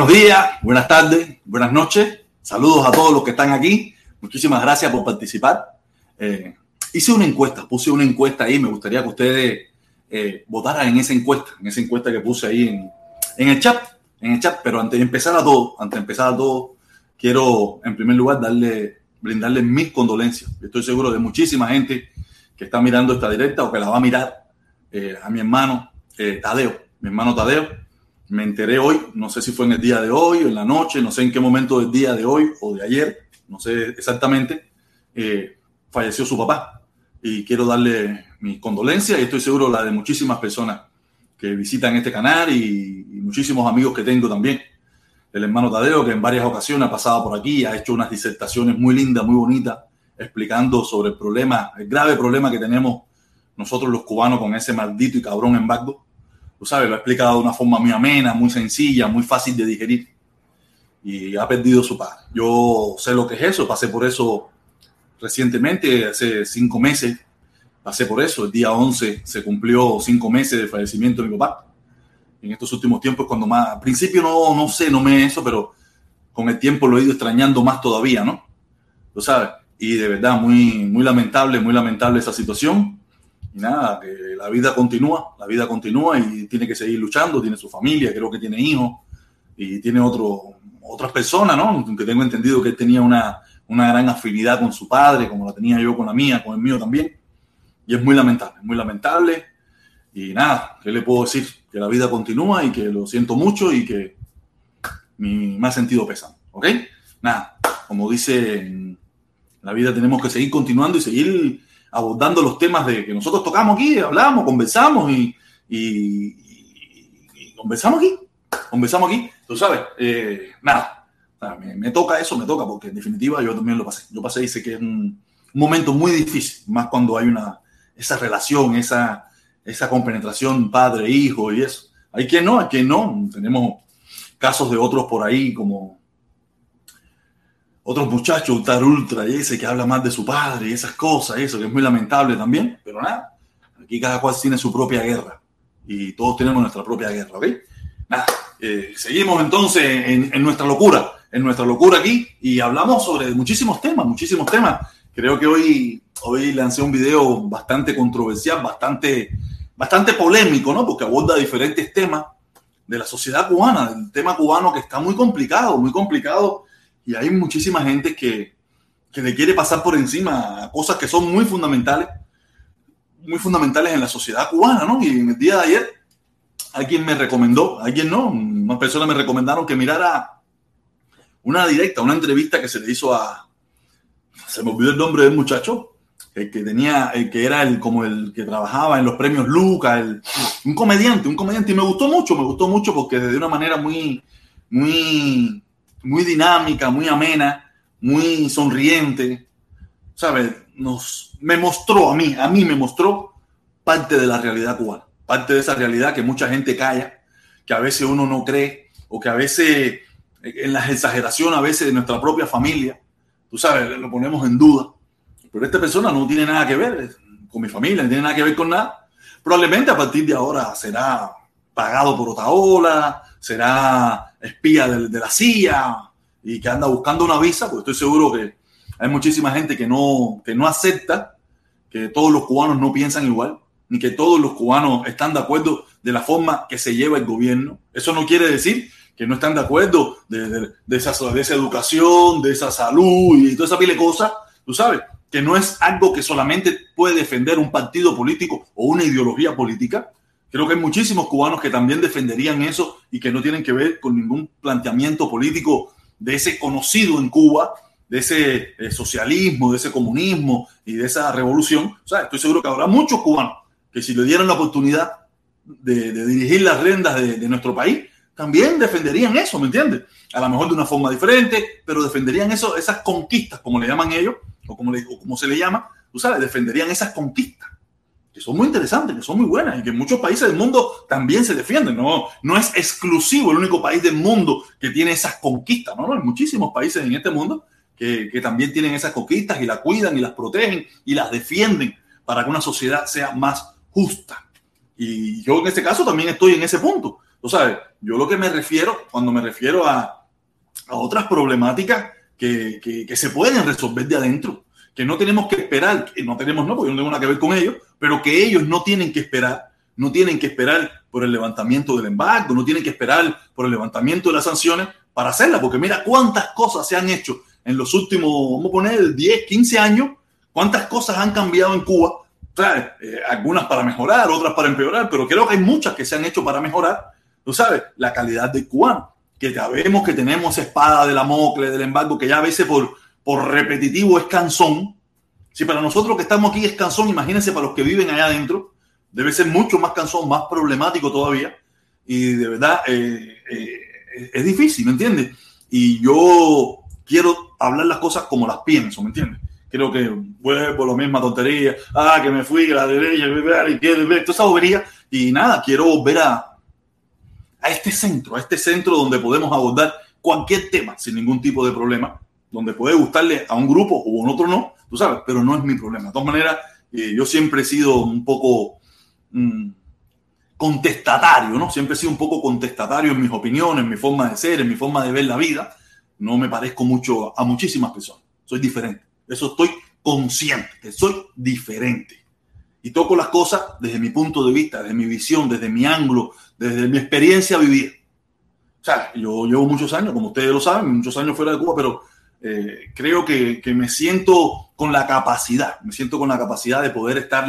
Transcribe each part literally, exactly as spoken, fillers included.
días, buenas tardes, buenas noches. Saludos a todos los que están aquí. Muchísimas gracias por participar. Eh, hice una encuesta, puse una encuesta ahí. Me gustaría que ustedes eh, votaran en esa encuesta, en esa encuesta que puse ahí en, en el chat, en el chat. Pero antes de empezar a todo, antes de empezar a todo, quiero en primer lugar darle, brindarle mis condolencias. Estoy seguro de muchísima gente que está mirando esta directa o que la va a mirar. Eh, a mi hermano eh, Tadeo, mi hermano Tadeo. Me enteré hoy, no sé si fue en el día de hoy o en la noche, no sé en qué momento del día de hoy o de ayer, no sé exactamente, eh, falleció su papá. Y quiero darle mis condolencias y estoy seguro la de muchísimas personas que visitan este canal y, y muchísimos amigos que tengo también. El hermano Tadeo, que en varias ocasiones ha pasado por aquí, ha hecho unas disertaciones muy lindas, muy bonitas, explicando sobre el problema, el grave problema que tenemos nosotros los cubanos con ese maldito y cabrón embargo. Tú sabes, lo ha explicado de una forma muy amena, muy sencilla, muy fácil de digerir. Y ha perdido su padre. Yo sé lo que es eso, pasé por eso recientemente, hace cinco meses, pasé por eso. El día once se cumplió cinco meses de fallecimiento de mi papá. En estos últimos tiempos, cuando más, al principio no, no sé, no me eso, pero con el tiempo lo he ido extrañando más todavía, ¿no? Tú sabes, y de verdad, muy, muy lamentable, muy lamentable esa situación. Y nada, que la vida continúa, la vida continúa y tiene que seguir luchando, tiene su familia, creo que tiene hijos y tiene otro, otras personas, ¿no? Aunque tengo entendido que él tenía una, una gran afinidad con su padre, como la tenía yo con la mía, con el mío también. Y es muy lamentable, muy lamentable. Y nada, ¿qué le puedo decir? Que la vida continúa y que lo siento mucho y que mi más sentido pesa, ¿ok? Nada, como dice, en la vida tenemos que seguir continuando y seguir abordando los temas de que nosotros tocamos aquí, hablamos, conversamos y, y, y, y conversamos aquí, conversamos aquí, tú sabes, eh, nada, me, me toca eso, me toca, porque en definitiva yo también lo pasé, yo pasé y sé que es un, un momento muy difícil, más cuando hay una, esa relación, esa, esa compenetración padre-hijo y eso. Hay quien no, hay quien no, tenemos casos de otros por ahí como otros muchachos, ultra ultra y ese que habla más de su padre y esas cosas, eso que es muy lamentable también, pero nada, aquí cada cual tiene su propia guerra y todos tenemos nuestra propia guerra, ¿ok? Nada, eh, seguimos entonces en, en nuestra locura, en nuestra locura aquí y hablamos sobre muchísimos temas, muchísimos temas. Creo que hoy, hoy lancé un video bastante controversial, bastante, bastante polémico, ¿no? Porque aborda diferentes temas de la sociedad cubana, del tema cubano que está muy complicado, muy complicado. Y hay muchísima gente que, que le quiere pasar por encima a cosas que son muy fundamentales, muy fundamentales en la sociedad cubana, ¿no? Y en el día de ayer, alguien me recomendó, alguien no, unas personas me recomendaron que mirara una directa, una entrevista que se le hizo a, se me olvidó el nombre del muchacho, el que tenía, el que era el como el que trabajaba en los premios Lucas, el, un comediante, un comediante, y me gustó mucho, me gustó mucho porque de una manera muy, muy muy dinámica, muy amena, muy sonriente, ¿sabes? Nos, me mostró a mí, a mí me mostró parte de la realidad cubana, parte de esa realidad que mucha gente calla, que a veces uno no cree, o que a veces en las exageraciones, a veces de nuestra propia familia, tú sabes, lo ponemos en duda. Pero esta persona no tiene nada que ver con mi familia, no tiene nada que ver con nada. Probablemente a partir de ahora será pagado por Otaola, será espía de, de la C I A y que anda buscando una visa, porque estoy seguro que hay muchísima gente que no, que no acepta que todos los cubanos no piensan igual, ni que todos los cubanos están de acuerdo de la forma que se lleva el gobierno. Eso no quiere decir que no están de acuerdo de, de, de, esa, de esa educación, de esa salud y toda esa pila de cosas, tú sabes, que no es algo que solamente puede defender un partido político o una ideología política. Creo que hay muchísimos cubanos que también defenderían eso y que no tienen que ver con ningún planteamiento político de ese conocido en Cuba, de ese eh, socialismo, de ese comunismo y de esa revolución. O sea, estoy seguro que habrá muchos cubanos que si le dieran la oportunidad de, de dirigir las riendas de, de nuestro país, también defenderían eso, ¿me entiendes? A lo mejor de una forma diferente, pero defenderían eso, esas conquistas, como le llaman ellos, o como, le, o como se le llama, tú sabes, defenderían esas conquistas, que son muy interesantes, que son muy buenas y que en muchos países del mundo también se defienden. No, no es exclusivo el único país del mundo que tiene esas conquistas, ¿no? No, hay muchísimos países en este mundo que, que también tienen esas conquistas y las cuidan y las protegen y las defienden para que una sociedad sea más justa. Y yo en este caso también estoy en ese punto. Tú sabes, yo lo que me refiero, cuando me refiero a, a otras problemáticas que, que, que se pueden resolver de adentro, que no tenemos que esperar, que no tenemos, no, porque yo no tengo nada que ver con ellos, pero que ellos no tienen que esperar, no tienen que esperar por el levantamiento del embargo, no tienen que esperar por el levantamiento de las sanciones para hacerla, porque mira cuántas cosas se han hecho en los últimos, vamos a poner, diez, quince años, cuántas cosas han cambiado en Cuba, ¿sabes? Eh, algunas para mejorar, otras para empeorar, pero creo que hay muchas que se han hecho para mejorar, tú sabes, la calidad del cubano, que sabemos que tenemos esa espada de Damocles, del embargo, que ya a veces por, por repetitivo es cansón. Si para nosotros que estamos aquí es cansón, imagínense para los que viven allá adentro, debe ser mucho más cansón, más problemático todavía, y de verdad eh, eh, es difícil, ¿me entiendes? Y yo quiero hablar las cosas como las pienso, ¿me entiendes? Creo que vuelvo a la misma tontería, ah, que me fui a la derecha, y quiero ver toda esa bobería, y nada, quiero volver a a este centro, a este centro donde podemos abordar cualquier tema sin ningún tipo de problema, donde puede gustarle a un grupo o a otro no, tú sabes, pero no es mi problema. De todas maneras, eh, yo siempre he sido un poco mmm, contestatario, ¿no? Siempre he sido un poco contestatario en mis opiniones, en mi forma de ser, en mi forma de ver la vida. No me parezco mucho a muchísimas personas. Soy diferente. Eso estoy consciente, que soy diferente. Y toco las cosas desde mi punto de vista, desde mi visión, desde mi ángulo, desde mi experiencia vivida. O sea, yo llevo muchos años, como ustedes lo saben, muchos años fuera de Cuba, pero eh, creo que, que me siento con la capacidad, me siento con la capacidad de poder estar,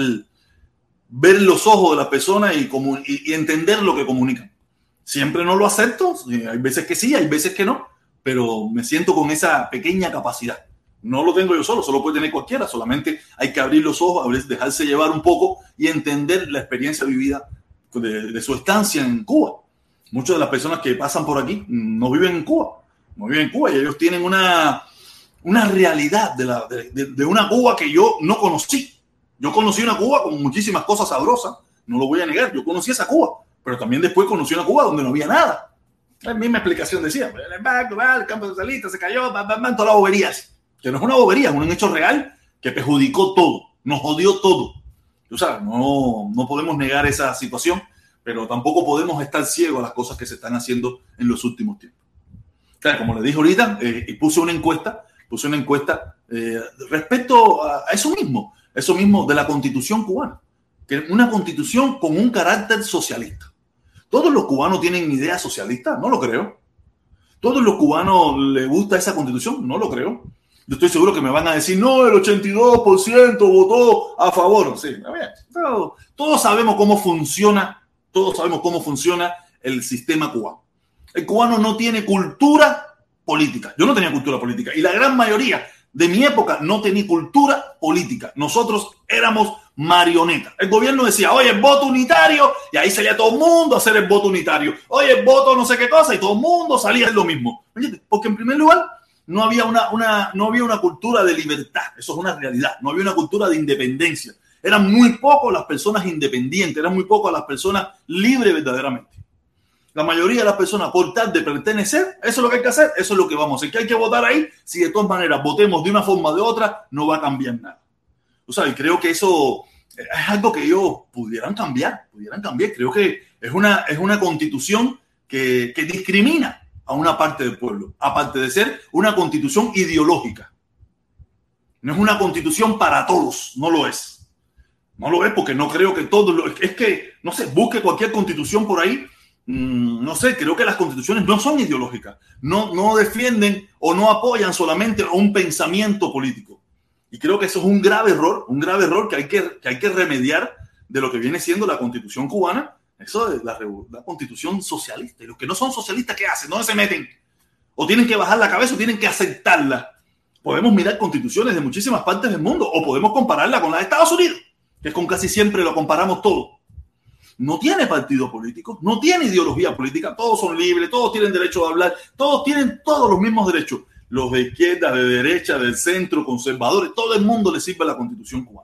ver los ojos de las personas y, y, y entender lo que comunican. Siempre no lo acepto, hay veces que sí, hay veces que no, pero me siento con esa pequeña capacidad. No lo tengo yo solo, solo puede tener cualquiera, solamente hay que abrir los ojos, dejarse llevar un poco y entender la experiencia vivida de, de su estancia en Cuba. Muchas de las personas que pasan por aquí no viven en Cuba, no viven en Cuba y ellos tienen una, una realidad de, la, de, de, de una Cuba que yo no conocí. Yo conocí una Cuba con muchísimas cosas sabrosas, no lo voy a negar, yo conocí esa Cuba, pero también después conocí una Cuba donde no había nada. La misma explicación decía, el embargo, el campo socialista se cayó, bam, bam, bam, todas las boberías. Que no es una bobería, es un hecho real que perjudicó todo, nos jodió todo. Tú sabes, no, no podemos negar esa situación, pero tampoco podemos estar ciegos a las cosas que se están haciendo en los últimos tiempos. Claro, como les dije ahorita, eh, puse una encuesta, puse una encuesta eh, respecto a eso mismo, eso mismo de la Constitución cubana, que es una Constitución con un carácter socialista. ¿Todos los cubanos tienen ideas socialistas? No lo creo. ¿Todos los cubanos les gusta esa Constitución? No lo creo. Yo estoy seguro que me van a decir, no, el ochenta y dos por ciento votó a favor. Sí, a ver, pero todos sabemos cómo funciona, todos sabemos cómo funciona el sistema cubano. El cubano no tiene cultura política. Yo no tenía cultura política y la gran mayoría de mi época no tenía cultura política. Nosotros éramos marionetas. El gobierno decía, oye, el voto unitario, y ahí salía todo el mundo a hacer el voto unitario. Oye, el voto no sé qué cosa, y todo el mundo salía a hacer lo mismo. Porque en primer lugar, no había una, una, no había una cultura de libertad. Eso es una realidad. No había una cultura de independencia. Eran muy pocos las personas independientes, eran muy pocas las personas libres verdaderamente. La mayoría de las personas, por tal de pertenecer, eso es lo que hay que hacer, eso es lo que vamos a hacer. ¿Qué hay que votar ahí? Si de todas maneras votemos de una forma o de otra, no va a cambiar nada. O sea, y creo que eso es algo que ellos pudieran cambiar, pudieran cambiar. Creo que es una, es una constitución que, que discrimina a una parte del pueblo, aparte de ser una constitución ideológica. No es una constitución para todos, no lo es. No lo es porque no creo que todos lo... Es que, no sé, busque cualquier constitución por ahí, mmm, no sé, creo que las constituciones no son ideológicas, no, no defienden o no apoyan solamente un pensamiento político. Y creo que eso es un grave error, un grave error que hay que, que, hay que remediar de lo que viene siendo la constitución cubana. Eso es la, la constitución socialista. Y los que no son socialistas, ¿qué hacen? ¿Dónde se meten? O tienen que bajar la cabeza o tienen que aceptarla. Podemos mirar constituciones de muchísimas partes del mundo o podemos compararla con la de Estados Unidos, que es con casi siempre lo comparamos todo. No tiene partido político, no tiene ideología política, todos son libres, todos tienen derecho a hablar, todos tienen todos los mismos derechos. Los de izquierda, de derecha, del centro, conservadores, todo el mundo le sirve a la constitución cubana.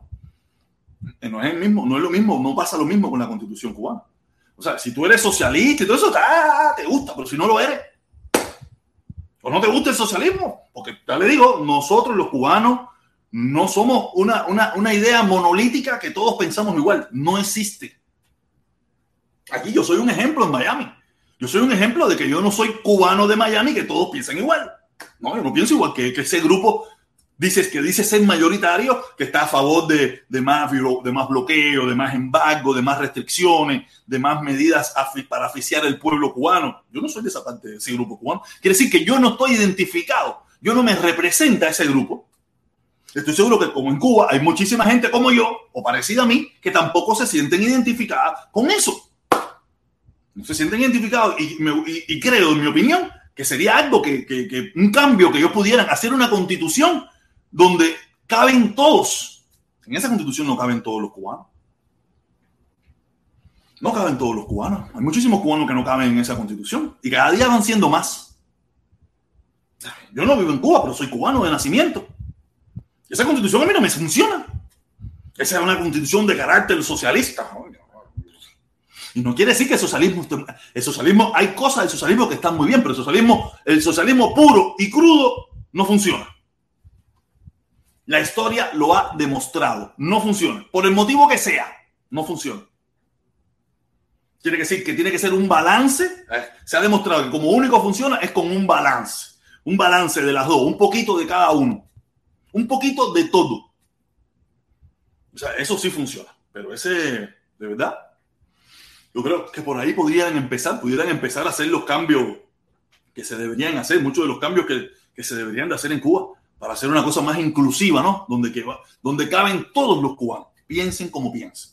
No es el mismo, no es lo mismo, no pasa lo mismo con la constitución cubana. O sea, si tú eres socialista y todo eso, ah, te gusta, pero si no lo eres, o no te gusta el socialismo, porque ya le digo, nosotros los cubanos no somos una, una, una idea monolítica que todos pensamos igual, no existe. Aquí yo soy un ejemplo en Miami. Yo soy un ejemplo de que yo no soy cubano de Miami, que todos piensan igual. No, yo no pienso igual que, que ese grupo dice, que dice ser mayoritario, que está a favor de, de, más, de más bloqueo, de más embargo, de más restricciones, de más medidas para asfixiar al pueblo cubano. Yo no soy de esa parte de ese grupo cubano. Quiere decir que yo no estoy identificado. Yo no me representa ese grupo. Estoy seguro que como en Cuba hay muchísima gente como yo, o parecida a mí, que tampoco se sienten identificadas con eso. No se sienten identificados y, me, y, y creo, en mi opinión, que sería algo que, que, que un cambio, que ellos pudieran hacer una constitución donde caben todos. En esa constitución no caben todos los cubanos. No caben todos los cubanos. Hay muchísimos cubanos que no caben en esa constitución y cada día van siendo más. Yo no vivo en Cuba, pero soy cubano de nacimiento. Esa constitución a mí no me funciona. Esa es una constitución de carácter socialista. Y no quiere decir que el socialismo, el socialismo, hay cosas del socialismo que están muy bien, pero el socialismo, el socialismo puro y crudo no funciona. La historia lo ha demostrado. No funciona. Por el motivo que sea, no funciona. Quiere decir que tiene que ser un balance. Se ha demostrado que como único funciona es con un balance. Un balance de las dos. Un poquito de cada uno. Un poquito de todo. O sea, eso sí funciona. Pero ese, de verdad, yo creo que por ahí podrían empezar, pudieran empezar a hacer los cambios que se deberían hacer, muchos de los cambios que, que se deberían de hacer en Cuba para hacer una cosa más inclusiva, ¿no? Donde, que, donde caben todos los cubanos, piensen como piensen.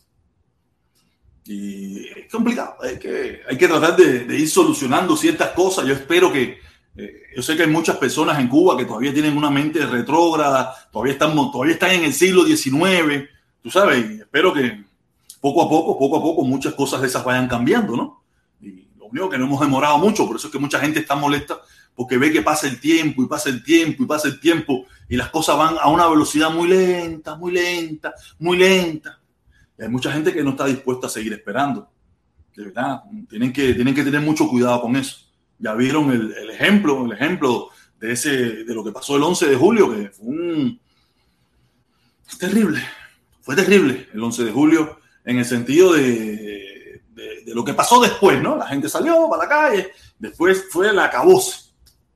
Y es complicado, hay que, hay que tratar de, de ir solucionando ciertas cosas. Yo espero que, eh, yo sé que hay muchas personas en Cuba que todavía tienen una mente retrógrada, todavía están, todavía están en el siglo diecinueve, tú sabes, y espero que poco a poco, poco a poco, muchas cosas de esas vayan cambiando, ¿no? Y lo único que no hemos demorado mucho, por eso es que mucha gente está molesta, porque ve que pasa el tiempo y pasa el tiempo y pasa el tiempo y las cosas van a una velocidad muy lenta, muy lenta, muy lenta. Y hay mucha gente que no está dispuesta a seguir esperando. De verdad, tienen que, tienen que tener mucho cuidado con eso. Ya vieron el, el ejemplo, el ejemplo de, ese, de lo que pasó el once de julio, que fue un... terrible, fue terrible el once de julio, en el sentido de, de, de lo que pasó después, ¿no? La gente salió para la calle, después fue el acabose.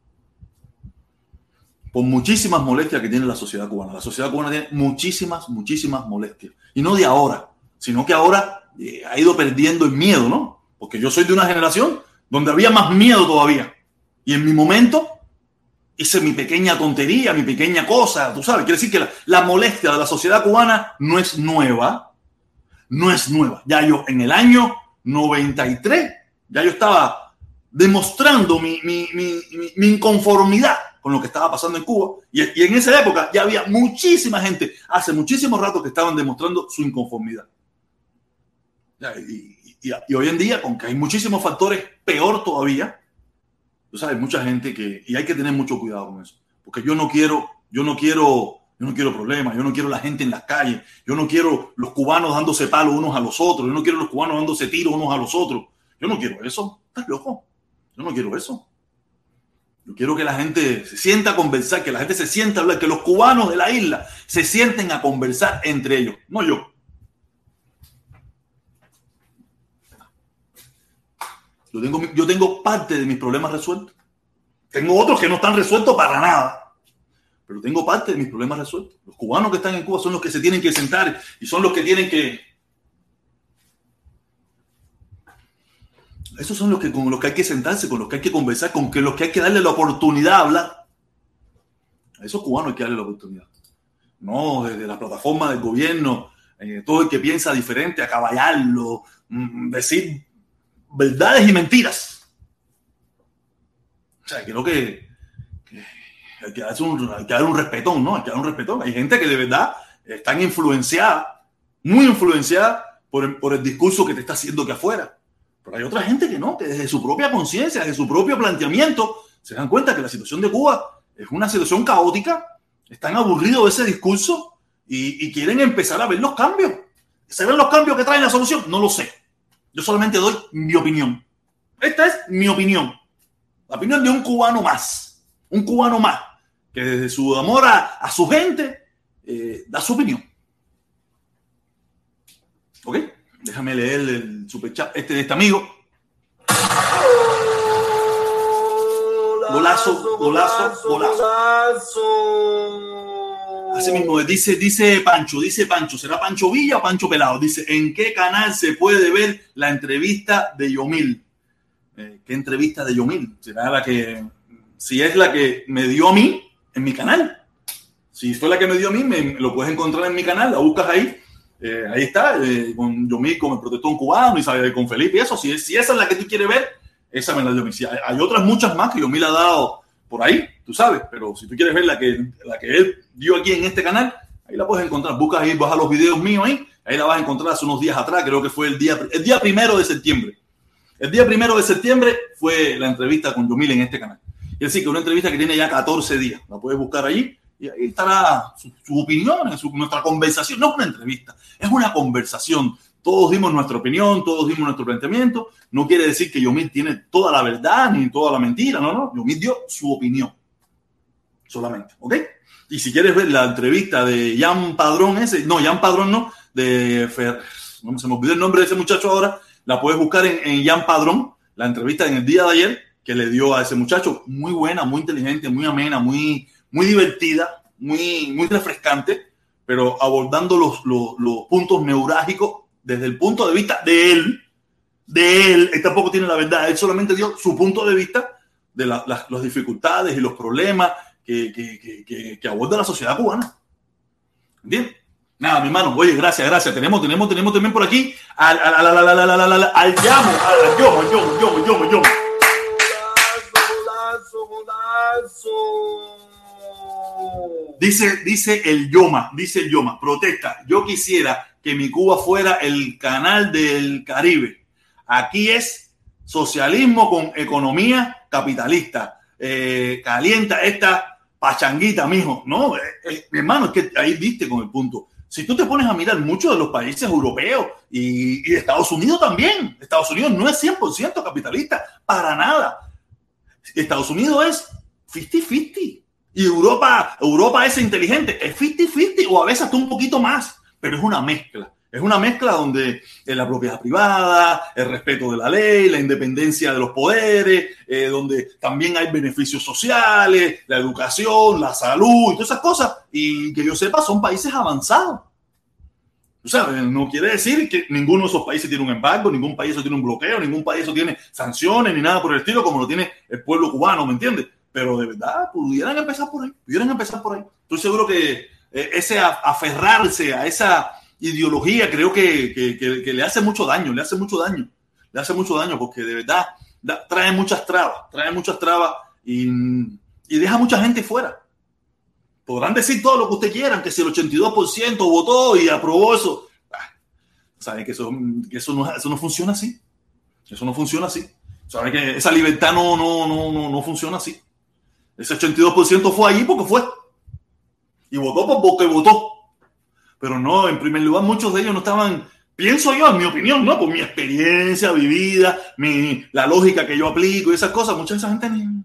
Por muchísimas molestias que tiene la sociedad cubana. La sociedad cubana tiene muchísimas, muchísimas molestias. Y no de ahora, sino que ahora eh, ha ido perdiendo el miedo, ¿no? Porque yo soy de una generación donde había más miedo todavía. Y en mi momento hice mi pequeña tontería, mi pequeña cosa, tú sabes. Quiere decir que la, la molestia de la sociedad cubana no es nueva. No es nueva. Ya yo en el año noventa y tres, ya yo estaba demostrando mi, mi, mi, mi, mi inconformidad con lo que estaba pasando en Cuba. Y, y en esa época ya había muchísima gente, hace muchísimo rato, que estaban demostrando su inconformidad. Y, y, y hoy en día, aunque hay muchísimos factores, peor todavía, tú sabes, mucha gente que... Y hay que tener mucho cuidado con eso. Porque yo no quiero, yo no quiero... Yo no quiero problemas, yo no quiero la gente en las calles, yo no quiero los cubanos dándose palos unos a los otros, yo no quiero los cubanos dándose tiros unos a los otros. Yo no quiero eso. ¿Estás loco? Yo no quiero eso. Yo quiero que la gente se sienta a conversar, que la gente se sienta a hablar, que los cubanos de la isla se sienten a conversar entre ellos, no yo. Yo tengo, yo tengo parte de mis problemas resueltos. Tengo otros que no están resueltos para nada. Pero tengo parte de mis problemas resueltos. Los cubanos que están en Cuba son los que se tienen que sentar y son los que tienen que... Esos son los que, con los que hay que sentarse, con los que hay que conversar, con que los que hay que darle la oportunidad a hablar. A esos cubanos hay que darle la oportunidad. No desde la plataforma del gobierno, eh, todo el que piensa diferente, acaballarlo, mmm, decir verdades y mentiras. O sea, creo que... que Hay que, darse un, hay que dar un respetón, ¿no? Hay que dar un respetón. Hay gente que de verdad están influenciada, muy influenciada por el, por el discurso que te está haciendo aquí afuera. Pero hay otra gente que no, que desde su propia conciencia, desde su propio planteamiento, se dan cuenta que la situación de Cuba es una situación caótica, están aburridos de ese discurso y, y quieren empezar a ver los cambios. ¿Se ven los cambios que traen la solución? No lo sé. Yo solamente doy mi opinión. Esta es mi opinión. La opinión de un cubano más. Un cubano más, que desde su amor a, a su gente eh, da su opinión. ¿Ok? Déjame leer el superchat este de este amigo. golazo, golazo, golazo. Así mismo, dice, dice Pancho, dice Pancho, ¿será Pancho Villa o Pancho Pelado? Dice, ¿en qué canal se puede ver la entrevista de Yomil? Eh, ¿Qué entrevista de Yomil? ¿Será la que, si es la que me dio a mí, en mi canal? Si fue la que me dio a mí, me, lo puedes encontrar en mi canal, la buscas ahí. Eh, ahí está, eh, con Yomil, con el protestón cubano, y sabe, con Felipe y eso. Si, si esa es la que tú quieres ver, esa me la dio a mí. Si hay, hay otras muchas más que Yomil ha dado por ahí, tú sabes, pero si tú quieres ver la que, la que él dio aquí en este canal, ahí la puedes encontrar. Buscas ahí, baja los videos míos ahí, ahí la vas a encontrar hace unos días atrás, creo que fue el día, el día primero de septiembre. El día primero de septiembre fue la entrevista con Yomil en este canal. Y así que una entrevista que tiene ya catorce días, la puedes buscar allí y ahí estará su, su opinión, su, nuestra conversación. No es una entrevista, es una conversación. Todos dimos nuestra opinión, todos dimos nuestro planteamiento. No quiere decir que Yomil tiene toda la verdad ni toda la mentira. No, no. Yomil dio su opinión. Solamente. ¿Ok? Y si quieres ver la entrevista de Jan Padrón ese, no, Jan Padrón no, de Fer, no se me olvidó el nombre de ese muchacho ahora, la puedes buscar en, en Jan Padrón, la entrevista en el día de ayer que le dio a ese muchacho. Muy buena, muy inteligente, muy amena, muy, muy divertida, muy, muy refrescante, pero abordando los, los, los puntos neurálgicos desde el punto de vista de él, de él, él tampoco tiene la verdad, él solamente dio su punto de vista de la, las, las dificultades y los problemas que, que, que, que, que aborda la sociedad cubana. ¿Entiendes? Nada, mi hermano, oye, gracias, gracias. Tenemos, tenemos, tenemos también por aquí al, al, al, al, al, al, al, al, al Yamo, al Yomo, Yomo, Yomo, Yomo, Yomo. Dice, dice el Yoma, dice el Yoma, protesta. Yo quisiera que mi Cuba fuera el canal del Caribe. Aquí es socialismo con economía capitalista. Eh, calienta esta pachanguita, mijo. No, eh, eh, mi hermano, es que ahí diste con el punto. Si tú te pones a mirar muchos de los países europeos y, y Estados Unidos también, Estados Unidos no es cien por ciento capitalista, para nada. Estados Unidos es cincuenta cincuenta. Y Europa, Europa es inteligente, es cincuenta cincuenta o a veces hasta un poquito más, pero es una mezcla. Es una mezcla donde la propiedad privada, el respeto de la ley, la independencia de los poderes, eh, donde también hay beneficios sociales, la educación, la salud y todas esas cosas. Y que yo sepa, son países avanzados. O sea, no quiere decir que ninguno de esos países tiene un embargo, ningún país tiene un bloqueo, ningún país tiene sanciones ni nada por el estilo, como lo tiene el pueblo cubano, ¿me entiendes? Pero de verdad, pudieran empezar por ahí, pudieran empezar por ahí. Estoy seguro que eh, ese aferrarse a esa ideología creo que, que, que, que le hace mucho daño, le hace mucho daño, le hace mucho daño porque de verdad da, trae muchas trabas, trae muchas trabas y, y deja mucha gente fuera. Podrán decir todo lo que usted quiera, que si el ochenta y dos por ciento votó y aprobó eso. Ah, ¿saben que, eso, que eso, no, eso no funciona así? Eso no funciona así. ¿Saben que esa libertad no, no, no, no, no funciona así? Ese ochenta y dos por ciento fue allí porque fue. Y votó porque votó. Pero no, en primer lugar, muchos de ellos no estaban, pienso yo, en mi opinión, no, por mi experiencia vivida, mi, la lógica que yo aplico y esas cosas, mucha de esa gente ni...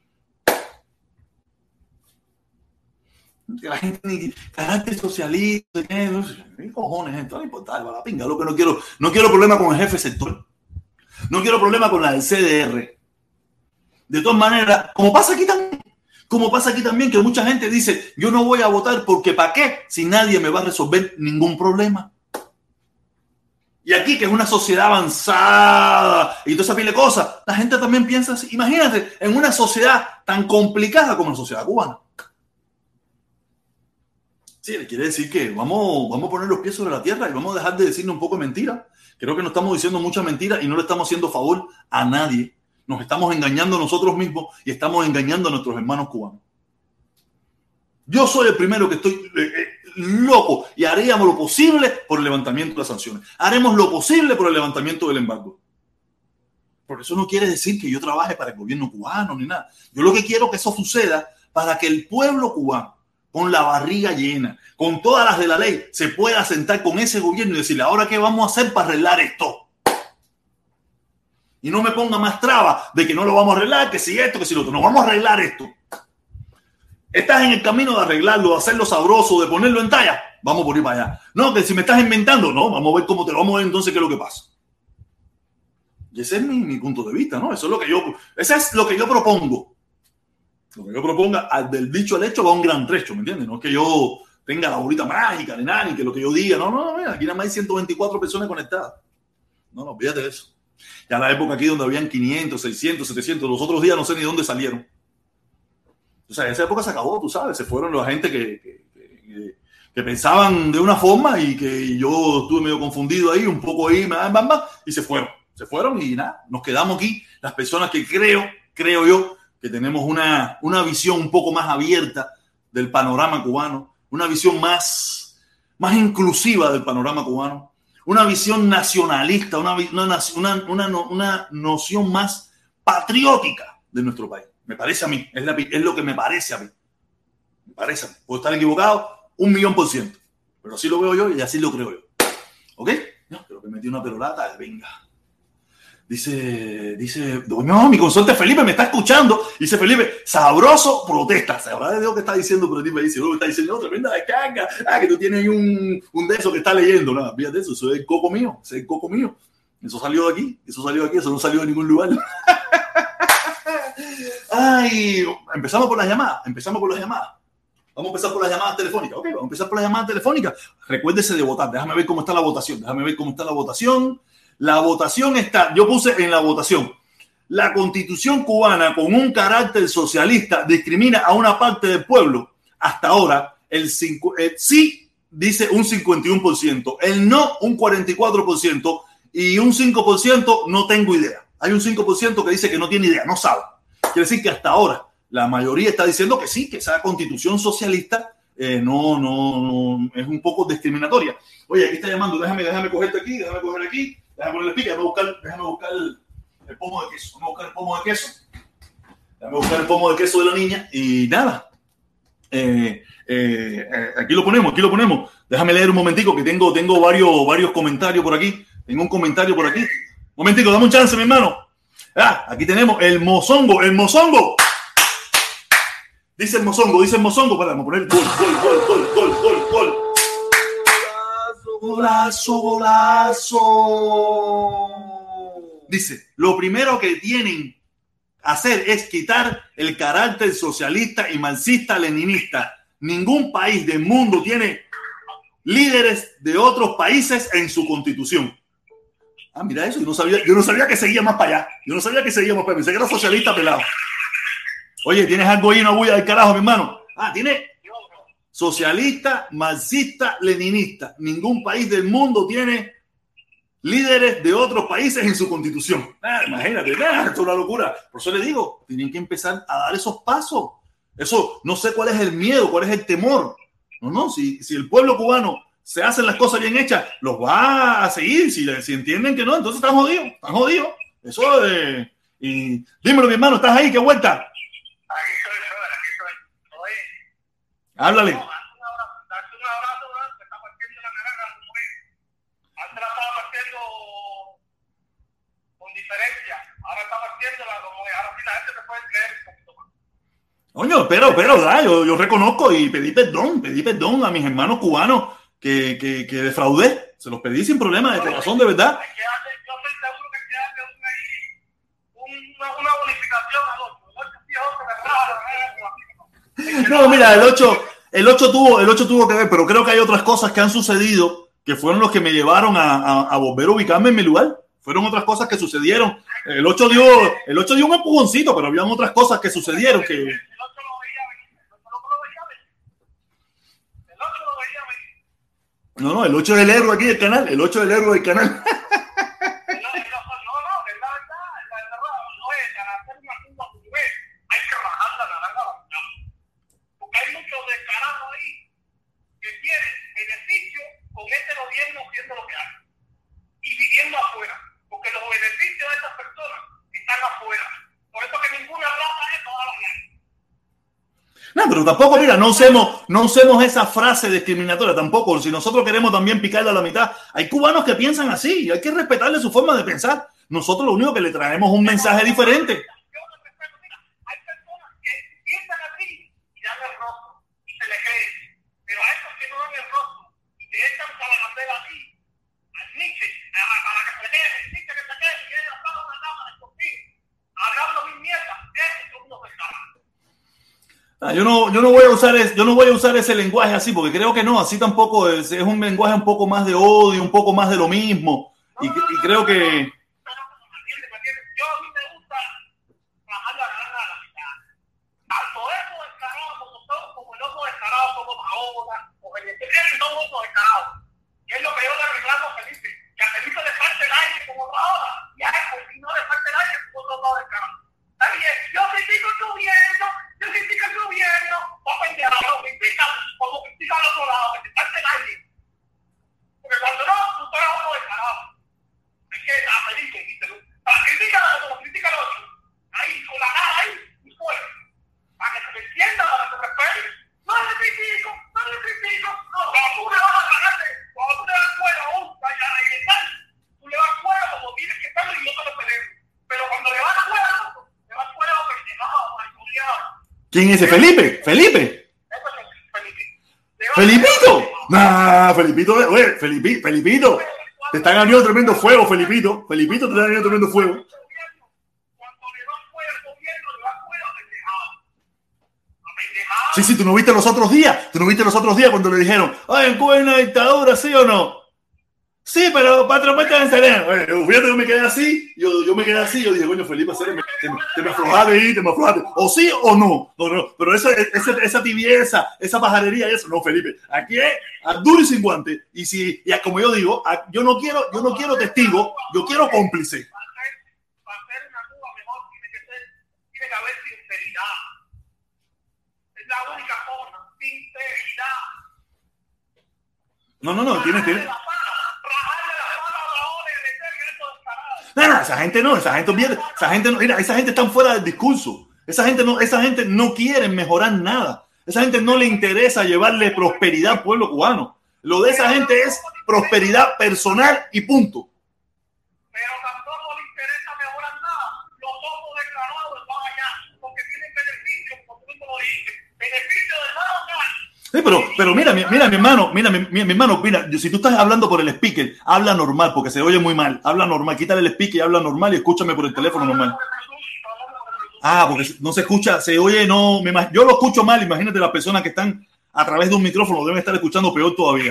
Que la gente ni carácter socialista, no sé, ¿qué cojones, gente? No importa, la pinga, lo que no quiero, no quiero problema con el jefe sector. No quiero problema con la del C D R. De todas maneras, como pasa aquí también, como pasa aquí también, que mucha gente dice, yo no voy a votar porque ¿para qué? Si nadie me va a resolver ningún problema. Y aquí, que es una sociedad avanzada y toda esa pila de cosas, la gente también piensa así. Imagínate, en una sociedad tan complicada como la sociedad cubana. Sí, quiere decir que vamos, vamos a poner los pies sobre la tierra y vamos a dejar de decirnos un poco de mentira. Creo que nos estamos diciendo mucha mentira y no le estamos haciendo favor a nadie. Nos estamos engañando a nosotros mismos y estamos engañando a nuestros hermanos cubanos. Yo soy el primero que estoy eh, eh, loco y haríamos lo posible por el levantamiento de las sanciones. Haremos lo posible por el levantamiento del embargo. Por eso no quiere decir que yo trabaje para el gobierno cubano ni nada. Yo lo que quiero es que eso suceda para que el pueblo cubano, con la barriga llena, con todas las de la ley, se pueda sentar con ese gobierno y decirle, ¿ahora qué vamos a hacer para arreglar esto? Y no me ponga más trabas de que no lo vamos a arreglar, que si esto, que si lo otro. No, vamos a arreglar esto. ¿Estás en el camino de arreglarlo, de hacerlo sabroso, de ponerlo en talla? Vamos por ir para allá. No, que si me estás inventando, no, vamos a ver cómo te lo vamos a ver entonces qué es lo que pasa. Y ese es mi, mi punto de vista, ¿no? Eso es lo que yo, ese es lo que yo propongo. Lo que yo proponga, al del dicho al hecho va un gran trecho, ¿me entiendes? No es que yo tenga la bolita mágica ni nada, ni que lo que yo diga. No, no, no, aquí nada más hay ciento veinticuatro personas conectadas. No, no, olvídate de eso. Ya la época aquí donde habían quinientos, seiscientos, setecientos, los otros días no sé ni dónde salieron. O sea, esa época se acabó, tú sabes, se fueron la gente que, que, que, que pensaban de una forma y que yo estuve medio confundido ahí, un poco ahí, más, más, más, y se fueron. Se fueron y nada, nos quedamos aquí, las personas que creo, creo yo, que tenemos una, una visión un poco más abierta del panorama cubano, una visión más, más inclusiva del panorama cubano, una visión nacionalista, una, una, una, una, una noción más patriótica de nuestro país. Me parece a mí, es, la, es lo que me parece a mí. Me parece a mí. Puedo estar equivocado un millón por ciento, pero así lo veo yo y así lo creo yo. ¿Ok? No, pero que metí una perorata, venga. Dice, dice, no, mi consorte Felipe me está escuchando. Dice Felipe, sabroso protesta. Sabrá de Dios que está diciendo, pero Felipe dice, no, está diciendo, no, tremenda descarga. Ah, que tú tienes ahí un, un de esos que está leyendo. No, fíjate eso, eso es el coco mío, eso es el coco mío. Eso salió de aquí, eso salió de aquí, eso no salió de ningún lugar. Ay, empezamos por las llamadas, empezamos por las llamadas. Vamos a empezar por las llamadas telefónicas. Ok, vamos a empezar por las llamadas telefónicas. Recuérdese de votar. Déjame ver cómo está la votación. Déjame ver cómo está la votación. La votación está, yo puse en la votación, la Constitución cubana con un carácter socialista discrimina a una parte del pueblo. Hasta ahora, el, cinco, el sí dice un cincuenta y uno por ciento, el no un cuarenta y cuatro por ciento y un cinco por ciento no tengo idea. Hay un cinco por ciento que dice que no tiene idea, no sabe. Quiere decir que hasta ahora la mayoría está diciendo que sí, que esa Constitución socialista eh, no, no, no es un poco discriminatoria. Oye, aquí está llamando, déjame, déjame cogerte aquí, déjame coger aquí. Déjame ponerle pica, déjame buscar, déjame buscar el, el pomo de queso. Déjame buscar el pomo de queso. Déjame buscar el pomo de queso de la niña. Y nada. Eh, eh, eh, aquí lo ponemos, aquí lo ponemos. Déjame leer un momentico que tengo, tengo varios, varios comentarios por aquí. Tengo un comentario por aquí. Un momentico, dame un chance, mi hermano. Ah, aquí tenemos el mozongo, el mozongo. Dice el mozongo, dice el mozongo. Para, vamos a poner gol, gol, gol, gol, gol, gol, gol. Golazo, golazo. Dice, lo primero que tienen que hacer es quitar el carácter socialista y marxista-leninista. Ningún país del mundo tiene líderes de otros países en su constitución. Ah, mira eso, yo no sabía, yo no sabía que seguía más para allá. Yo no sabía que seguía más para allá. Pensé que era socialista pelado. Oye, ¿tienes algo ahí, una bulla del carajo, mi hermano? Ah, tiene... Socialista, marxista, leninista. Ningún país del mundo tiene líderes de otros países en su constitución. Ah, imagínate, ah, esto es una locura. Por eso le digo, tienen que empezar a dar esos pasos. Eso, no sé cuál es el miedo, cuál es el temor. No, no, si, si el pueblo cubano se hacen las cosas bien hechas, los va a seguir. Si, si entienden que no, entonces están jodidos, están jodidos. Eso de... Y dímelo, mi hermano, ¿estás ahí? ¿Qué vuelta? Aquí estoy, aquí estoy. Oye. Háblale. No, darte un abrazo, darte un abrazo, ¿no? Que está partiendo la naranja, mujer. Antes la estaba partiendo con diferencia. Ahora está partiéndola como que ahora sí la gente se puede creer un poquito más. Coño, pero, pero, ¿verdad? Yo, yo reconozco y pedí perdón, pedí perdón a mis hermanos cubanos que, que, que defraudé. Se los pedí sin problema, de corazón, de verdad. Hay que darle, yo estoy seguro que hay que darle una, una, una bonificación a los No, mira, el ocho, el ocho tuvo, el ocho tuvo que ver, pero creo que hay otras cosas que han sucedido que fueron los que me llevaron a, a, a volver a ubicarme en mi lugar. Fueron otras cosas que sucedieron. El ocho dio, el ocho dio un empujoncito, pero habían otras cosas que sucedieron que... El ocho lo veía venir, el ocho lo veía venir. El ocho lo veía venir. No, no, el ocho es el héroe aquí del canal, el ocho es el héroe del canal. Hay muchos descarados ahí que quieren beneficio con este gobierno haciendo lo que hace y viviendo afuera, porque los beneficios de estas personas están afuera. Por eso que ninguna plata es toda la gente. No, pero tampoco, mira, no usemos, no usemos esa frase discriminatoria tampoco. Si nosotros queremos también picarle a la mitad, hay cubanos que piensan así y hay que respetarle su forma de pensar. Nosotros lo único que le traemos es un mensaje diferente. Pero a esos que no dan el rostro y te echan para la bandera a ti, al Nietzsche, a la, a la que se quede, el Nietzsche que se quede, y él ha estado en la cama de escopir, hablando mil mierdas, esos son unos descarados. Ah, yo no, yo no voy a usar es, yo no voy a usar ese lenguaje así, porque creo que no, así tampoco es, es un lenguaje un poco más de odio, un poco más de lo mismo. Y, y creo que Yo a mí me gusta bajar la grana a la mitad. Tanto eso descarado como todo, como el otro descarado como ahora, o el que tiene dos votos descarados. Y es lo que yo le reclamo a Felipe, que a Felipe le falte el aire como ahora, y a él, si no le falta el aire, como otro lado descarado. Está bien, yo critico el gobierno, yo critico el gobierno, o pendejo, lo critica como critica al otro lado, que te falte el aire. Porque cuando no, tú eres otro descarado. Es que a Felipe, díselo. Para criticar como critica al otro. Ahí, con la cara ahí, y fuera. Para que se entienda, para que se respete. No le critico, no le critico. No, cuando tú le vas a pagarle, cuando tú le das fuera a un tal, tú le vas fuera como tienes que estarlo y yo te lo peleo. Pero cuando le vas fuera, le vas fuera a pendejado, maricoleado. ¿quién es ese? Felipe, Felipe. Eso es Felipe. Felipito. Nah, Felipito, oye, Felipi, Felipito. Te están abriendo tremendo fuego, Felipito. Felipito te están abriendo tremendo fuego. Cuando le vas fuera al gobierno, le vas fuera a pendejado. A pendejado. Sí, sí, tú no viste los otros días. Tú no viste los otros días cuando le dijeron, ay, en Cuba hay una dictadura, ¿sí o no? Sí, pero patrón, métete en Selena. Bueno, fíjate, yo me quedé así. Yo, yo me quedé así. Yo dije, coño, Felipe, te, me, te, te me aflojaste ahí, te me aflojaste. O sí o no. No, no. Pero esa, esa, esa tibieza, esa pajarería, eso. No, Felipe. Aquí es a duro y sin guante. Y si, y como yo digo, a, yo no quiero, yo no quiero testigo, yo quiero cómplice. Para hacer una Cuba mejor tiene que ser, tiene que haber sinceridad. Es la única forma, sinceridad. No, no, no, tienes, tienes. No, no, esa gente no, esa gente viene, esa gente no, mira, esa gente está fuera del discurso. Esa gente no, esa gente no quiere mejorar nada. Esa gente no le interesa llevarle prosperidad al pueblo cubano. Lo de esa gente es prosperidad personal y punto. Pero tampoco le interesa mejorar nada. Los ojos declarados van allá porque tienen beneficios, como tú lo dijiste. Beneficio de nada más. Sí, pero, pero mira, mira, mi hermano, mira, mi, mi, mi hermano, mira, si tú estás hablando por el speaker, habla normal, porque se oye muy mal. Habla normal, quítale el speaker y habla normal y escúchame por el teléfono normal. Ah, porque no se escucha, se oye, no, me, yo lo escucho mal, imagínate las personas que están a través de un micrófono, deben estar escuchando peor todavía.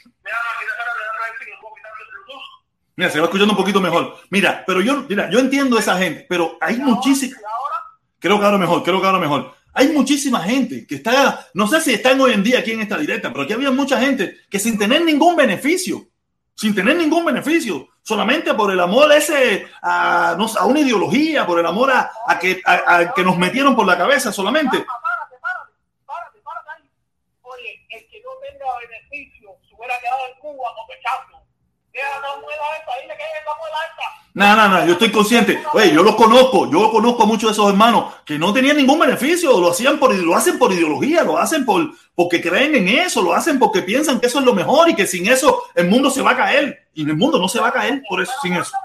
Mira, se va escuchando un poquito mejor. Mira, pero yo, mira, yo entiendo a esa gente, pero hay muchísima, creo que ahora mejor, creo que ahora mejor. Hay muchísima gente que está, no sé si están hoy en día aquí en esta directa, pero aquí había mucha gente que sin tener ningún beneficio, sin tener ningún beneficio, solamente por el amor ese a, no, a una ideología, por el amor a, a, que, a, a que nos metieron por la cabeza solamente. Párate, párate, párate, párate ahí. Oye, el que no tenga beneficio se hubiera quedado en Cuba cosechando. Deja la muela esta, dile que es la muela esta. No, no, no, yo estoy consciente. Oye, yo los conozco, yo conozco a muchos de esos hermanos que no tenían ningún beneficio, lo hacían por, lo hacen por ideología, lo hacen por, porque creen en eso, lo hacen porque piensan que eso es lo mejor y que sin eso el mundo se va a caer. Y el mundo no se va a caer por eso, sin eso.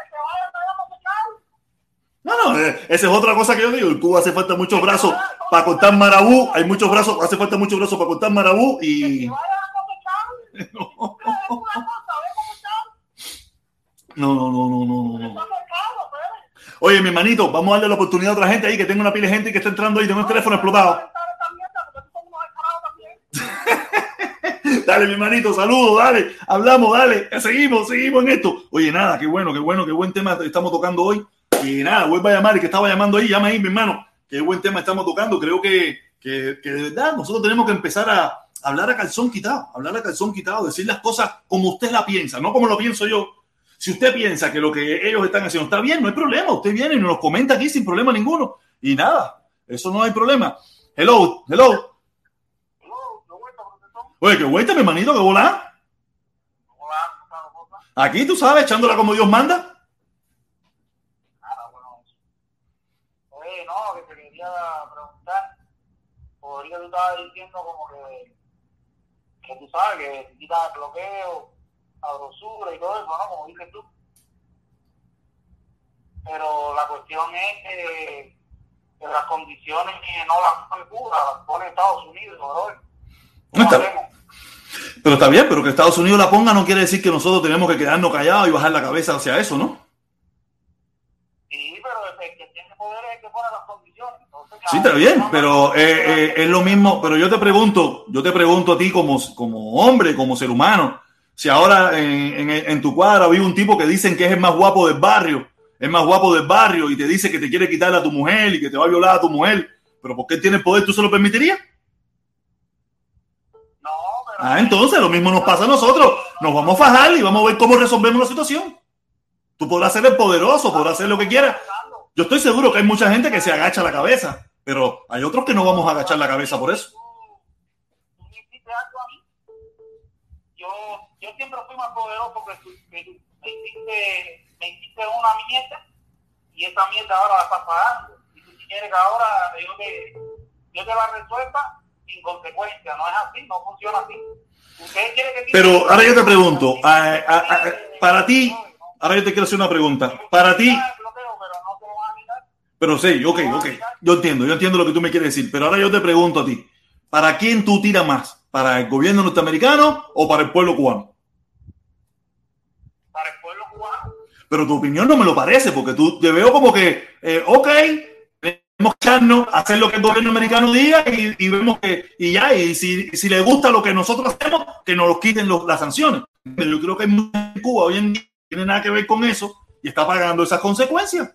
No, no, esa es otra cosa que yo digo. En Cuba hace falta muchos brazos para cortar marabú, hay muchos brazos, hace falta muchos brazos para cortar marabú y... No. No, no, no, no, no, no. Oye, mi hermanito, vamos a darle la oportunidad a otra gente ahí, que tengo una pila de gente que está entrando ahí, tengo el teléfono explotado. Dale, mi hermanito, saludos, dale, hablamos, dale, seguimos, seguimos en esto. Oye, nada, qué bueno, qué bueno, qué buen tema estamos tocando hoy. Y nada, vuelva a llamar, el que estaba llamando ahí, llama ahí, mi hermano. Qué buen tema estamos tocando. Creo que, que, que de verdad nosotros tenemos que empezar a hablar a calzón quitado, hablar a calzón quitado, decir las cosas como usted la piensa, no como lo pienso yo. Si usted piensa que lo que ellos están haciendo está bien, no hay problema. Usted viene y nos lo comenta aquí sin problema ninguno. Y nada, eso no hay problema. Hello, hello. Oye, qué vuelta, mi hermanito, que volá. Aquí, tú sabes, echándola como Dios manda. Oye, no, que te quería preguntar. Ahorita tú estabas diciendo como que, que tú sabes, que quitas el bloqueo, sabrosura y todo eso, ¿no? Como dices tú. Pero la cuestión es que, que las condiciones no las pone Cuba, las pone Estados Unidos, ¿no? No está, pero está bien, pero que Estados Unidos la ponga no quiere decir que nosotros tenemos que quedarnos callados y bajar la cabeza hacia eso, ¿no? Sí, pero el que tiene poder es el que pone las condiciones. Entonces, sí, está bien, pero eh, eh, es lo mismo. Pero yo te pregunto, yo te pregunto a ti como, como hombre, como ser humano, si ahora en, en, en tu cuadra vive un tipo que dicen que es el más guapo del barrio, es más guapo del barrio y te dice que te quiere quitar a tu mujer y que te va a violar a tu mujer, pero porque él tiene el poder, ¿tú se lo permitirías? No, pero Ah, entonces lo mismo nos pasa a nosotros. Nos vamos a fajar y vamos a ver cómo resolvemos la situación. Tú podrás ser el poderoso, podrás hacer lo que quieras. Yo estoy seguro que hay mucha gente que se agacha la cabeza, pero hay otros que no vamos a agachar la cabeza por eso. tú me hiciste algo a mí. Yo, yo siempre fui más poderoso porque tú, que tú me, hiciste, me hiciste una mierda y esa mierda ahora la estás pagando. Y tú quieres que ahora yo te, yo te la resuelva sin consecuencia. No es así, no funciona así. Usted quiere que Pero ahora yo te pregunto, a, a, a, para ti, ahora yo te quiero hacer una pregunta. Para ti, pero sí, ok, ok, yo entiendo, yo entiendo lo que tú me quieres decir, pero ahora yo te pregunto a ti, ¿para quién tú tiras más? ¿Para el gobierno norteamericano o para el pueblo cubano? Para el pueblo cubano. Pero tu opinión no me lo parece, porque tú te veo como que, eh, ok, tenemos que echarnos, hacer lo que el gobierno americano diga y, y vemos que, y ya, y si, si le gusta lo que nosotros hacemos, que nos los quiten los, las sanciones. Pero yo creo que en Cuba hoy en día no tiene nada que ver con eso y está pagando esas consecuencias.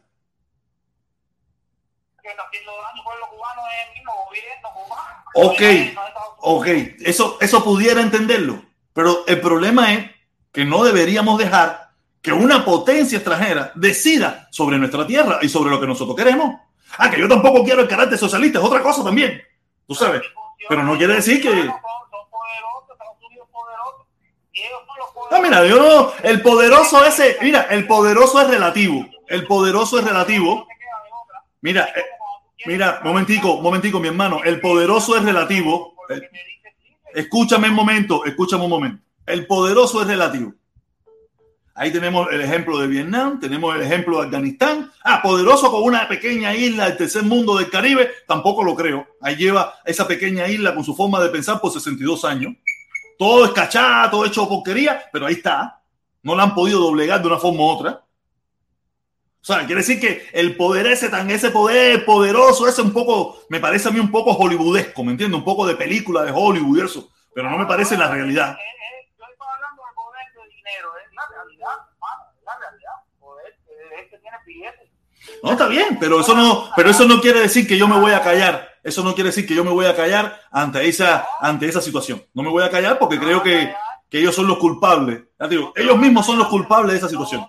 Que está haciendo daño al pueblo cubano es el mismo gobierno cubano. Ok, ok, eso, eso pudiera entenderlo, pero el problema es que no deberíamos dejar que una potencia extranjera decida sobre nuestra tierra y sobre lo que nosotros queremos. Ah, que yo tampoco quiero el carácter socialista, es otra cosa también, tú sabes, pero no quiere decir que... Son poderosos, Estados Unidos es poderoso, y ellos son los poderosos. No, mira, yo no, el poderoso ese, mira, el poderoso es relativo, el poderoso es relativo. Mira, eh, mira, momentico, momentico, mi hermano, el poderoso es relativo. Eh, escúchame un momento, escúchame un momento. El poderoso es relativo. Ahí tenemos el ejemplo de Vietnam, tenemos el ejemplo de Afganistán. Ah, poderoso con una pequeña isla del tercer mundo del Caribe, tampoco lo creo. Ahí lleva esa pequeña isla con su forma de pensar por sesenta y dos años. Todo es cachá, todo hecho porquería, pero ahí está. No la han podido doblegar de una forma u otra. O sea, quiere decir que el poder ese, tan ese poder poderoso, ese un poco, me parece a mí un poco hollywoodesco, ¿me entiendes? Un poco de película de Hollywood y eso, pero no me parece la realidad. Yo estoy hablando de poder de dinero, es la realidad, hermano, es la realidad. Poder, es que tiene billetes. No, está bien, pero eso no, pero eso no quiere decir que yo me voy a callar. Eso no quiere decir que yo me voy a callar ante esa, ante esa situación. No me voy a callar porque creo que, que ellos son los culpables. Ya digo, ellos mismos son los culpables de esa situación.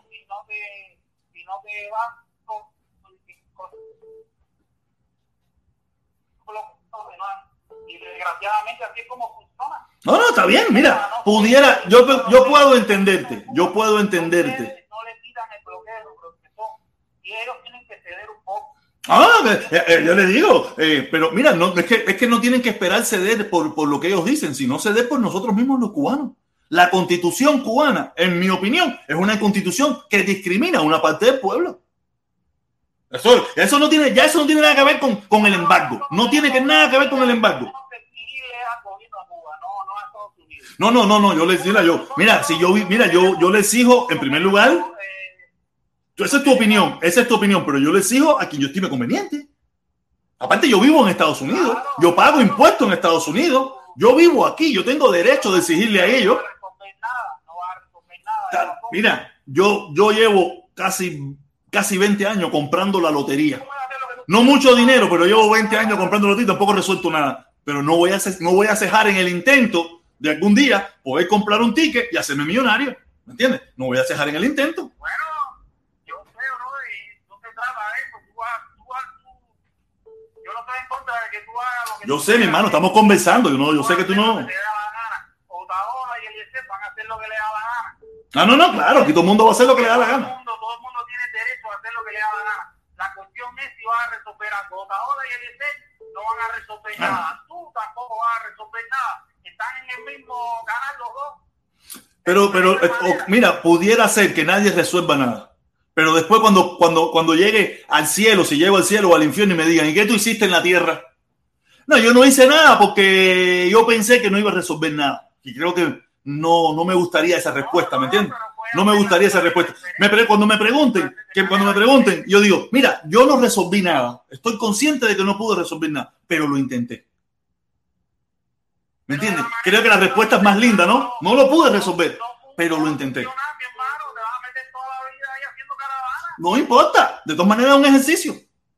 Y desgraciadamente así es como funciona. No, no, está bien, mira, pudiera, yo, yo puedo entenderte, yo puedo entenderte. No le quitan el bloqueo, profesor, y ellos tienen que ceder un poco. Ah, eh, eh, yo le digo, eh, pero mira, no, es, que, es que no tienen que esperar ceder por, por lo que ellos dicen, sino ceder por nosotros mismos los cubanos. La constitución cubana, en mi opinión, es una constitución que discrimina a una parte del pueblo. Eso, eso no tiene, ya eso no tiene nada que ver con, con el embargo. No tiene que nada que ver con el embargo. No, no, no, no, yo les digo, yo, mira, si yo, mira, yo, yo les exijo, en primer lugar, esa es tu opinión, esa es tu opinión, pero yo les exijo a quien yo estime conveniente. Aparte, yo vivo en Estados Unidos, yo pago impuestos en Estados Unidos, yo vivo aquí, yo tengo derecho de exigirle a ellos. Mira, yo, yo llevo casi, casi veinte años comprando la lotería. No mucho dinero, pero llevo veinte años comprando lotería y tampoco resuelto nada. Pero no voy a, no voy a cejar en el intento de algún día poder comprar un ticket y hacerme millonario. ¿Me entiendes? No voy a cejar en el intento. Bueno, yo creo, ¿no? Y no se trata de eso. Tú vas, tú vas, tú... Yo no estoy en contra de que tú hagas lo que Yo tú sé, mi hermano, estamos conversando. Yo, no, yo sé que tú no... Otaola y Eliezer van a hacer lo que le da la gana. Ah, no, no, claro, aquí todo el mundo va a hacer lo que le da la gana. Todo el mundo, todo el mundo tiene derecho a hacer lo que le da la gana. La cuestión es si vas a resolver algo. Otaola y Eliezer no van a resolver ah. nada. Tú tampoco vas a resolver nada. Están en el mismo canal los dos. Pero, pero, eh, mira, pudiera ser que nadie resuelva nada. Pero después cuando, cuando, cuando llegue al cielo, si llego al cielo o al infierno y me digan, ¿y qué tú hiciste en la tierra? No, yo no hice nada porque yo pensé que no iba a resolver nada. Y creo que no, no me gustaría esa respuesta, no, ¿me entiendes? Pero puede no me gustaría esa respuesta. Me, cuando me pregunten, que cuando me pregunten, yo digo, mira, yo no resolví nada. Estoy consciente de que no pude resolver nada, pero lo intenté. ¿Me entiendes? Creo que la respuesta es más linda, ¿no? No lo pude resolver, pero lo intenté. No importa, de todas maneras es un ejercicio.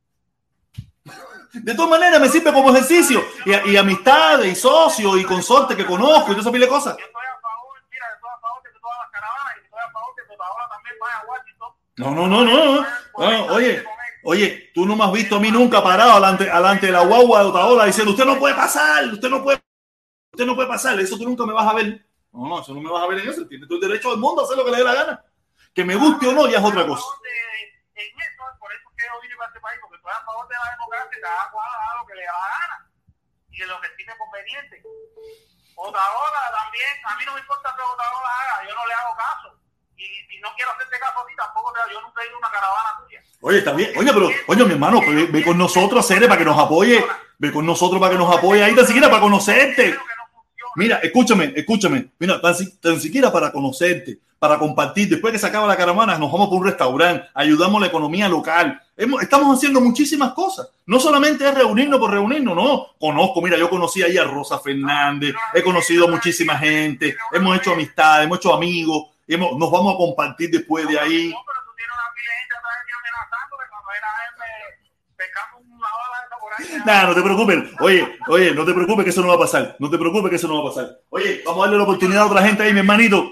De todas maneras me sirve como ejercicio. Y, y amistades, y socios, y consortes que conozco, y toda esa pila de cosas. Yo estoy a favor, mira, yo estoy a favor de que todas las caravanas, y estoy a favor de que ahora también vaya a Washington. No, no, no, no, no. Oye, oye, tú no me has visto a mí nunca parado delante, delante de la guagua de Otaola diciendo, usted no puede pasar, usted no puede, usted no puede pasar, eso tú nunca me vas a ver. No, no, eso no me vas a ver en eso. Tienes todo el derecho del mundo a hacer lo que le dé la gana. Que me guste o no, ya es otra cosa. En eso, por eso que yo vine para este país, porque estoy a favor de la democracia, cada cual haga lo que le da la gana y de lo que estime conveniente. Otaola también, a mí no me importa que Otaola haga, yo no le hago caso. Y si no quiero hacerte caso a ti, tampoco te, yo nunca he ido a una caravana tuya. Oye, está bien. Oye, pero, oye, mi hermano, ve, ve con nosotros, Cere, para que nos apoye. Ve con nosotros para que nos apoye ahí, tan siquiera para conocerte. Mira, escúchame, escúchame. Mira, tan, tan siquiera para conocerte, para compartir. Después que se acaba la caravana, nos vamos por un restaurante, ayudamos a la economía local. Hemos, estamos haciendo muchísimas cosas. No solamente es reunirnos por reunirnos, no. Conozco, mira, yo conocí ahí a Rosa Fernández, he conocido a muchísima gente, hemos hecho amistades, hemos hecho amigos, hemos, nos vamos a compartir después de ahí. No, pero tú tienes una pila de gente atrás de ti amenazando que cuando era él pescamos una bala de esa por ahí. Nah, no te preocupes. Oye, oye, no te preocupes que eso no va a pasar. No te preocupes que eso no va a pasar. Oye, vamos a darle la oportunidad a otra gente ahí, mi hermanito.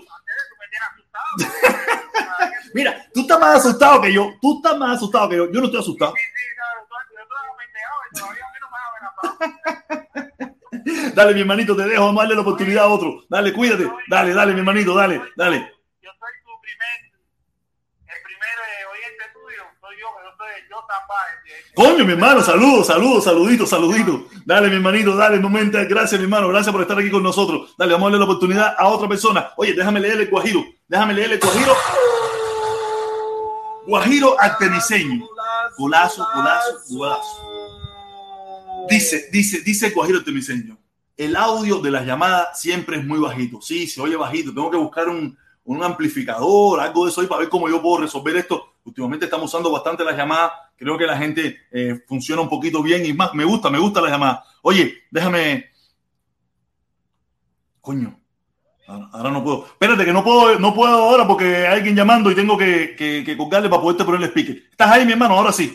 Mira, tú estás más asustado que yo. Tú estás más asustado que yo. Yo no estoy asustado. Dale, mi hermanito, te dejo. Vamos a darle la oportunidad a otro. Dale, cuídate. Dale, dale, mi hermanito, dale, dale. Yo soy tu primer, el primer oyente tuyo. Soy yo, yo soy yo también. Coño, mi hermano, saludos, saludos, saluditos, saluditos. Dale, mi hermanito, dale, momento. Gracias, mi hermano. Gracias por estar aquí con nosotros. Dale, vamos a darle la oportunidad a otra persona. Oye, déjame leerle el Guajiro. Déjame leerle el Guajiro. Guajiro Artemiseño. Golazo, golazo, golazo. Dice, dice, dice el Guajiro Artemiseño. El audio de las llamadas siempre es muy bajito. Sí, se oye bajito. Tengo que buscar un, un amplificador, algo de eso ahí para ver cómo yo puedo resolver esto. Últimamente estamos usando bastante las llamadas. Creo que la gente eh, funciona un poquito bien y más. Me gusta, me gusta las llamadas. Oye, déjame. Coño. Ahora, ahora no puedo. Espérate, que no puedo, no puedo ahora porque hay alguien llamando y tengo que, que, que colgarle para poderte poner el speaker. ¿Estás ahí, mi hermano? Ahora sí.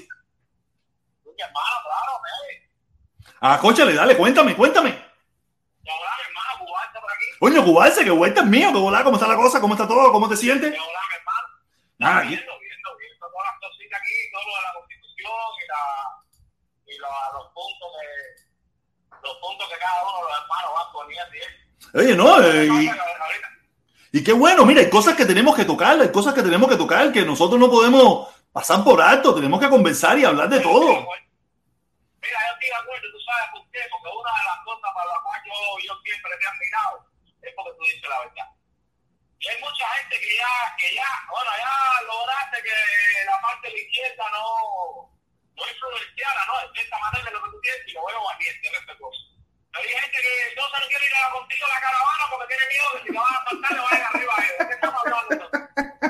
Mi hermano, claro, me. Ah, cóchale, dale, cuéntame, cuéntame. Hola, mi hermano, Cubarse por aquí. Coño, Cubarse, que vuelta es mío, que hola, ¿cómo está la cosa? ¿Cómo está todo? ¿Cómo te sientes? Hola, mi hermano. Nada, viendo, viendo, viendo todas las cositas aquí, todo lo de la Constitución y, la, y la, los puntos de los puntos que cada uno de los hermanos van poniendo. Oye, no, eh, y, y qué bueno, mira, hay cosas que tenemos que tocar, hay cosas que tenemos que tocar, que nosotros no podemos pasar por alto, tenemos que conversar y hablar de todo. Mira, yo estoy de acuerdo, tú sabes por qué, porque una de las cosas para las cuales yo, yo siempre te he admirado es porque tú dices la verdad. Y hay mucha gente que ya, que ya, bueno, ya lograste que la parte de la izquierda no, no influenciara, ¿no? De cierta manera lo que tú tienes y lo veo valiente, respetuoso. Pero hay gente que no se lo quiere ir a contigo a la caravana porque tiene miedo que si te van a saltar le vayan arriba a ellos. ¿De qué estamos hablando entonces?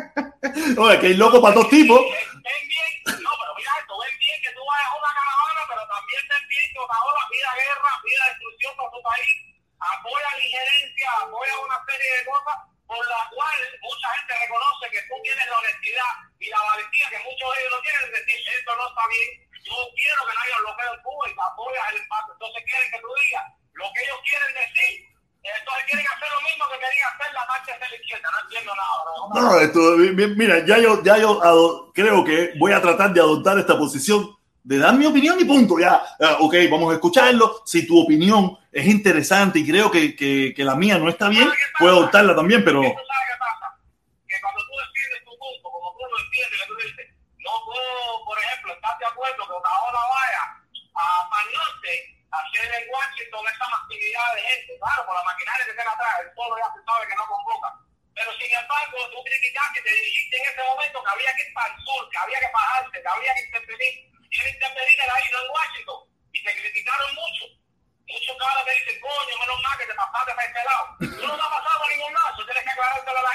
Oye, que hay loco para dos tipos. Ven bien, no, pero mira esto, ven bien que tú vayas a una caravana, pero también ven bien que Otaola pida guerra, pida destrucción para tu país, apoya la injerencia, apoya una serie de cosas por la cual mucha gente reconoce que tú tienes la honestidad y la valentía que muchos de ellos no tienen, es decir, esto no está bien, yo quiero que no haya bloqueo en Cuba y te apoyas el impacto. Entonces quieren que tú digas lo que ellos quieren decir, entonces quieren hacer lo mismo que querían hacer la marcha de la izquierda, no entiendo nada. No, no esto, mira, ya yo, ya yo creo que voy a tratar de adoptar esta posición de dar mi opinión y punto, ya, uh, ok, vamos a escucharlo, si tu opinión es interesante y creo que, que, que la mía no está bien, puedo adoptarla también, pero... ¿Tú sabes qué pasa? Que cuando tú defiendes tu punto, como tú lo entiendes, que tú dices, no puedo, por ejemplo, estar de acuerdo que Otaola vaya a Pan Norte a hacer en Washington esta masividad de gente, claro, por la maquinaria que tiene atrás, el pueblo ya se sabe que no convoca. Pero sin embargo, tú criticaste y te dirigiste en ese momento que había que ir para el sur, que había que bajarse, que había que intervenir. Quieren intervenir en la isla de Washington. Y te criticaron mucho. Muchos cabros te dicen, coño, menos mal que te pasaste para este lado. Tú no te has pasado a ningún lado, tienes que aclarártelo a la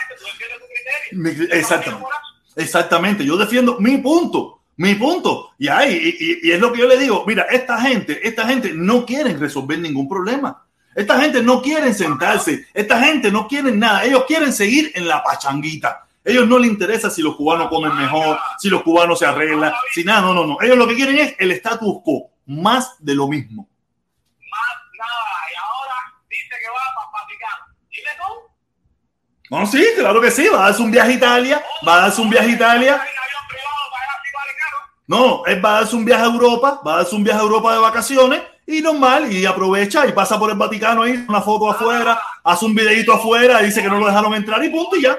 Exactamente. Exactamente. Yo defiendo mi punto. Mi punto. Y, ahí, y, y es lo que yo le digo. Mira, esta gente, esta gente no quiere resolver ningún problema. Esta gente no quiere sentarse. Esta gente no quiere nada. Ellos quieren seguir en la pachanguita. Ellos no les interesa si los cubanos comen mejor, si los cubanos se arreglan, si nada. No, no, no. Ellos lo que quieren es el status quo. Más de lo mismo. Más nada. Y ahora dice que va para Vaticano. Dime tú. No, sí, claro que sí. Va a darse un viaje a Italia. Va a darse un viaje a Italia. No, él va a darse un viaje a Europa, va a darse un viaje a Europa de vacaciones y normal, y aprovecha y pasa por el Vaticano ahí, una foto afuera, hace un videito afuera, dice que no lo dejaron entrar y punto y ya.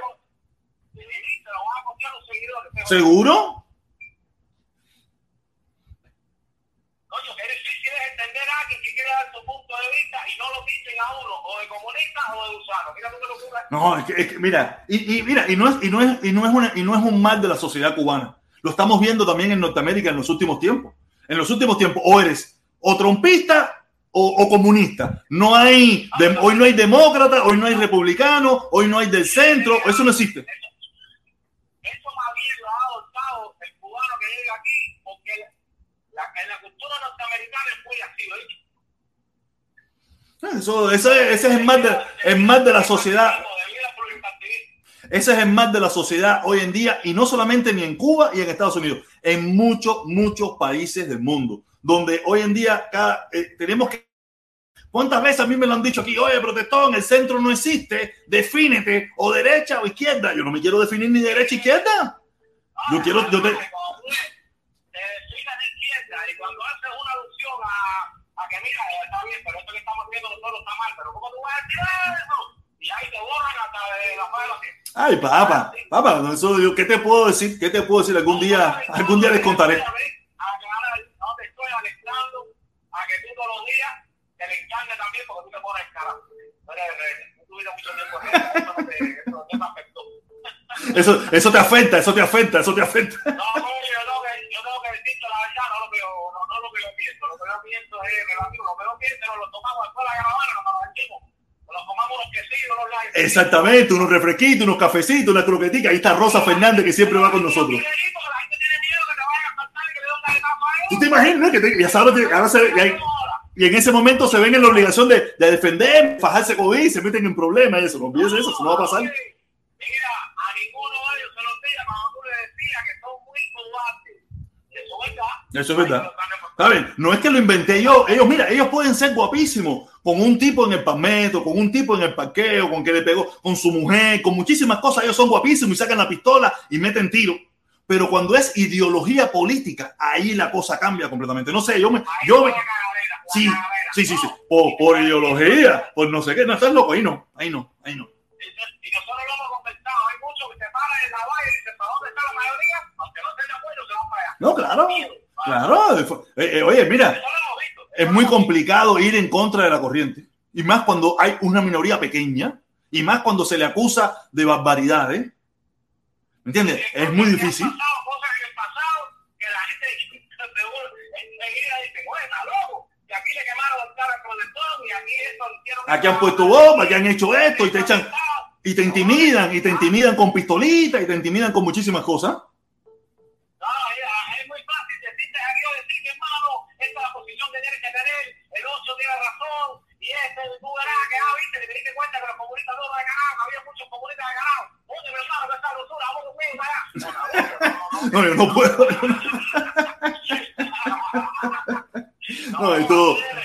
¿Seguro? Coño, que eres difícil entender a alguien que quiere dar su punto de vista y no lo dicen a uno, o de comunista o de gusano. Mira tú que lo ocurre. No, es que, es que mira, y, y mira, y no es, y no es, y no es una, y no es un mal de la sociedad cubana. Lo estamos viendo también en Norteamérica en los últimos tiempos. En los últimos tiempos, o eres o trompista o, o comunista. No hay, de, hoy no hay demócrata, hoy no hay republicano, hoy no hay del centro. Eso no existe. Eso más bien lo ha adoptado el cubano que llega aquí, porque la, en la cultura norteamericana es muy así, ¿oíste? Eso, ese, ese es el mal de, el mal de la sociedad. Ese es el mal de la sociedad hoy en día, y no solamente ni en Cuba y en Estados Unidos, en muchos, muchos países del mundo, donde hoy en día cada, eh, tenemos que... ¿Cuántas veces a mí me lo han dicho aquí? Oye, protestón, el centro no existe, defínete, o derecha o izquierda. Yo no me quiero definir ni derecha o izquierda. Yo quiero... Yo te... Te defines de izquierda y cuando haces una alusión a, a que mira, está bien, pero esto que estamos haciendo nosotros está mal, pero ¿cómo tú vas a decir eso? Y ahí te borran hasta de la paz de la fiesta. Ay, papá, papá, eso, yo, ¿qué te puedo decir? ¿Qué te puedo decir? Algún día, algún día les contaré. No te estoy alentando a que tú todos los días te le encarnes también, porque tú te pones cara. No eres, tú tuviste mucho tiempo en eso, no te, eso no te afectó. Eso, eso te afecta, eso te afecta, eso te afecta. No, no, yo tengo que, yo tengo que decirte la verdad, no lo que yo, no, no lo que yo pienso. Lo que yo pienso es relativo, lo que yo pienso nos lo tomamos después de la caravana, nos lo vendimos. Nos tomamos unos quesitos, unos likes. Exactamente, unos refresquitos, unos cafecitos, una croquetica. Ahí está Rosa Fernández, que siempre va con nosotros. ¿Tú te imaginas, no? Que te, y ahora, te, ahora se, y, y en ese momento se ven en la obligación de, de defender, fajarse con él, se meten en problemas y eso. No olvides eso, eso no va a pasar. Mira, a ninguno de ellos se los diga cuando tú le decías que son muy cobardes. Eso es verdad. Eso es verdad. ¿Saben? No es que lo inventé yo. Ellos, mira, ellos pueden ser guapísimos con un tipo en el palmetto, con un tipo en el parqueo, con que le pegó, con su mujer, con muchísimas cosas. Ellos son guapísimos y sacan la pistola y meten tiro. Pero cuando es ideología política, ahí la cosa cambia completamente. No sé, yo me... Yo me sí, sí, sí, sí. Por, por ideología, por no sé qué. No, estás loco. Ahí no, ahí no, ahí no. Y nosotros lo hemos conversado. Hay muchos que se paran en la valla y dicen, ¿para dónde está la mayoría? Aunque no estén de acuerdo, se van para allá. No, claro. Claro. Eh, eh, oye, mira, es muy complicado ir en contra de la corriente. Y más cuando hay una minoría pequeña. Y más cuando se le acusa de barbaridades. ¿Me entiendes? Es muy difícil. Cosas en el pasado que la gente enseguida dice, bueno, está loco. Y aquí le quemaron el cara al protector y aquí esto hicieron. Aquí han puesto bomba, aquí han hecho esto y te echan. Y te intimidan, y te intimidan con pistolitas, y te intimidan con muchísimas cosas. No, es muy fácil decirte a Dios, decir que hermano, esta es la posición que tienes que tener, el ocio tiene razón, y este, tú verás que, ah, viste, que te diste cuenta que los comunistas no han ganado, había muchos comunistas que han ganado. Oye, mi hermano, que esta dulzura, vamos conmigo allá. No, yo no puedo. No, esto.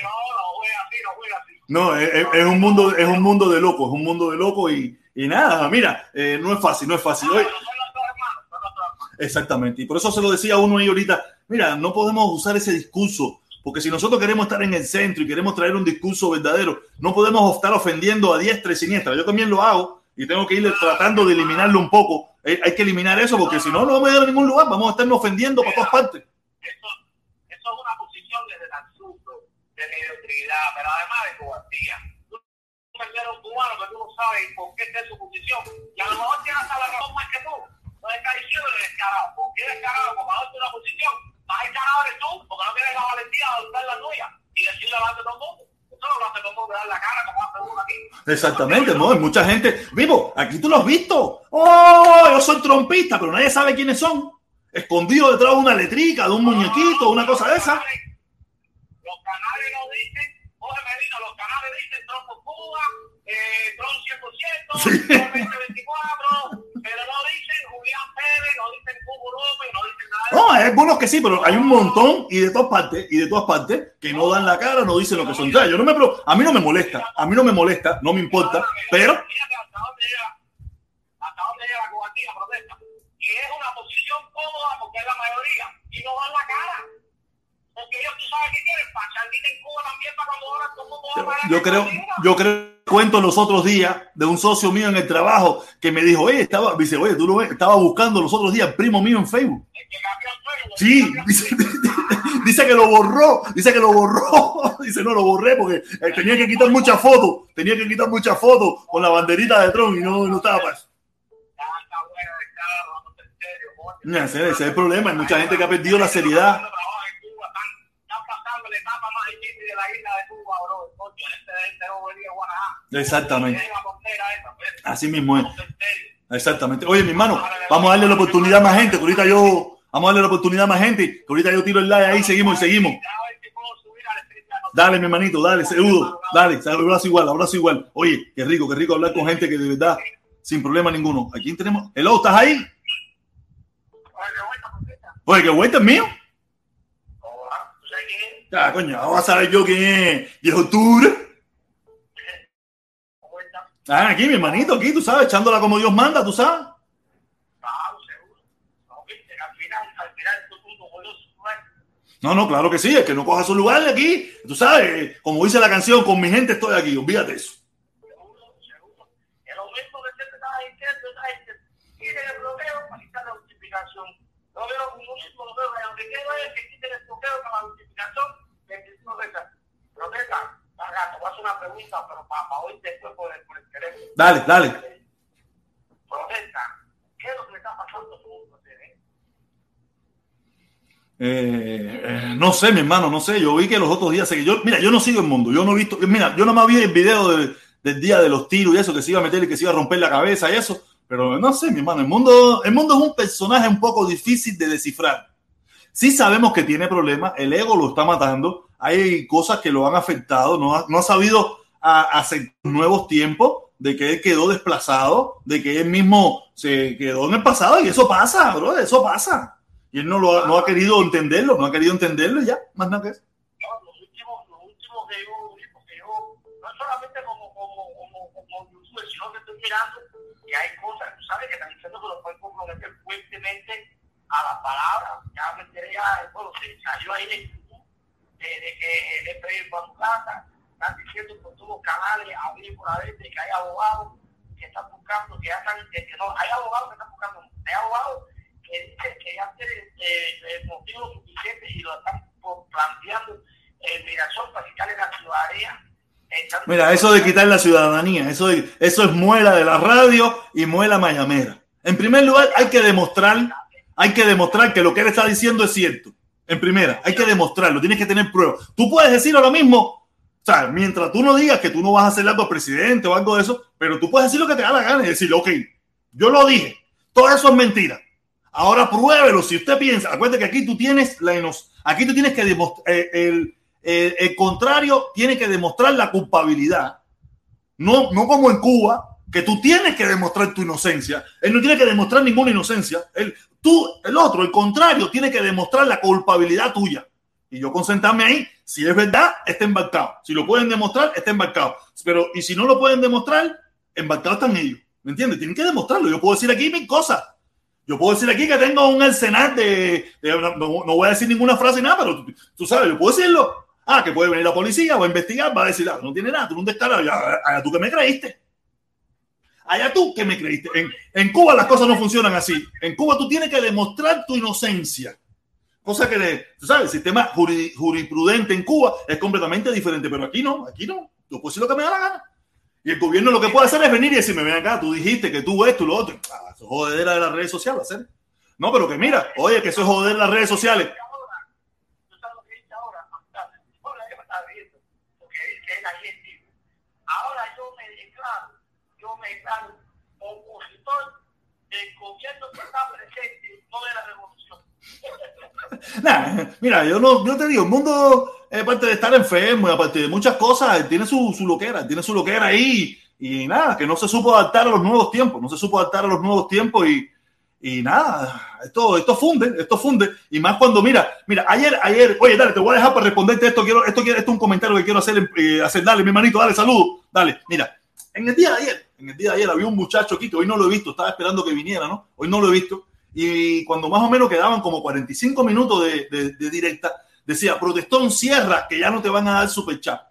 No, es, es un mundo, es un mundo de locos, es un mundo de locos y, y nada, mira, eh, no es fácil, no es fácil. Hoy, exactamente, y por eso se lo decía a uno ahí ahorita, mira, no podemos usar ese discurso, porque si nosotros queremos estar en el centro y queremos traer un discurso verdadero, no podemos estar ofendiendo a diestra y siniestra. Yo también lo hago y tengo que ir tratando de eliminarlo un poco. Eh, hay que eliminar eso porque si no, no vamos a ir a ningún lugar, vamos a estarnos ofendiendo para todas partes. Eso, eso es una posición desde el absurdo, de mediocridad, pero además de cobardía. Tú eres un cubano que tú no sabes por qué está en su posición y a lo mejor tienes hasta la razón más que tú. No estás diciendo el descarado. ¿Por qué descarado? Porque ahora una posición. Más descarado eres tú, porque no tienes la valentía de adoptar la tuya y decirle delante de todo el mundo. Eso no lo hace todo el mundo, de dar la cara como hace uno aquí. Exactamente, no, hay mucha gente. Vivo, aquí tú lo has visto. ¡Oh! Yo soy trompista, pero nadie sabe quiénes son. Escondido detrás de una letrica, de un muñequito, una cosa de esa. Los canales no dicen, Jorge Medina, los canales dicen Trump por Cuba, eh, Trump cien por ciento, Sí. Trump veinte veinticuatro, pero no dicen Julián Pérez, no dicen Hugo López, no dicen nada de eso. No, hay algunos que sí, pero hay un montón y de todas partes, y de todas partes, que no dan la cara, no dicen lo que son. O sea, yo no me, a mí no me molesta, a mí no me molesta, no me importa, pero... Fíjate hasta dónde llega, hasta dónde llega la cobardía protesta. Y es una posición cómoda porque es la mayoría, y no dan la cara. Porque ellos, tú sabes qué quieren, pachanguita en Cuba también para cuando ahora todo el mundo va a pagar. Yo creo, yo creo, cuento los otros días de un socio mío en el trabajo que me dijo, oye, estaba, dice, oye, tú lo ves, estaba buscando los otros días, primo mío en Facebook. El que cambió el Facebook. Sí, dice, dice que lo borró, dice que lo borró, dice, no, lo borré porque eh, tenía que quitar muchas fotos, tenía que quitar muchas fotos con la banderita de Trump y no, no estaba para eso. Ya, ese, ese es el problema, hay mucha gente que ha perdido la seriedad. Exactamente. Así mismo es. Exactamente. Oye, mi hermano, vamos a darle la oportunidad a más gente, que ahorita yo, vamos a darle la oportunidad a más gente, que ahorita yo tiro el like ahí, seguimos y seguimos. Dale, mi hermanito, dale, saludo, dale, abrazo igual, abrazo igual. Oye, qué rico, qué rico hablar con gente que de verdad, sin problema ninguno. Aquí tenemos, hello, ¿estás ahí? Oye, qué vuelta es mío. Ah, coño, vamos a saber yo quién es. Y es octubre. Ah, aquí, mi hermanito, aquí, tú sabes, echándola como Dios manda, tú sabes. No, no, claro que sí, es que no coja su lugar de aquí. Tú sabes, como dice la canción, con mi gente estoy aquí, olvídate eso. No veo comunismo, no veo lo que quiero es que quiten el bloqueo para la justificación del destino de esa. Protesta, te voy a hacer una pregunta, pero para, para hoy después por el, por el teléfono. Dale, dale. Protesta, ¿qué es lo que le está pasando a su mundo? Eh, eh, no sé, mi hermano, no sé. Yo vi que los otros días, que yo, mira, yo no sigo el mundo, yo no he visto, mira, yo nomás vi el video de, del día de los tiros y eso, que se iba a meter y que se iba a romper la cabeza y eso. Pero no sé, mi hermano, el mundo, el mundo es un personaje un poco difícil de descifrar. Sí sabemos que tiene problemas, el ego lo está matando, hay cosas que lo han afectado, no ha, no ha sabido hacer nuevos tiempos, de que él quedó desplazado, de que él mismo se quedó en el pasado y eso pasa, bro, eso pasa. Y él no, lo ha, no ha querido entenderlo, no ha querido entenderlo y ya, más nada que eso. No, los últimos, los últimos que yo, que yo, no solamente como, como, como, como youtuber, sino que estoy mirando que hay cosas, tú sabes, que están diciendo que lo pueden comprometer fuertemente a las palabras. Ya me enteré, ya, bueno, se salió ahí de YouTube, de, de que el F B I fue a su casa, están diciendo por todos los canales, abrir por haber, de que hay abogados que están buscando, que ya están, que no, hay abogados que están buscando, hay abogados que dicen que ya tienen eh, motivos suficientes y lo están planteando en migración para quitarle la ciudadanía. Mira, eso de quitar la ciudadanía, eso, de, eso es muela de la radio y muela mayamera. En primer lugar, hay que demostrar, hay que demostrar que lo que él está diciendo es cierto. En primera, hay que demostrarlo, tienes que tener pruebas. Tú puedes decir ahora mismo, o sea, mientras tú no digas que tú no vas a hacer algo al presidente o algo de eso, pero tú puedes decir lo que te da la gana y decir, ok, yo lo dije, todo eso es mentira. Ahora pruébelo. Si usted piensa, acuérdate que aquí tú tienes la inoc- aquí tú tienes que demostrar eh, el, el, el contrario, tiene que demostrar la culpabilidad. No, no como en Cuba, que tú tienes que demostrar tu inocencia. Él no tiene que demostrar ninguna inocencia. Él, tú, el otro, el contrario, tiene que demostrar la culpabilidad tuya. Y yo concentrarme ahí. Si es verdad, está embarcado. Si lo pueden demostrar, está embarcado. Pero, y si no lo pueden demostrar, embarcados están ellos. ¿Me entiendes? Tienen que demostrarlo. Yo puedo decir aquí mil cosas. Yo puedo decir aquí que tengo un arsenal de... de no, no voy a decir ninguna frase ni nada, pero tú, tú sabes, yo puedo decirlo. Ah, que puede venir la policía, va a investigar, va a decir, ah, no tiene nada, tú no te estás... Allá, allá tú que me creíste. Allá tú que me creíste. En, en Cuba las cosas no funcionan así. En Cuba tú tienes que demostrar tu inocencia. Cosa que, de, tú sabes, el sistema jurid, jurisprudente en Cuba es completamente diferente, pero aquí no, aquí no. Yo puedo decir lo que me da la gana. Y el gobierno lo que puede hacer es venir y decirme, ven acá, tú dijiste que tú esto y lo otro. Ah, eso es jodedera de las redes sociales, hacer. No, pero que mira, oye, que eso es joder las redes sociales. Tú sabes lo que dice ahora, ahora yo me estaba viendo, porque dice él ahí en vivo. Ahora yo me declaro, yo me declaro opositor del gobierno que está presente, no de la revolución. Nah, mira, yo no, yo te digo, el mundo, eh, aparte de estar enfermo y aparte de muchas cosas, tiene su, su loquera, tiene su loquera ahí y nada, que no se supo adaptar a los nuevos tiempos, no se supo adaptar a los nuevos tiempos y, y nada, esto, esto funde, esto funde y más cuando, mira, mira, ayer, ayer, oye, dale, te voy a dejar para responderte esto, quiero, esto, quiero, esto es un comentario que quiero hacer, eh, hacer, dale, mi hermanito, dale, saludo, dale, mira, en el día de ayer, en el día de ayer había un muchacho aquí que hoy no lo he visto, estaba esperando que viniera, ¿no? Hoy no lo he visto. Y cuando más o menos quedaban como cuarenta y cinco minutos de, de, de directa, decía, protestón, cierra, que ya no te van a dar superchat.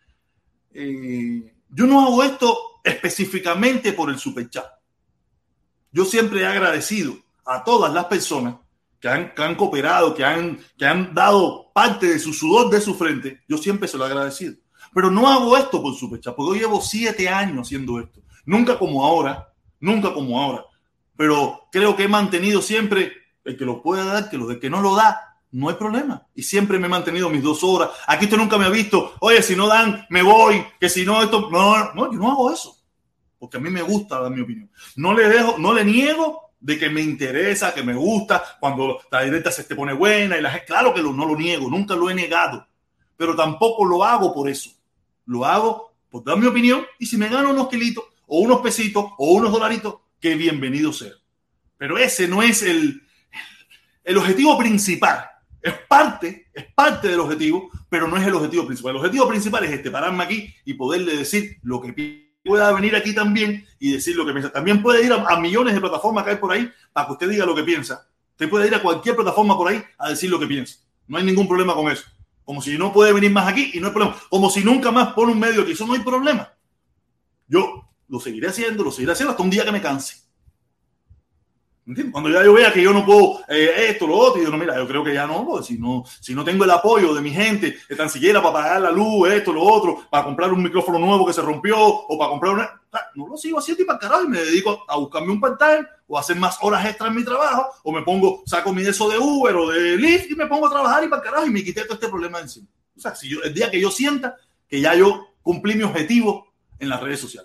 Eh, yo no hago esto específicamente por el superchat. Yo siempre he agradecido a todas las personas que han, que han cooperado, que han, que han dado parte de su sudor de su frente. Yo siempre se lo he agradecido. Pero no hago esto por superchat, porque yo llevo siete años haciendo esto. Nunca como ahora, nunca como ahora. Pero creo que he mantenido siempre, el que lo puede dar, que lo de que no lo da, no hay problema. Y siempre me he mantenido mis dos horas. Aquí usted nunca me ha visto, oye, si no dan, me voy, que si no esto... No, no, yo no hago eso. Porque a mí me gusta dar mi opinión. No le dejo, no le niego de que me interesa, que me gusta, cuando la directa se te pone buena. Y la gente, claro que lo, no lo niego, nunca lo he negado. Pero tampoco lo hago por eso. Lo hago por dar mi opinión y si me gano unos kilitos, o unos pesitos, o unos dolaritos, que bienvenido sea. Pero ese no es el, el objetivo principal. Es parte, es parte del objetivo, pero no es el objetivo principal. El objetivo principal es este, pararme aquí y poderle decir lo que piensa. Pueda venir aquí también y decir lo que piensa. También puede ir a, a millones de plataformas que hay por ahí para que usted diga lo que piensa. Usted puede ir a cualquier plataforma por ahí a decir lo que piensa. No hay ningún problema con eso. Como si no puede venir más aquí y no hay problema. Como si nunca más pone un medio aquí. Eso no hay problema. Yo lo seguiré haciendo, lo seguiré haciendo hasta un día que me canse. ¿Entiendes? Cuando ya yo vea que yo no puedo eh, esto, lo otro, y yo no, mira, yo creo que ya no, pues, si no, si no tengo el apoyo de mi gente, de tan siquiera para pagar la luz, esto, lo otro, para comprar un micrófono nuevo que se rompió, o para comprar una, no lo sigo haciendo y para carajo, y me dedico a buscarme un part-time, o a hacer más horas extras en mi trabajo, o me pongo, saco mi eso de Uber o de Lyft y me pongo a trabajar y para carajo, y me quité todo este problema de encima. O sea, si yo, el día que yo sienta que ya yo cumplí mi objetivo en las redes sociales.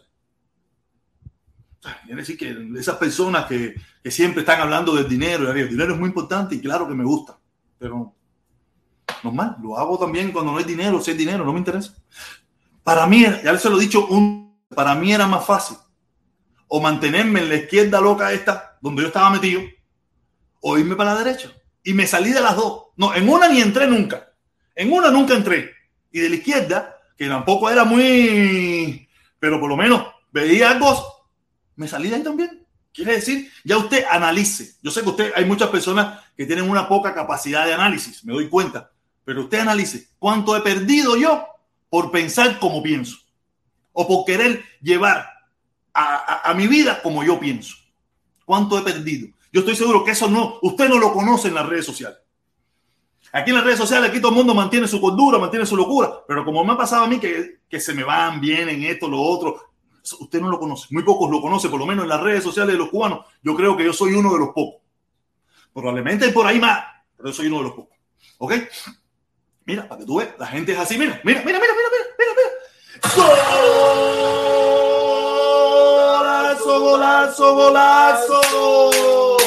Quiere decir que esas personas que, que siempre están hablando del dinero, el dinero es muy importante y claro que me gusta, pero normal, lo hago también cuando no hay dinero, si hay dinero, no me interesa. Para mí, ya se lo he dicho, un, para mí era más fácil o mantenerme en la izquierda loca esta, donde yo estaba metido, o irme para la derecha. Y me salí de las dos. No, en una ni entré nunca. En una nunca entré. Y de la izquierda, que tampoco era muy, pero por lo menos veía algo, me salí de ahí también. Quiere decir, ya usted analice. Yo sé que usted, hay muchas personas que tienen una poca capacidad de análisis, me doy cuenta, pero usted analice cuánto he perdido yo por pensar como pienso o por querer llevar a, a, a mi vida como yo pienso. ¿Cuánto he perdido? Yo estoy seguro que eso no, usted no lo conoce en las redes sociales. Aquí en las redes sociales, aquí todo el mundo mantiene su cordura, mantiene su locura, pero como me ha pasado a mí que, que se me van, vienen esto, lo otro, usted no lo conoce, muy pocos lo conocen, por lo menos en las redes sociales de los cubanos. Yo creo que yo soy uno de los pocos. Probablemente hay por ahí más, pero yo soy uno de los pocos. ¿Ok? Mira, para que tú veas, la gente es así. Mira, mira, mira, mira, mira, mira, mira. ¡Golazo, golazo, golazo!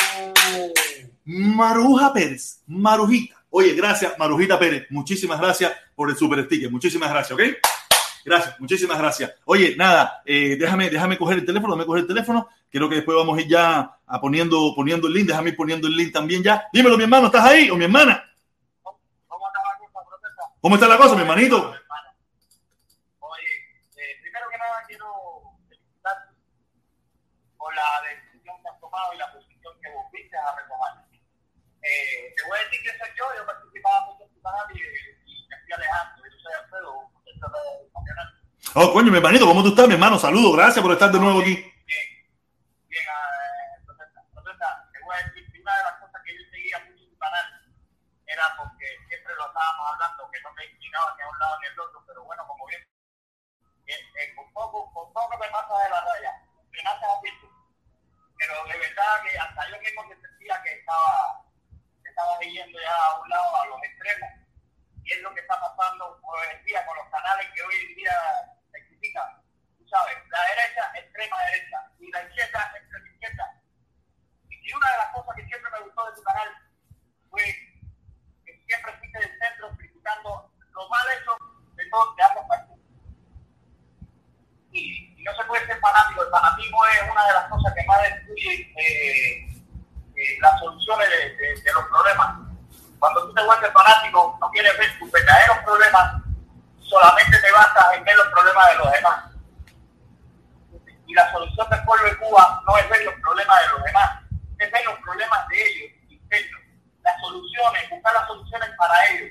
Maruja Pérez, Marujita. Oye, gracias, Marujita Pérez. Muchísimas gracias por el super sticker. Muchísimas gracias, ¿ok? Gracias, muchísimas gracias. Oye, nada, eh, déjame, déjame coger el teléfono, déjame coger el teléfono. Creo que después vamos a ir ya a poniendo, poniendo el link. Déjame ir poniendo el link también ya. Dímelo, mi hermano, ¿estás ahí? ¿O mi hermana? ¿Cómo está la cosa, protesta? ¿Cómo está la cosa, mi hermanito? Oye, eh, primero que nada quiero felicitarte por la decisión que has tomado y la posición que vos viste a retomar. Eh, te voy a decir que soy yo, yo participaba mucho en tu canal y, y me estoy alejando. Yo soy Alfredo. Oh, coño, mi hermanito, ¿cómo tú estás, mi hermano? Saludos, gracias por estar de nuevo aquí. Bien, bien, uh, protesta, protesta. Te voy a decir que una de las cosas que yo seguía mucho en tu canal era porque siempre lo estábamos hablando, que no me inclinaba ni a un lado ni al otro, pero bueno, como bien, eh, eh, con poco, con poco me pasa de la raya, me nace a ti, pero de verdad que hasta yo mismo me sentía que estaba, que estaba yendo ya a un lado, a los extremos. Y es lo que está pasando hoy en día con los canales que hoy en día se critican. Tú sabes, la derecha, extrema derecha, y la izquierda, extrema izquierda. gustó de tu canal fue que siempre fuiste del centro criticando lo mal hecho de todos de ambos partidos. Y, y no se puede ser fanático. El fanatismo es una de las cosas que más destruye eh, eh, las soluciones de, de, de los problemas. Cuando tú te vuelves fanático, no quieres ver tus verdaderos problemas, solamente te basas en ver los problemas de los demás. Y la solución del pueblo de Cuba no es ver los problemas de los demás, es ver los problemas de ellos, internos. Las soluciones, buscar las soluciones para ellos.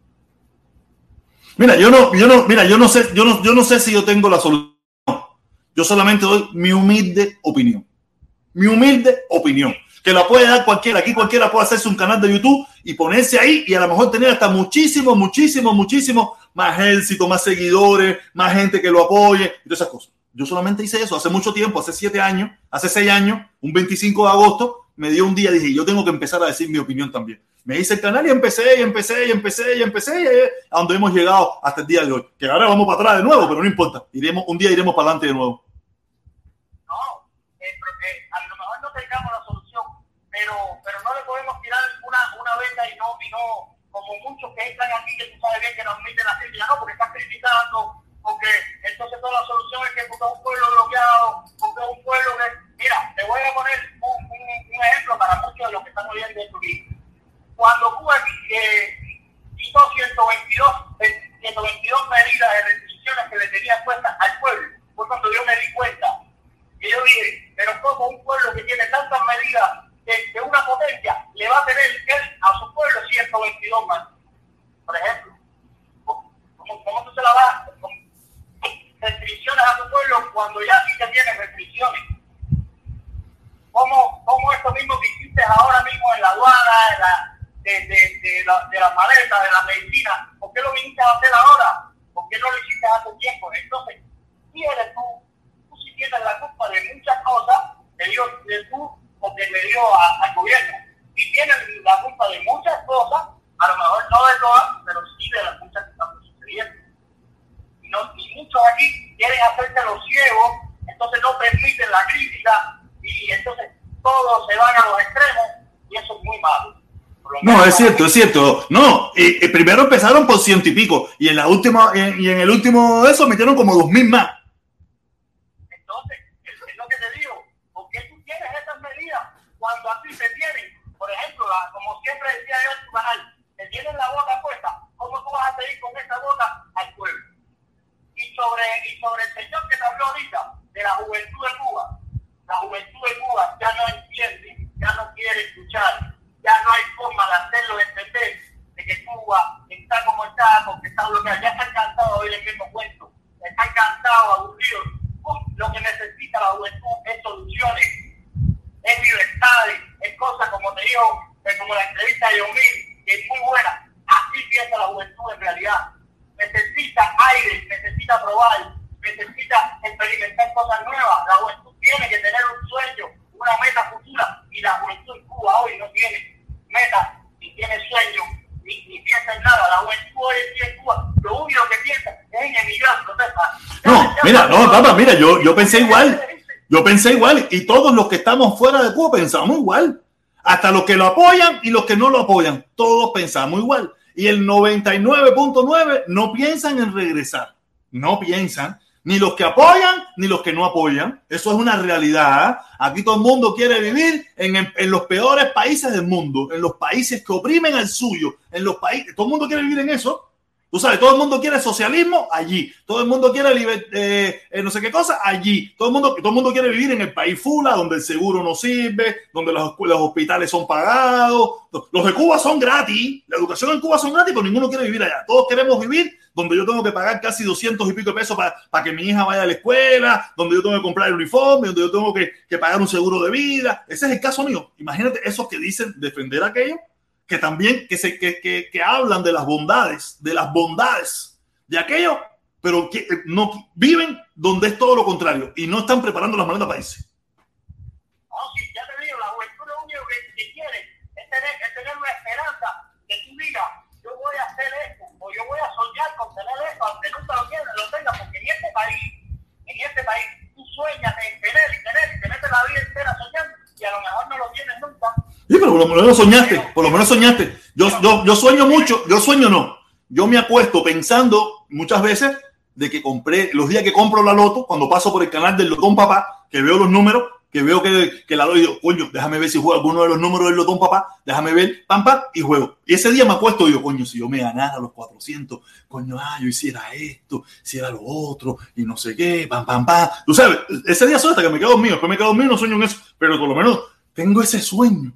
Mira, yo no, yo no, mira, yo no sé, yo no, yo no sé si yo tengo la solución. Yo solamente doy mi humilde opinión. Mi humilde opinión. Que la puede dar cualquiera. Aquí cualquiera puede hacerse un canal de YouTube y ponerse ahí y a lo mejor tener hasta muchísimo, muchísimo, muchísimo más ejército, más seguidores, más gente que lo apoye y todas esas cosas. Yo solamente hice eso hace mucho tiempo, hace siete años, hace seis años, un veinticinco de agosto, me dio un día, dije, yo tengo que empezar a decir mi opinión también. Me hice el canal y empecé, y empecé, y empecé, y empecé, y a donde hemos llegado hasta el día de hoy. Que ahora vamos para atrás de nuevo, pero no importa. Iremos, un día iremos para adelante de nuevo. No, eh, eh, a lo mejor no tengamos la solución, pero, pero no le podemos tirar una, una venda y no, y no, como muchos que entran aquí, que tú sabes bien que nos meten la crítica, no, porque estás criticando, porque entonces toda la solución es que porque un pueblo bloqueado, porque un pueblo que... Mira, te voy a poner un, un, un ejemplo para muchos de los que están oyendo esto aquí. Cuando Cuba eh, quitó ciento veintidós medidas de restricciones que le tenían puestas al pueblo, fue cuando yo me di cuenta. Y yo dije, pero como un pueblo que tiene tantas medidas de, de una potencia le va a tener él a su pueblo ciento veintidós más. Por ejemplo, ¿cómo, cómo tú se la vas a restricciones a tu pueblo cuando ya sí te tienes restricciones? ¿Cómo, cómo esto mismo que hiciste ahora mismo en la aduana, en la, de, de, de, la, de las maletas, de la medicina, ¿por qué lo viniste a hacer ahora? ¿Por qué no lo hiciste hace tiempo? Entonces, ¿quién eres tú? Tú sí tienes la culpa de muchas cosas que dio de tú o que le dio a, al gobierno. Y tienes la culpa de muchas cosas, a lo mejor no de todas, pero sí de las muchas que están sucediendo. Y, no, y muchos aquí quieren hacerse los ciegos, entonces no permiten la crítica y entonces todos se van a los extremos y eso es muy malo. No, es cierto, es cierto. No, y, y primero empezaron por ciento y pico y en la última y, y en el último de eso metieron como dos mil más. Entonces, es, es lo que te digo. ¿Por qué tú tienes estas medidas cuando a ti te tienen? Por ejemplo, la, como siempre decía yo en tu canal, te tienen la bota puesta. ¿Cómo tú vas a seguir con esta bota al pueblo? Y sobre, y sobre el señor que te habló ahorita, de la juventud de Cuba, la juventud de Cuba ya no entiende, ya no quiere escuchar, ya no hay forma de hacerlo entender de que Cuba está como está, porque está bloqueada. Ya están cansados de oír el mismo cuento, están cansados, aburridos. Lo que necesita la juventud es soluciones, es libertades, es cosas como te digo, como la entrevista de Yomil, que es muy buena. Así piensa la juventud en realidad. Necesita aire, necesita probar, necesita experimentar cosas nuevas. La juventud tiene que tener un sueño, una meta futura, y la juventud en Cuba hoy no tiene meta, ni tiene sueño, ni, ni piensa en nada. La juventud hoy en Cuba, lo único que piensa es en emigrar. No, mira, no, papá, mira, yo, yo pensé igual, yo pensé igual, y todos los que estamos fuera de Cuba pensamos igual. Hasta los que lo apoyan y los que no lo apoyan, todos pensamos igual. Y el noventa y nueve punto nueve no piensan en regresar, no piensan. Ni los que apoyan, ni los que no apoyan. Eso es una realidad. Aquí todo el mundo quiere vivir en, en, en los peores países del mundo, en los países que oprimen al suyo, en los países, todo el mundo quiere vivir en eso. Tú sabes, todo el mundo quiere socialismo allí, todo el mundo quiere liber, eh, eh, no sé qué cosa allí, todo el mundo, todo el mundo quiere vivir en el país fula, donde el seguro no sirve, donde los, los hospitales son pagados, los de Cuba son gratis, la educación en Cuba son gratis, pero ninguno quiere vivir allá. Todos queremos vivir donde yo tengo que pagar casi doscientos y pico de pesos para pa que mi hija vaya a la escuela, donde yo tengo que comprar el uniforme, donde yo tengo que, que pagar un seguro de vida. Ese es el caso mío. Imagínate esos que dicen defender aquello, que también que, se, que, que, que hablan de las bondades, de las bondades de aquello, pero que no viven donde es todo lo contrario y no están preparando las maletas para irse. No, sí, ya te digo, la juventud lo único que, que quiere es tener, es tener una esperanza que tú digas, yo voy a hacer esto, o yo voy a soñar con tener esto, aunque nunca lo quieras, lo tengas, porque en este país, en este país, tú sueñas en tener y tener y tenerte la vida entera soñando y a lo mejor no lo tienes nunca. Sí, pero por lo menos soñaste, por lo menos soñaste. Yo, yo, yo sueño mucho, yo sueño no. Yo me acuesto pensando muchas veces de que compré, los días que compro la loto, cuando paso por el canal del Lotón Papá, que veo los números, que veo que, que la doy, digo, coño, déjame ver si juego alguno de los números del Lotón Papá, déjame ver, pam, pam, y juego. Y ese día me acuesto y digo, coño, si yo me ganara los cuatrocientos, coño, ah, yo hiciera esto, hiciera lo otro, y no sé qué, pam, pam, pam. Tú sabes, ese día suelta que me quedo dormido, después me quedo dormido, no sueño en eso, pero por lo menos tengo ese sueño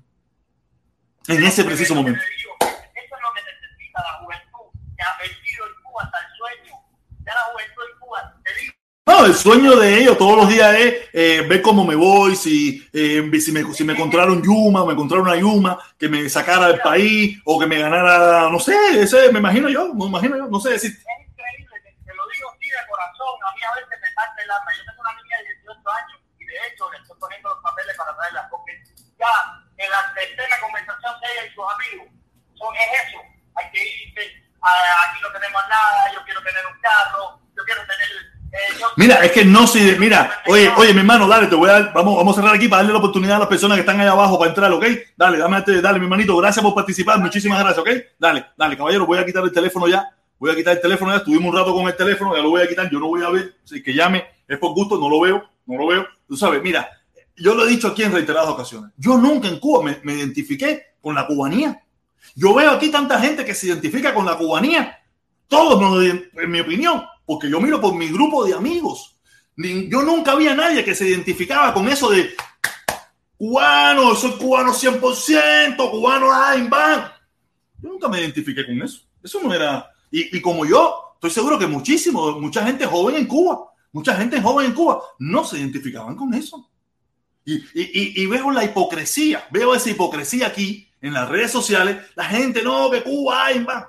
en ese preciso momento. Eso es lo que necesita la juventud, que ha perdido en Cuba hasta el sueño. Ya la juventud en Cuba, te digo. No, el sueño de ellos todos los días es eh, ver cómo me voy, si, eh, si, me, si me encontraron Yuma, me encontraron una Yuma, que me sacara del país o que me ganara, no sé, ese me imagino yo, me imagino yo, no sé decir. Es increíble, te, te lo digo así de corazón, a mí a veces me parte el alma. Yo tengo una niña de dieciocho años y de hecho le estoy poniendo los papeles para traerla, porque ya en la tercera conversación de ella y sus amigos son, es eso, hay que irse, a, aquí no tenemos nada, yo quiero tener un carro, yo quiero tener... Eh, yo mira, es que no si, mira, oye, oye, mi hermano, dale, te voy a dar, vamos, vamos a cerrar aquí para darle la oportunidad a las personas que están ahí abajo para entrar, ¿ok? Dale, dame, dale, mi hermanito, gracias por participar, muchísimas gracias, ¿ok? Dale, dale, caballero, voy a quitar el teléfono ya, voy a quitar el teléfono ya, estuvimos un rato con el teléfono, ya lo voy a quitar, yo no voy a ver, si que llame, es por gusto, no lo veo, no lo veo, tú sabes, mira, yo lo he dicho aquí en reiteradas ocasiones, yo nunca en Cuba me, me identifiqué con la cubanía, yo veo aquí tanta gente que se identifica con la cubanía, todos, no, en mi opinión, porque yo miro por mi grupo de amigos. Yo nunca había nadie que se identificaba con eso de cubano, soy cubano cien por ciento, cubano, ay, van. Yo nunca me identifiqué con eso. Eso no era. Y, y como yo, estoy seguro que muchísimo, mucha gente joven en Cuba, mucha gente joven en Cuba no se identificaban con eso. Y, y, y, y veo la hipocresía, veo esa hipocresía aquí en las redes sociales. La gente, no, que Cuba, ay, van.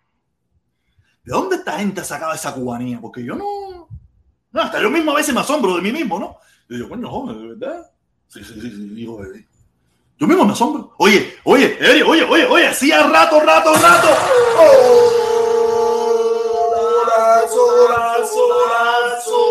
¿De dónde esta gente ha sacado esa cubanía? Porque yo no... No, hasta yo mismo a veces me asombro de mí mismo, ¿no? Y digo, coño, joven, ¿de verdad? Sí, sí, sí, sí, hijo de... Yo mismo me asombro. Oye, oye, oye, oye, oye, oye, hacía rato, rato, rato. ¡Oh! ¡Golazo, golazo, golazo!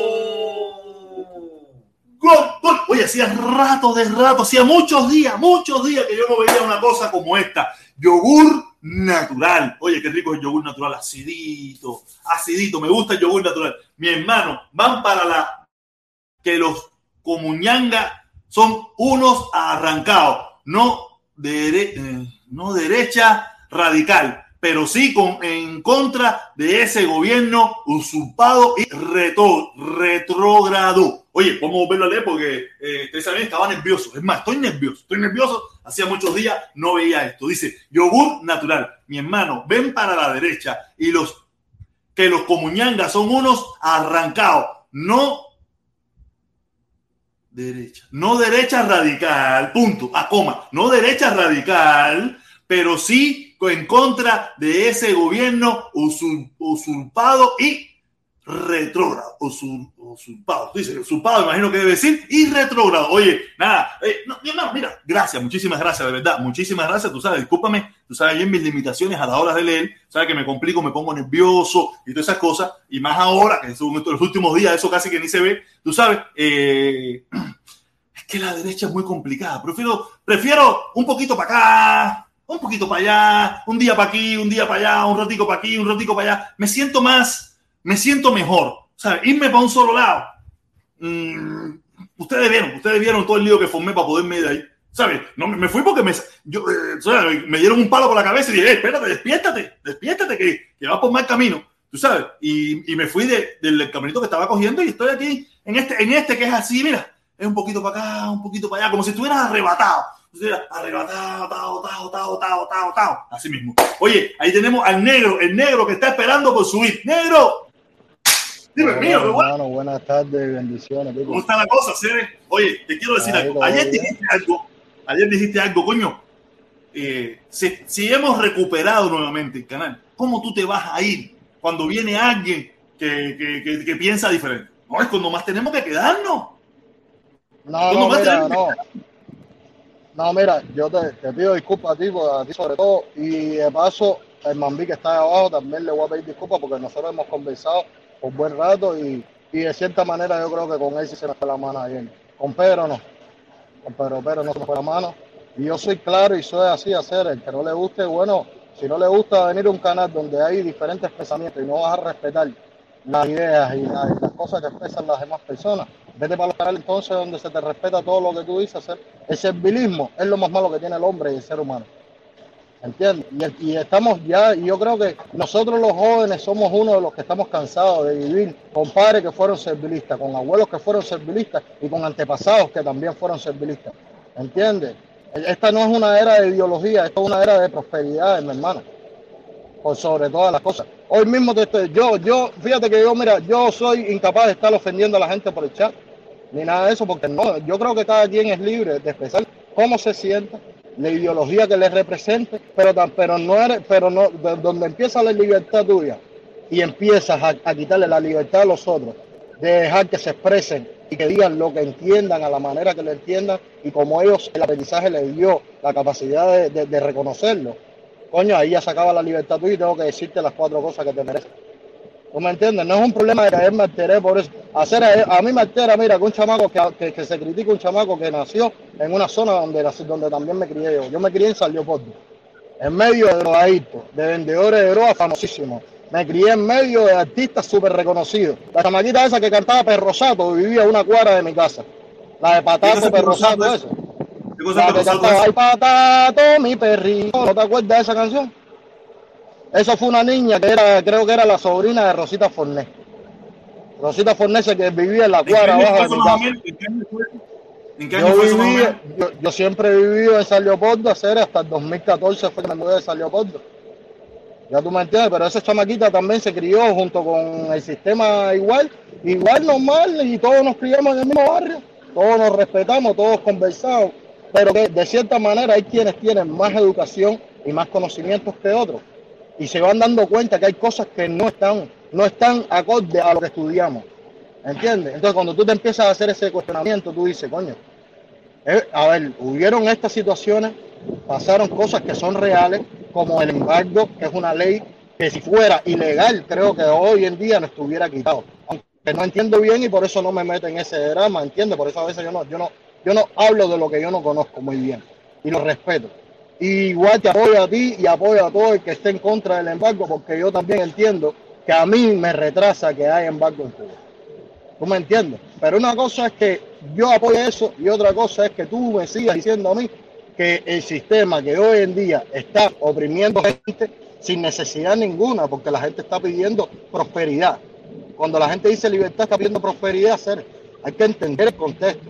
¡Gol, gol! Oye, hacía rato de rato, hacía muchos días, muchos días que yo no veía una cosa como esta. Yogur natural. Oye, qué rico es el yogur natural, acidito, acidito. Me gusta el yogur natural. Mi hermano, van para la que los comuñanga son unos arrancados, no, dere, eh, no derecha radical, pero sí con, en contra de ese gobierno usurpado y retro, retrógrado. Oye, vamos a volverlo a leer porque eh, ustedes saben, estaba nervioso. Es más, estoy nervioso, estoy nervioso. Hacía muchos días no veía esto. Dice, yogur natural. Mi hermano, ven para la derecha y los que los comuñangas son unos arrancados. No derecha. No derecha radical, punto. A coma. No derecha radical, pero sí en contra de ese gobierno usurp, usurpado y retrógrado, usur, usurpado, dice usurpado, imagino que debe decir, y retrógrado. Oye, nada, eh, no, mi hermano, mira, gracias, muchísimas gracias, de verdad, muchísimas gracias, tú sabes, discúlpame, tú sabes bien mis limitaciones a la hora de leer, sabes que me complico, me pongo nervioso y todas esas cosas, y más ahora, que son estos los últimos días, eso casi que ni se ve, tú sabes, eh, es que la derecha es muy complicada, prefiero, prefiero un poquito para acá, un poquito para allá, un día para aquí, un día para allá, un ratico para aquí, un ratico para allá, me siento más... Me siento mejor, ¿sabes? Irme para un solo lado. Mm, ustedes vieron, ustedes vieron todo el lío que formé para poderme ir de ahí, ¿sabes? No, me fui porque me, yo, eh, ¿sabes? Me dieron un palo por la cabeza y dije, hey, espérate, despiértate, despiértate, que, que vas por mal camino, tú sabes. Y, y me fui de, del caminito que estaba cogiendo y estoy aquí en este, en este que es así, mira, es un poquito para acá, un poquito para allá, como si estuvieras arrebatado. Arrebatado, tao, tao, tao, tao, tao, tao. Así mismo. Oye, ahí tenemos al negro, el negro que está esperando por subir. ¡Negro! Dime, Hola, mío, hermano, buenas tardes, bendiciones. Pico. ¿Cómo está la cosa, Cere? Oye, te quiero decir Ahí, algo. Ayer bien. dijiste algo, ayer dijiste algo, coño. Eh, si, si hemos recuperado nuevamente el canal, ¿cómo tú te vas a ir cuando viene alguien que, que, que, que piensa diferente? No, es cuando más tenemos que quedarnos. No, no, mira, no. No, mira, yo te, te pido disculpas a ti, a ti sobre todo, y de paso, el Mambí que está ahí abajo también le voy a pedir disculpas porque nosotros hemos conversado por buen rato y, y de cierta manera yo creo que con él sí se nos fue la mano ayer. Con Pedro no, con Pedro Pedro no se nos fue la mano Y yo soy claro y soy así hacer. El que no le guste, bueno, si no le gusta venir a un canal donde hay diferentes pensamientos y no vas a respetar las ideas y, la, y las cosas que expresan las demás personas, vete para los canales entonces donde se te respeta todo lo que tú dices hacer. El servilismo es lo más malo que tiene el hombre y el ser humano. ¿Entiendes? Y, y estamos ya, y yo creo que nosotros los jóvenes somos uno de los que estamos cansados de vivir con padres que fueron servilistas, con abuelos que fueron servilistas y con antepasados que también fueron servilistas. ¿Entiendes? Esta no es una era de ideología, esta es una era de prosperidad, mi hermano. Por sobre todas las cosas. Hoy mismo te estoy, yo, yo, fíjate que yo, mira, yo soy incapaz de estar ofendiendo a la gente por el chat, ni nada de eso, porque no, yo creo que cada quien es libre de expresar cómo se sienta, la ideología que le represente, pero, pero no eres, pero no, de donde empieza la libertad tuya y empiezas a, a quitarle la libertad a los otros, de dejar que se expresen y que digan lo que entiendan a la manera que lo entiendan y como ellos el aprendizaje les dio la capacidad de, de, de reconocerlo, coño, ahí ya se acaba la libertad tuya y tengo que decirte las cuatro cosas que te mereces. ¿Tú me entiendes? No es un problema de que ayer me alteré por eso. Hacer a, a mí me altera, mira, que un chamaco que, que, que se critica un chamaco que nació en una zona donde, donde también me crié yo. Yo me crié en San Leopoldo, en medio de drogadictos, de vendedores de drogas famosísimos. Me crié en medio de artistas súper reconocidos. La chamaquita esa que cantaba Perrosato vivía a una cuadra de mi casa. La de Patato, Perrosato, eso. La que cantaba, ay Patato, mi perrito. ¿No te acuerdas de esa canción? Eso fue una niña que era, creo que era la sobrina de Rosita Fornés. Rosita Fornés que vivía en la cuadra abajo de mi casa. ¿En qué año fue eso? Yo, viví, yo, yo siempre he vivido en San Leopoldo, hacer hasta el dos mil catorce fue que me mudé de San Leopoldo. Ya tú me entiendes, pero esa chamaquita también se crió junto con el sistema igual, igual normal, y todos nos criamos en el mismo barrio, todos nos respetamos, todos conversamos, pero que de cierta manera hay quienes tienen más educación y más conocimientos que otros, y se van dando cuenta que hay cosas que no están, no están acorde a lo que estudiamos, ¿entiendes? Entonces cuando tú te empiezas a hacer ese cuestionamiento, tú dices, coño, eh, a ver, hubieron estas situaciones, pasaron cosas que son reales, como el embargo, que es una ley que si fuera ilegal, creo que hoy en día no estuviera quitado. Aunque no entiendo bien y por eso no me meto en ese drama, ¿entiendes? Por eso a veces yo no, yo no, yo no hablo de lo que yo no conozco muy bien y lo respeto. Y igual te apoyo a ti y apoyo a todo el que esté en contra del embargo, porque yo también entiendo que a mí me retrasa que haya embargo en Cuba. ¿Tú me entiendes? Pero una cosa es que yo apoyo eso y otra cosa es que tú me sigas diciendo a mí que el sistema que hoy en día está oprimiendo gente sin necesidad ninguna, porque la gente está pidiendo prosperidad. Cuando la gente dice libertad, está pidiendo prosperidad, hacer, hay que entender el contexto.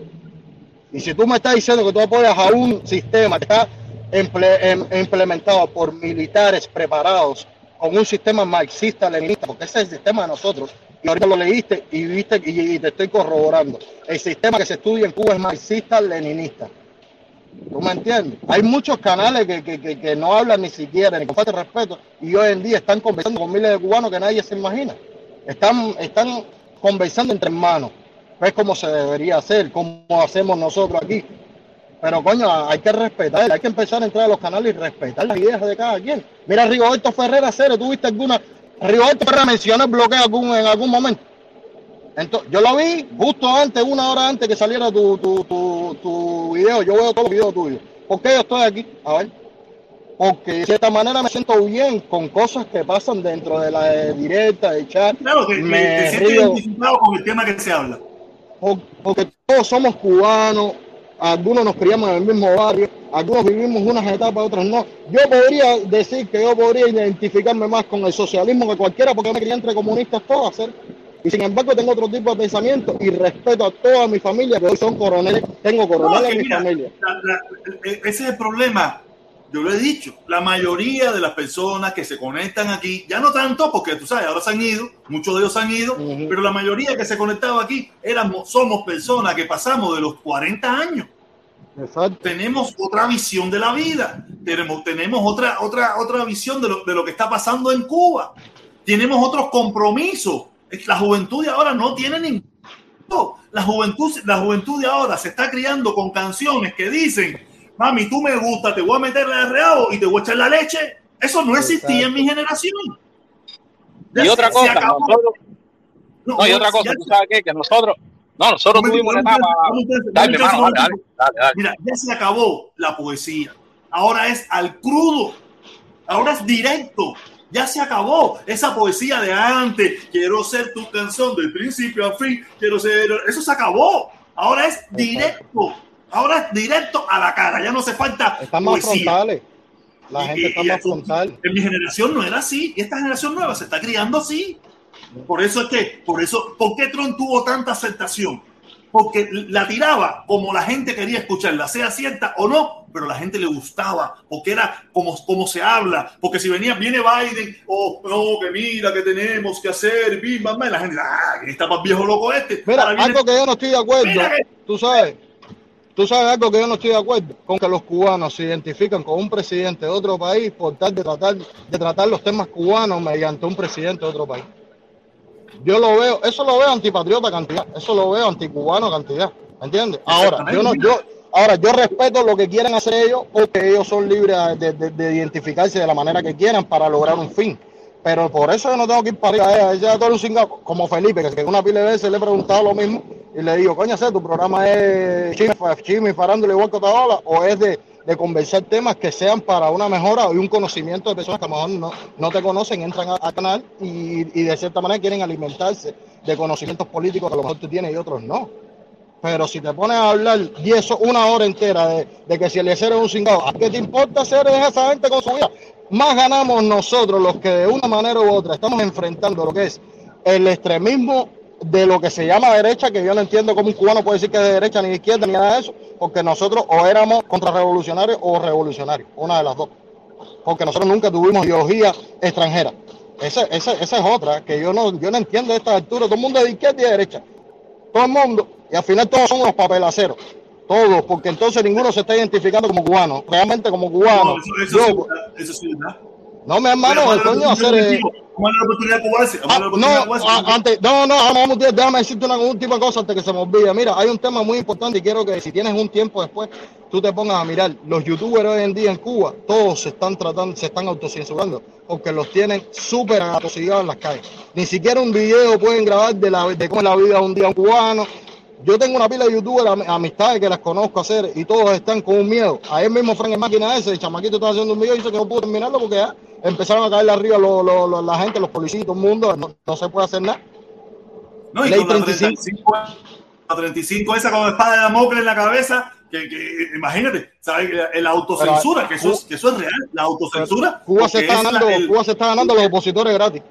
Y si tú me estás diciendo que tú apoyas a un sistema que está emple implementado por militares preparados con un sistema marxista-leninista, porque ese es el sistema de nosotros, y ahorita lo leíste y viste y, y te estoy corroborando, el sistema que se estudia en Cuba es marxista-leninista. ¿Tú me entiendes? Hay muchos canales que, que, que, que no hablan ni siquiera, ni con falta de respeto, y hoy en día están conversando con miles de cubanos que nadie se imagina. Están, están conversando entre hermanos. Es como se debería hacer, como hacemos nosotros aquí. Pero coño, hay que respetar, hay que empezar a entrar a los canales y respetar las ideas de cada quien. Mira, Rigoberto Ferrera, cero, ¿tuviste alguna? Rigoberto Ferrera mencionó el bloqueo algún, en algún momento. Entonces, yo lo vi justo antes, una hora antes que saliera tu, tu, tu, tu video. Yo veo todos los videos tuyos. ¿Por qué yo estoy aquí? A ver. Porque de cierta manera me siento bien con cosas que pasan dentro de la directa, de chat. Claro, que me te sientes identificado con el tema que se habla. Porque todos somos cubanos, algunos nos criamos en el mismo barrio, algunos vivimos unas etapas, otros no. Yo podría decir que yo podría identificarme más con el socialismo que cualquiera, porque me crié entre comunistas todos, ¿sí? Y sin embargo tengo otro tipo de pensamiento y respeto a toda mi familia, que hoy son coroneles, tengo coroneles no, en mi mira, familia. La, la, ese es el problema, yo lo he dicho, la mayoría de las personas que se conectan aquí, ya no tanto porque tú sabes, ahora se han ido, muchos de ellos se han ido, uh-huh. pero la mayoría que se conectaba aquí, éramos, somos personas que pasamos de los cuarenta años. Exacto. Tenemos otra visión de la vida, tenemos, tenemos otra, otra, otra visión de lo, de lo que está pasando en Cuba, tenemos otros compromisos. La juventud de ahora no tiene ningún. La juventud, la juventud de ahora se está criando con canciones que dicen: mami, tú me gusta, te voy a meter la reado y te voy a echar la leche. Eso no existía Exacto. en mi generación. Ya y se, otra cosa, nosotros, no, no, y otra cosa, ¿tú sabes qué? Que nosotros, No, nosotros tuvimos una etapa. Dale, hermano, dale, dale, dale, dale. Mira, ya se acabó la poesía. Ahora es al crudo. Ahora es directo. Ya se acabó esa poesía de antes. Quiero ser tu canción del principio a fin. Quiero ser. Eso se acabó. Ahora es directo. Ahora es directo a la cara. Ya no hace falta Están más poesía. Frontales. La gente y, está y más eso, frontal. En mi generación no era así. Y esta generación nueva se está criando así. Por eso es que, por eso, ¿por qué Trump tuvo tanta aceptación? Porque la tiraba como la gente quería escucharla, sea cierta o no, pero a la gente le gustaba, porque era como, como se habla, porque si venía, viene Biden, o oh, no, que mira, que tenemos que hacer, bim, bam, bam, la gente, ah, que está más viejo loco este. Mira, viene, algo que yo no estoy de acuerdo, que, tú sabes, tú sabes algo que yo no estoy de acuerdo, con que los cubanos se identifican con un presidente de otro país por tal de tratar, de tratar los temas cubanos mediante un presidente de otro país. Yo lo veo, eso lo veo antipatriota cantidad, eso lo veo anticubano cantidad, ¿me entiendes? Ahora, yo no, yo, ahora yo respeto lo que quieran hacer ellos, porque ellos son libres de, de, de identificarse de la manera que quieran para lograr un fin. Pero por eso yo no tengo que ir para arriba, ella todo un cingado, como Felipe, que una pila de veces le he preguntado lo mismo, y le digo, coño, ¿tu programa es chisme, farándula igual que Otaola, o es de, de conversar temas que sean para una mejora y un conocimiento de personas que a lo mejor no, no te conocen, entran al canal y, y de cierta manera quieren alimentarse de conocimientos políticos que a lo mejor tú tienes y otros no? Pero si te pones a hablar diez, una hora entera de, de que si el Eliezer es un cingado, ¿a qué te importa hacer esa gente con su vida? Más ganamos nosotros los que de una manera u otra estamos enfrentando lo que es el extremismo de lo que se llama derecha, que yo no entiendo cómo un cubano puede decir que es de derecha ni de izquierda ni nada de eso, porque nosotros o éramos contrarrevolucionarios o revolucionarios, una de las dos, porque nosotros nunca tuvimos ideología extranjera. Esa, esa, esa es otra, que yo no, yo no entiendo a esta altura, todo el mundo es de izquierda y de derecha, todo el mundo, y al final todos somos unos papelaceros. Todos, porque entonces ninguno se está identificando como cubano, realmente como cubano. No, eso, eso, yo, sí, eso sí, ¿verdad? No, mi hermano, el coño hacer. Eh, ah, no, antes, no, no, vamos, déjame decirte una, un tipo de cosa antes que se me olvide. Mira, hay un tema muy importante y quiero que si tienes un tiempo después, tú te pongas a mirar. Los youtubers hoy en día en Cuba, todos se están tratando, se están autocensurando, porque los tienen súper atosigados en las calles. Ni siquiera un video pueden grabar de, la, de cómo es la vida de un día un cubano. Yo tengo una pila de youtubers, amistades que las conozco hacer y todos están con un miedo. Ayer mismo Frank en máquina ese, el chamaquito estaba haciendo un video y dice que no pudo terminarlo porque ya empezaron a caerle arriba lo, lo, lo, la gente, los policías, todo el mundo, no, no se puede hacer nada. No, y Ley con treinta y cinco, la treinta y cinco, la treinta y cinco esa con espada de Damocles en la cabeza, que, que imagínate, ¿sabes? La autocensura, que eso, es, que eso es real, la autocensura. Cuba se, está ganando, la, el, Cuba se está ganando a los opositores gratis.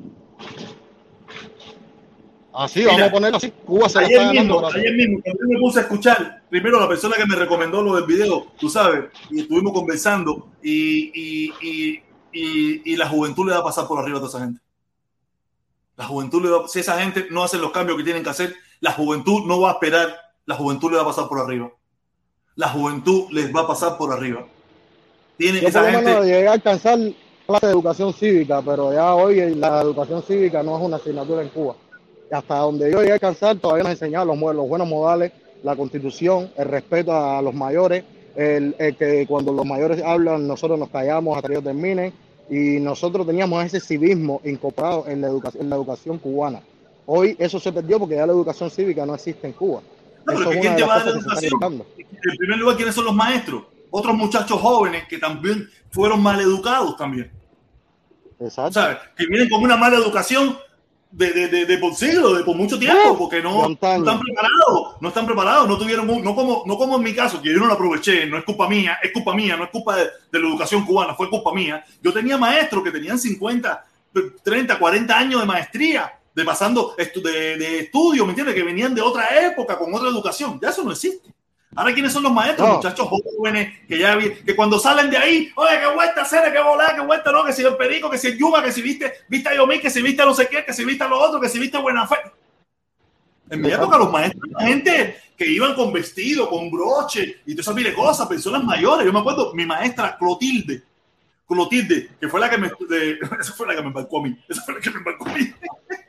Así, mira, vamos a ponerlo así. Cuba se ayer, la está mismo, ayer mismo, cuando me puse a escuchar, primero la persona que me recomendó lo del video, tú sabes, y estuvimos conversando, y, y, y, y, y la juventud le va a pasar por arriba a toda esa gente. La juventud le va, si esa gente no hace los cambios que tienen que hacer, la juventud no va a esperar, la juventud le va a pasar por arriba. La juventud les va a pasar por arriba. Tiene Yo esa por lo menos gente. Llegué a alcanzar clase de educación cívica, pero ya hoy la educación cívica no es una asignatura en Cuba. Hasta donde yo llegué a alcanzar todavía nos enseñaban los, los buenos modales, la constitución, el respeto a los mayores, el, el que cuando los mayores hablan nosotros nos callamos hasta que ellos terminen, y nosotros teníamos ese civismo incorporado en la educación, en la educación cubana. Hoy eso se perdió porque ya la educación cívica no existe en Cuba. No, eso es una de las cosas que se está criticando. En primer lugar, ¿quiénes son los maestros? Otros muchachos jóvenes que también fueron mal educados también. Exacto. ¿Sabes? Que vienen con una mala educación de, de, de, de por siglos, de por mucho tiempo, porque no, no están preparados, no están preparados, no tuvieron, no como, no como en mi caso, que yo no lo aproveché, no es culpa mía, es culpa mía, no es culpa de, de la educación cubana, fue culpa mía. Yo tenía maestros que tenían cincuenta, treinta, cuarenta años de maestría, de pasando de, de estudio, ¿me entiendes? Que venían de otra época, con otra educación. Ya eso no existe. Ahora, ¿quiénes son los maestros? No. Muchachos jóvenes que ya que cuando salen de ahí, oye, qué vuelta hacer, qué volar, qué vuelta no, que si el perico, que si el Yuma, que si viste, viste a Yomí, que si viste a no sé qué, que si viste a lo otro, que si viste a Buena Fe. En mi época, los maestros eran gente que iban con vestido, con broche y todas esas miles de cosas, personas mayores. Yo me acuerdo, mi maestra Clotilde, Clotilde, que fue la que me, de, esa fue la que me embarcó a mí, esa fue la que me embarcó a mí.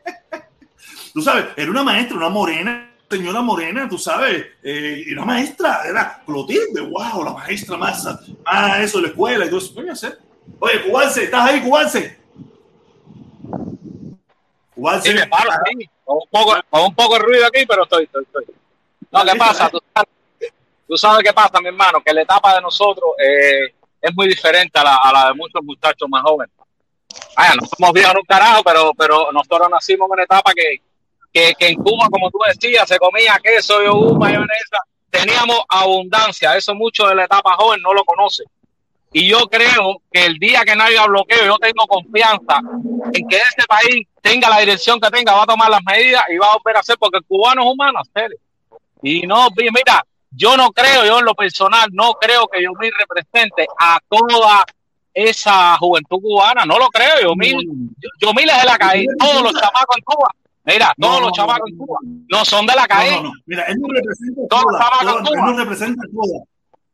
Tú sabes, era una maestra, una morena, señora morena, tú sabes, eh, era maestra, era Clotilde, wow, la maestra más, ah, eso de la escuela y todo eso. Oye, hacer. Oye, Cubanse, ¿estás ahí, Cubanse? Cubanse. Sí, me paro, sí. con un poco, con un poco de ruido aquí, pero estoy, estoy, estoy. No, ¿qué pasa? Tú sabes, tú sabes qué pasa, mi hermano, que la etapa de nosotros eh, es muy diferente a la, a la de muchos muchachos más jóvenes. Vaya, no somos viejos en un carajo, pero, pero nosotros nacimos en una etapa que, que, que en Cuba, como tú decías, se comía queso, yogur, mayonesa, teníamos abundancia. Eso mucho de la etapa joven no lo conoce. Y yo creo que el día que no haya bloqueo, yo tengo confianza en que este país tenga la dirección que tenga, va a tomar las medidas y va a volver a hacer, porque el cubano es humano, hacer. Y no, mira, yo no creo, yo en lo personal, no creo que Yomil represente a toda esa juventud cubana, no lo creo. Yomil, Yomil es de la calle, todos los chamacos en Cuba, mira, todos no, los chamacos no, no, en Cuba no son de la calle. No, no, no. Mira, él no representa todos toda, los chamacos en Cuba. Él no representa toda.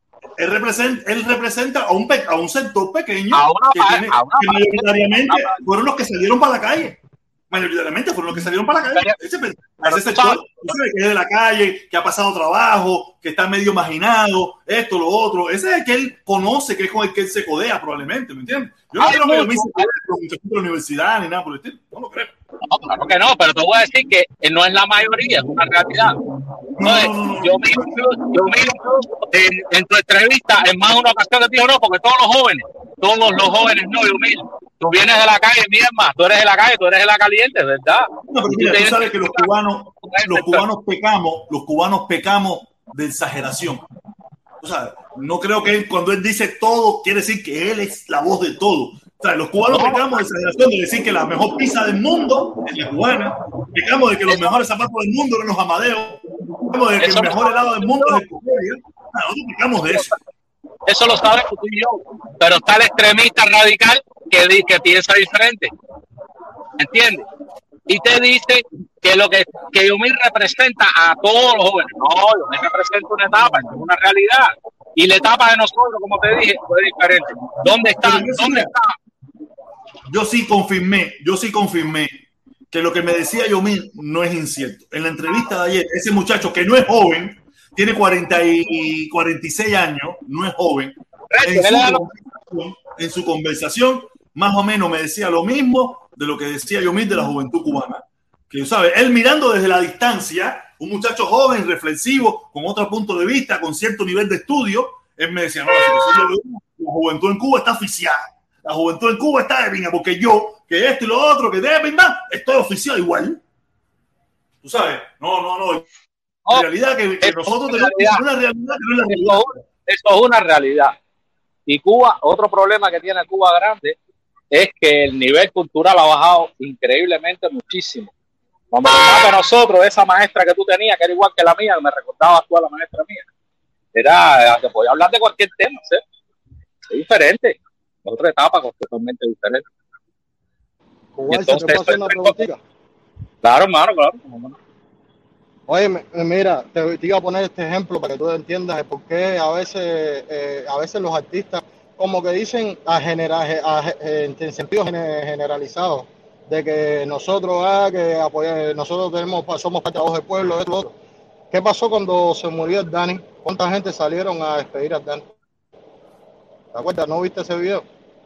Él representa, él representa a, un, a un sector pequeño que, tiene, que mayoritariamente fueron los que salieron para la calle. Mayoritariamente fueron los que salieron para la calle. Ese, ese sector, tú sabes, que es de la calle, que ha pasado trabajo, que está medio marginado, esto, lo otro. Ese es el que él conoce, que es con el que él se codea probablemente, ¿me entiendes? Yo no creo que yo me hice los muchachos de la universidad ni nada por el estilo. No lo creo. No, claro que no, pero te voy a decir que no es la mayoría, es una realidad. Entonces, no, no, no. yo mismo, yo mismo en, en tu entrevista, en más de una ocasión te digo no, porque todos los jóvenes, todos los jóvenes, no, yo mismo. Tú vienes de la calle, mi hermano, tú eres de la calle, tú eres de la caliente, ¿verdad? No, pero mira, tú sabes que los cubanos, los cubanos pecamos, los cubanos pecamos de exageración. O sea, no creo que él, cuando él dice todo, quiere decir que él es la voz de todo. O sea, los cubanos no. pecamos de exageración de decir que la mejor pizza del mundo es la cubana. Pecamos de que los eso, mejores zapatos del mundo eran los Amadeos. Pecamos de que el mejor helado del mundo es el Copelia. Nosotros pecamos de eso. Eso lo sabes tú y yo. Pero está el extremista radical que, que piensa diferente. ¿Entiendes? Y te dice que lo que, que Yomil representa a todos los jóvenes. No, Yomil representa una etapa, es una realidad. Y la etapa de nosotros, como te dije, fue diferente. ¿Dónde está? ¿Dónde está? Yo sí confirmé, yo sí confirmé que lo que me decía Yomil no es incierto. En la entrevista de ayer, ese muchacho que no es joven, tiene cuarenta y cuarenta y seis años, no es joven. En su, en su conversación, más o menos me decía lo mismo de lo que decía Yomil de la juventud cubana. Que, ¿sabes? Él mirando desde la distancia, un muchacho joven, reflexivo, con otro punto de vista, con cierto nivel de estudio, él me decía, no, la situación de la juventud en Cuba está oficial. La juventud en Cuba está de pinga, porque yo, que esto y lo otro, que de pinga, estoy oficial igual. Tú sabes, no, no, no. En realidad que, que nosotros tenemos una realidad que no es la realidad. Eso es una realidad. Y Cuba, otro problema que tiene Cuba grande es que el nivel cultural ha bajado increíblemente muchísimo. Cuando a nosotros, esa maestra que tú tenías, que era igual que la mía, me recordabas tú a la maestra mía, era que podía hablar de cualquier tema, ¿sí? Es diferente. Otra etapa completamente diferente. Entonces, ¿te puedo hacer una preguntita? Claro, hermano, claro. hermano. Oye, mira, te, te iba a poner este ejemplo para que tú entiendas por qué a veces, eh, a veces los artistas como que dicen a general, a, a, en sentido generalizado de que nosotros, ah, que apoya, nosotros tenemos, somos parte de la voz del pueblo, esto, lo otro. ¿Qué pasó cuando se murió el Dani? ¿Cuánta gente salieron a despedir al Dani? ¿Te acuerdas? ¿No viste ese video?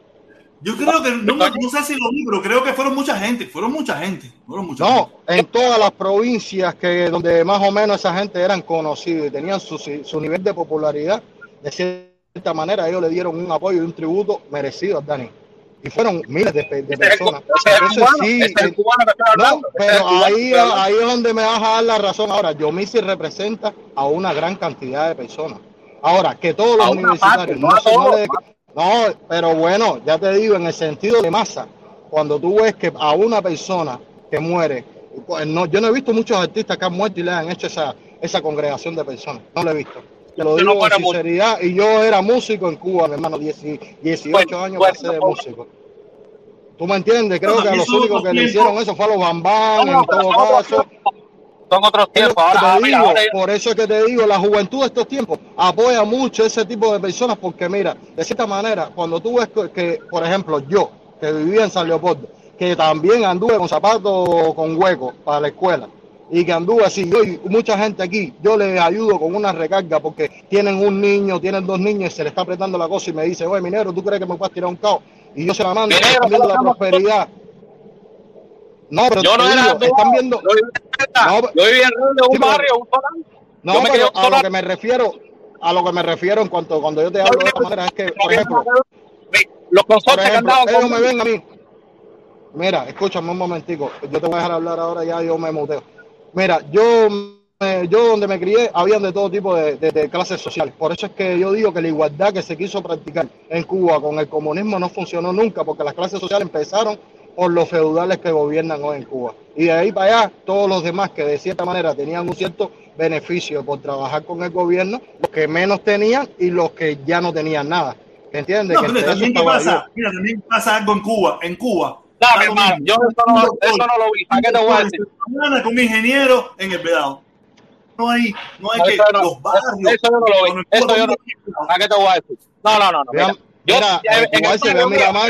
Yo creo que, no, no sé si lo vi, pero creo que fueron mucha gente, fueron mucha gente. Fueron mucha no, gente. En todas las provincias que donde más o menos esa gente eran conocidos y tenían su, su nivel de popularidad, de cierta manera ellos le dieron un apoyo y un tributo merecido a Dani. Y fueron miles de, de personas. Entonces sí, no, pero ahí, ahí es donde me vas a dar la razón. Ahora, Yomil sí representa a una gran cantidad de personas. Ahora, que todos los universitarios no se mueven. No, pero bueno, ya te digo, en el sentido de masa, cuando tú ves que a una persona que muere, pues no, yo no he visto muchos artistas que han muerto y le han hecho esa, esa congregación de personas, no lo he visto. Te lo digo con sinceridad, y yo era músico en Cuba, mi hermano, dieciocho años pasé de músico. ¿Tú me entiendes? Creo que a los únicos que le hicieron eso fue a los Bambán, en todo caso. Son otros tiempos. Ahora, digo, ahora, por eso es que te digo, la juventud de estos tiempos apoya mucho ese tipo de personas porque mira, de cierta manera, cuando tú ves que, que por ejemplo, yo, que vivía en San Leopoldo, que también anduve con zapatos con huecos para la escuela y que anduve así, yo y mucha gente aquí, yo les ayudo con una recarga porque tienen un niño, tienen dos niños y se le está apretando la cosa y me dice, oye, minero, ¿tú crees que me puedes tirar un cao? Y yo se la mando, viendo la prosperidad. No, pero yo no digo, era están viendo. Yo vivía en, no, yo vivía en un sí, barrio, un solar. No, pero a lo que me refiero, a lo que me refiero en cuanto cuando yo te hablo de esta manera es que, por ejemplo, los consortes que andaban ellos me ven a mí. Mira, escúchame un momentico, yo te voy a dejar hablar ahora, ya yo me muteo. Mira, yo, eh, yo donde me crié, habían de todo tipo de, de, de clases sociales. Por eso es que yo digo que la igualdad que se quiso practicar en Cuba con el comunismo no funcionó nunca, porque las clases sociales empezaron por los feudales que gobiernan hoy en Cuba. Y de ahí para allá, todos los demás que de cierta manera tenían un cierto beneficio por trabajar con el gobierno, los que menos tenían y los que ya no tenían nada. ¿Entiendes? No, que pero también qué pasa, mira, también pasa algo en Cuba, en Cuba. No, mi hermano, yo eso no, eso no lo vi. ¿Para qué te voy a decir? Con un ingeniero en el Vedado. No hay, no hay que no, los barrios. Eso yo no lo vi. Eso yo no. ¿Para qué te voy a decir? No, no, no, no. Mira, yo, mira, en, en el se ve Miramar.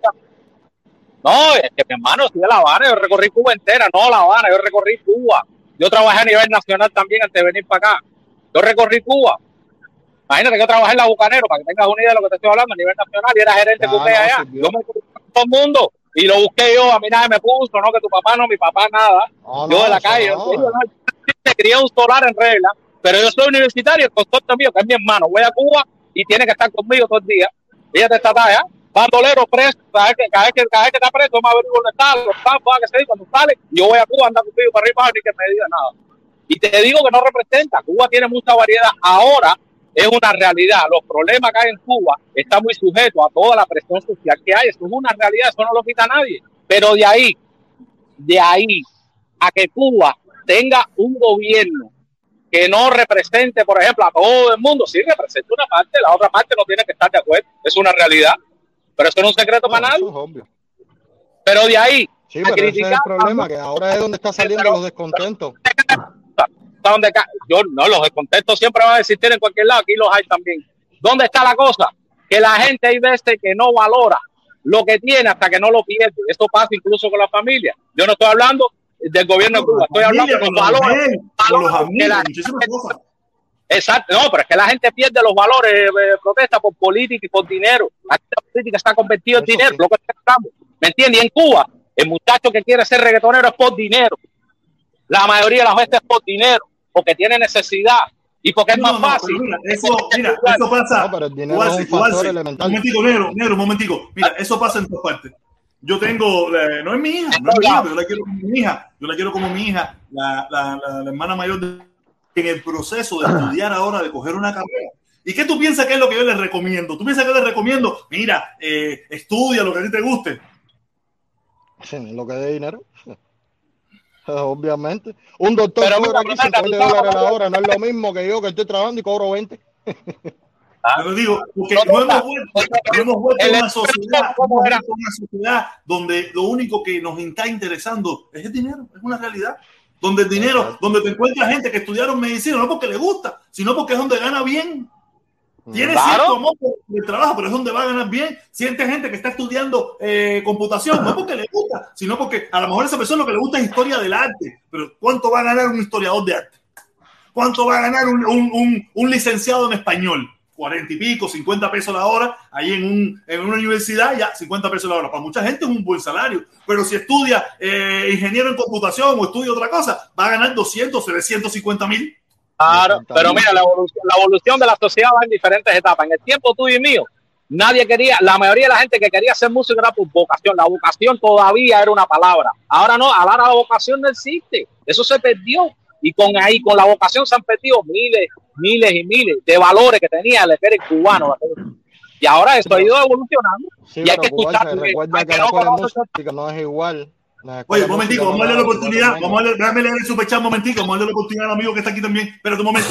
No, es que mi hermano, soy de La Habana, yo recorrí Cuba entera, no La Habana, yo recorrí Cuba. Yo trabajé a nivel nacional también antes de venir para acá. Yo recorrí Cuba. Imagínate que yo trabajé en la Bucanero, para que tengas una idea de lo que te estoy hablando a nivel nacional, y era gerente ah, que usted no, allá. Sí, yo me fui con todo el mundo y lo busqué yo, a mí nadie me puso, no, que tu papá no, mi papá nada. Oh, yo no, de la calle, no. yo, yo, yo crié un solar en regla, pero yo soy universitario, el consorte mío, que es mi hermano, voy a Cuba y tiene que estar conmigo todo el día. Fíjate esta talla, bandolero preso, cada vez que, cada vez que, cada vez que está preso, me va a ver dónde está, los campos, que se dice, cuando sale, yo voy a Cuba, anda conmigo para arriba, ni que me diga nada. Y te digo que no representa, Cuba tiene mucha variedad. Ahora es una realidad, los problemas que hay en Cuba están muy sujetos a toda la presión social que hay, eso es una realidad, eso no lo quita nadie. Pero de ahí, de ahí a que Cuba tenga un gobierno que no represente, por ejemplo, a todo el mundo, sí representa una parte, la otra parte no tiene que estar de acuerdo, es una realidad, pero eso no es un secreto no, para nadie. Es obvio. Pero de ahí sí, pero ese es el problema, que ahora es donde está saliendo pero, los descontentos. Donde, yo no, los descontentos siempre van a existir en cualquier lado, aquí los hay también. ¿Dónde está la cosa? Que la gente hay veces que no valora lo que tiene hasta que no lo pierde. Esto pasa incluso con la familia. Yo no estoy hablando del gobierno de Cuba, estoy hablando de los valores. Con los amigos, muchísimas cosas. Exacto, no, pero es que la gente pierde los valores, eh, protesta por política y por dinero. La política está convertida en dinero, sí. Lo que estamos. ¿Me entiendes? Y en Cuba, el muchacho que quiere ser reggaetonero es por dinero. La mayoría de las veces es por dinero, porque tiene necesidad y porque no, es más no, fácil. Mira, eso, mira, eso pasa. No, pero el dinero es un factor elemental. Un momentico, negro, negro, un momentico. Mira, eso pasa en todas partes. Yo tengo, eh, no es mi hija, no es mi hija, pero yo la quiero como mi hija. Yo la quiero como mi hija, la, la, la, la hermana mayor de, en el proceso de estudiar ahora, de coger una carrera. ¿Y qué tú piensas que es lo que yo les recomiendo? ¿Tú piensas que yo les recomiendo? Mira, eh, estudia lo que a ti te guste. Sí, lo que dé dinero. Obviamente. Un doctor pero cobra aquí cincuenta dólares a la hora, no es lo mismo que yo que estoy trabajando y cobro veinte. Ah, pero digo, porque no, no hemos vuelto, no hemos vuelto a una sociedad, una sociedad donde lo único que nos está interesando es el dinero, es una realidad. Donde el dinero, donde te encuentras gente que estudiaron medicina, no porque le gusta, sino porque es donde gana bien. Tiene claro. cierto amor por el trabajo, pero es donde va a ganar bien. Siente gente que está estudiando eh, computación, no porque le gusta, sino porque a lo mejor a esa persona lo que le gusta es historia del arte. Pero ¿cuánto va a ganar un historiador de arte? ¿Cuánto va a ganar un, un, un, un licenciado en español? cuarenta y pico, cincuenta pesos la hora, ahí en, un, en una universidad, ya cincuenta pesos la hora. Para mucha gente es un buen salario, pero si estudia eh, ingeniero en computación o estudia otra cosa, va a ganar doscientos, trescientos cincuenta mil. Claro, pero mira, la evolución, la evolución de la sociedad va en diferentes etapas. En el tiempo tuyo y mío, nadie quería, la mayoría de la gente que quería hacer música era por vocación. La vocación todavía era una palabra. Ahora no, ahora la vocación no existe. Eso se perdió. Y con ahí, con la vocación se han perdido miles, miles y miles de valores que tenía el espíritu cubano. Y ahora esto ha ido evolucionando. Sí, y hay que escuchar. Recuerda que, que la escuela de música no es igual. Oye, un momentico, vamos a darle la oportunidad. Vamos a darle, déjame leer el superchat un momentico. Vamos a darle la oportunidad al amigo que está aquí también. Espérate un momento.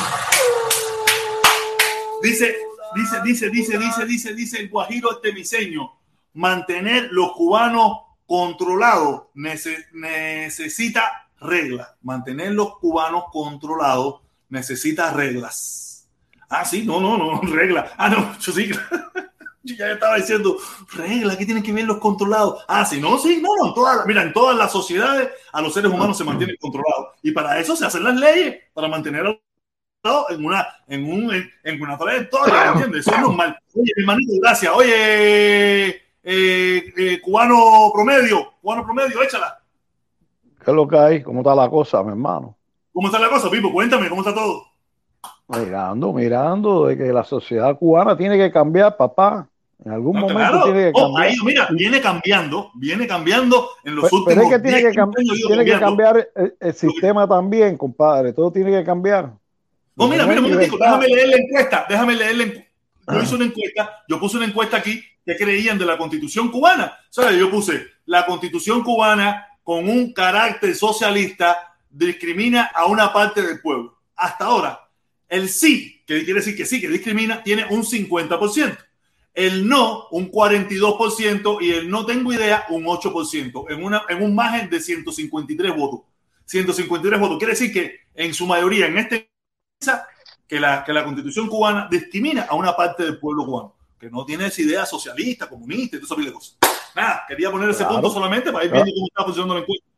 Dice, dice, dice, dice, dice, dice, dice el Guajiro Artemiseño. Mantener los cubanos controlados nece, necesita reglas. Mantener los cubanos controlados necesita reglas. Ah, sí, no, no, no, reglas. Ah, no, yo sí. Yo ya estaba diciendo, reglas, ¿qué tienen que ver los controlados? Ah, sí, no, sí, no, no, en todas, mira, en todas las sociedades a los seres humanos se mantienen controlados. Y para eso se hacen las leyes, para mantener en una, en un, en, en una trayectoria, ¿entiendes? Eso es normal. Oye, hermanito, gracias. Oye, eh, eh, cubano promedio, cubano promedio, échala. ¿Qué es lo que hay? ¿Cómo está la cosa, mi hermano? ¿Cómo está la cosa, Pipo? Cuéntame, ¿cómo está todo? Mirando, mirando de que la sociedad cubana tiene que cambiar, papá. En algún No, momento claro. tiene que Oh, cambiar. ahí, mira, viene cambiando, viene cambiando en los Pero, últimos pero es que tiene diez, que, quince años. tiene que cambiar el, el sistema también, compadre. Todo tiene que cambiar. No, mira, no mira, un momentico, libertad. déjame leer la encuesta, déjame leer la encuesta. Yo hice una encuesta, yo puse una encuesta aquí que creían de la Constitución cubana. ¿Sabes? Yo puse la Constitución cubana con un carácter socialista discrimina a una parte del pueblo. Hasta ahora, el sí, que quiere decir que sí, que discrimina, tiene un cincuenta por ciento. El no, un cuarenta y dos por ciento, y el no tengo idea, un ocho por ciento, en, una, en un margen de ciento cincuenta y tres votos. ciento cincuenta y tres votos. Quiere decir que en su mayoría, en este que la, que la Constitución cubana discrimina a una parte del pueblo cubano, que no tiene esa idea socialista, comunista y todo eso de cosas. Nada, quería poner ese Claro. punto solamente para ir viendo cómo está funcionando la encuesta.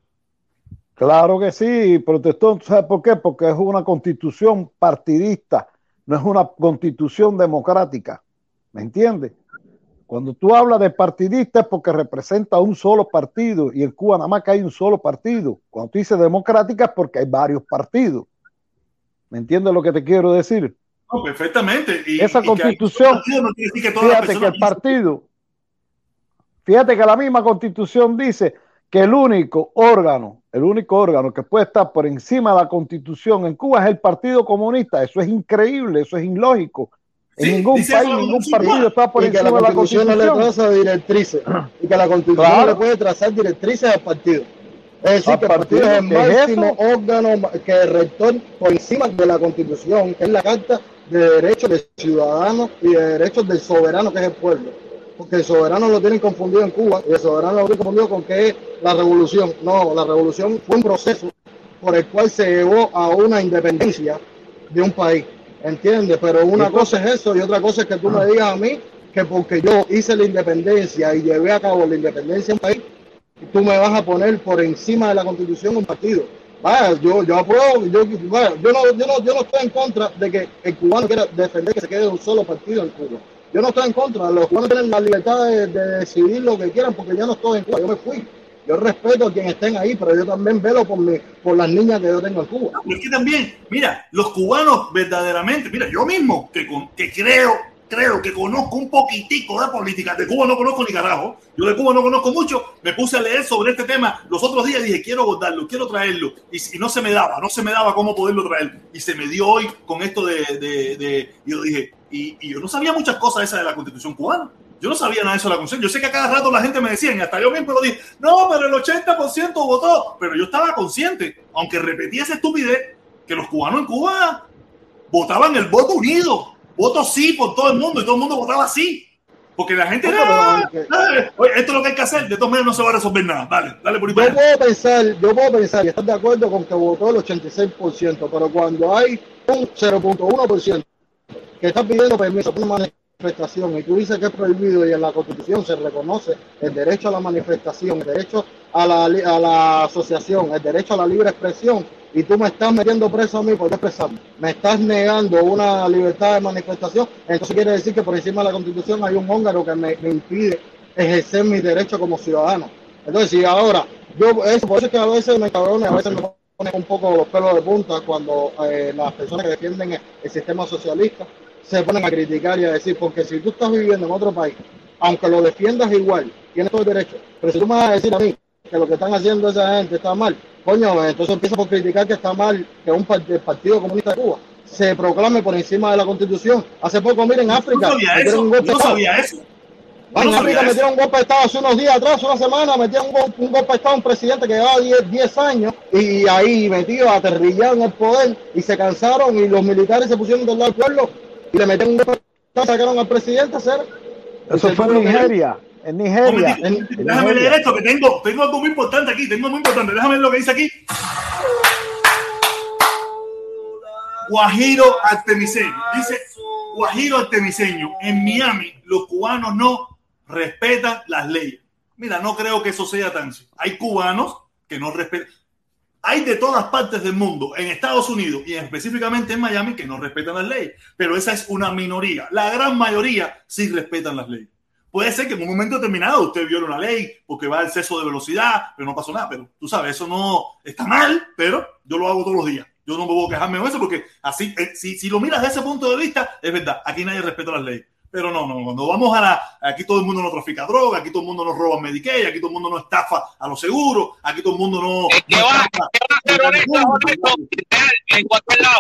Claro que sí, protestó. ¿Sabes por qué? Porque es una constitución partidista, no es una constitución democrática. ¿Me entiendes? Cuando tú hablas de partidista es porque representa un solo partido, y en Cuba nada más que hay un solo partido. Cuando tú dices democrática es porque hay varios partidos. ¿Me entiendes lo que te quiero decir? No, perfectamente. Y, esa y constitución, que no quiere decir que todas fíjate las que el partido, fíjate que la misma constitución dice que el único órgano, el único órgano que puede estar por encima de la constitución en Cuba es el Partido Comunista. Eso es increíble, eso es ilógico. En sí, ningún país, ningún partido está por y que encima la de la constitución no constitución. le traza directrices y que la constitución Claro. no le puede trazar directrices al partido. Es decir, Al que el partido es el partido, ¿qué es máximo eso? órgano que el rector por encima de la constitución, que es la Carta de Derechos de Ciudadanos y de Derechos del Soberano, que es el pueblo. Porque el soberano lo tienen confundido en Cuba y el soberano lo tienen confundido con que es la revolución. No, la revolución fue un proceso por el cual se llevó a una independencia de un país. ¿Entiendes? Pero una cosa es eso y otra cosa es que tú me digas a mí que porque yo hice la independencia y llevé a cabo la independencia en un país, tú me vas a poner por encima de la constitución un partido. Vaya, yo, yo apruebo, yo, vaya, yo, no, yo, no, yo no estoy en contra de que el cubano quiera defender que se quede un solo partido en Cuba. Yo no estoy en contra, los cubanos tienen la libertad de, de decidir lo que quieran porque yo no estoy en Cuba, yo me fui. Yo respeto a quienes estén ahí, pero yo también velo por, mi, por las niñas que yo tengo en Cuba. Es que también, mira, los cubanos verdaderamente, mira, yo mismo que, que creo, creo que conozco un poquitico de política, de Cuba no conozco ni carajo, yo de Cuba no conozco mucho, me puse a leer sobre este tema los otros días y dije, quiero abordarlo, quiero traerlo, y, y no se me daba, no se me daba cómo poderlo traer, y se me dio hoy con esto de, de, de y yo dije, y, y yo no sabía muchas cosas esas de la Constitución cubana. Yo no sabía nada de eso de la Constitución. Yo sé que a cada rato la gente me decía, y hasta yo mismo lo dije, no, pero el ochenta por ciento votó. Pero yo estaba consciente, aunque repetía esa estupidez, que los cubanos en Cuba votaban el voto unido. Voto sí por todo el mundo, y todo el mundo votaba sí. Porque la gente era, oye, esto es lo que hay que hacer, de todas maneras no se va a resolver nada. Dale, dale por ahí. Yo puedo pensar, yo puedo pensar y estar de acuerdo con que votó el ochenta y seis por ciento, pero cuando hay un cero punto uno por ciento que está pidiendo permiso por una manifestación y tú dices que es prohibido y en la Constitución se reconoce el derecho a la manifestación, el derecho a la, a la asociación, el derecho a la libre expresión, y tú me estás metiendo preso a mí por no expresarme, me estás negando una libertad de manifestación, entonces quiere decir que por encima de la Constitución hay un húngaro que me, me impide ejercer mi derecho como ciudadano. Entonces, si ahora, yo, eso, por eso es que a veces me cabrone, a veces me pone un poco los pelos de punta cuando eh, las personas que defienden el, el sistema socialista se ponen a criticar y a decir, porque si tú estás viviendo en otro país, aunque lo defiendas igual, tienes todo el derecho, pero si tú me vas a decir a mí que lo que están haciendo esa gente está mal, coño, entonces empieza por criticar que está mal que un el Partido Comunista de Cuba se proclame por encima de la Constitución. Hace poco, miren, en África, no sabía eso, un golpe no sabía eso. Bueno, en África metieron un golpe de Estado hace unos días atrás, una semana, metieron un, golpe, un golpe de Estado a un presidente que llevaba diez años y ahí metido, aterrillado en el poder y se cansaron y los militares se pusieron del lado del pueblo y le metieron un golpe de Estado, sacaron al presidente a hacer. Eso fue en Nigeria, en Nigeria. En, en déjame Nigeria. leer esto, que tengo, tengo algo muy importante aquí, tengo algo muy importante, déjame ver lo que dice aquí. Guajiro Artemiseño, dice Guajiro Artemiseño, en Miami los cubanos no respetan las leyes. Mira, no creo que eso sea tan así. Hay cubanos que no respetan. Hay de todas partes del mundo, en Estados Unidos y específicamente en Miami, que no respetan las leyes. Pero esa es una minoría. La gran mayoría sí respetan las leyes. Puede ser que en un momento determinado usted viole una ley porque va al exceso de velocidad, pero no pasó nada. Pero tú sabes, eso no está mal, pero yo lo hago todos los días. Yo no me puedo quejarme de eso porque así, eh, si, si lo miras desde ese punto de vista, es verdad, aquí nadie respeta las leyes. Pero no, no, cuando vamos a la... Aquí todo el mundo no trafica droga, aquí todo el mundo no roba Medicaid, aquí todo el mundo no estafa a los seguros, aquí todo el mundo no... Es que no va, estafa, que va a ser honesto, honesto, en cualquier lado.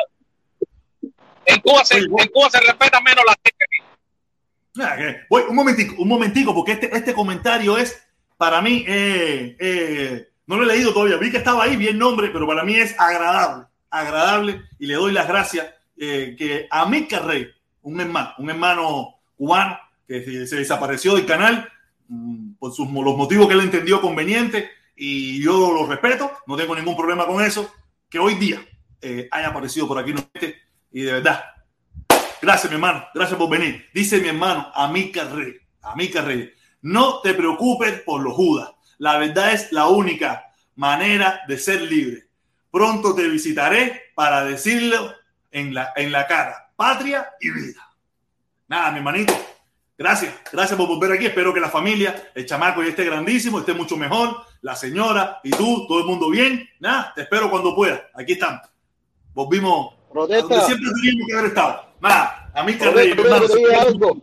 En Cuba se, en Cuba se respeta menos la gente. Voy, un momentico, un momentico, porque este, este comentario es, para mí, eh, eh, no lo he leído todavía, vi que estaba ahí, vi el nombre, pero para mí es agradable, agradable, y le doy las gracias eh, que a Amílcar Rey, un hermano, un hermano cubano que se, se desapareció del canal mmm, por sus, los motivos que él entendió conveniente, y yo lo respeto, no tengo ningún problema con eso, que hoy día eh, haya aparecido por aquí, y de verdad, gracias, mi hermano. Gracias por venir. Dice mi hermano, Amílcar Rey. Amílcar Rey. No te preocupes por los Judas. La verdad es la única manera de ser libre. Pronto te visitaré para decirlo en la, en la cara. Patria y vida. Nada, mi hermanito. Gracias. Gracias por volver aquí. Espero que la familia, el chamaco ya esté grandísimo, esté mucho mejor. La señora y tú, todo el mundo bien. Nada, te espero cuando pueda. Aquí estamos. Volvimos. Protesta. Donde siempre teníamos que haber estado. Nada, a mí que Rey, hermano. ¿Tú crees algo?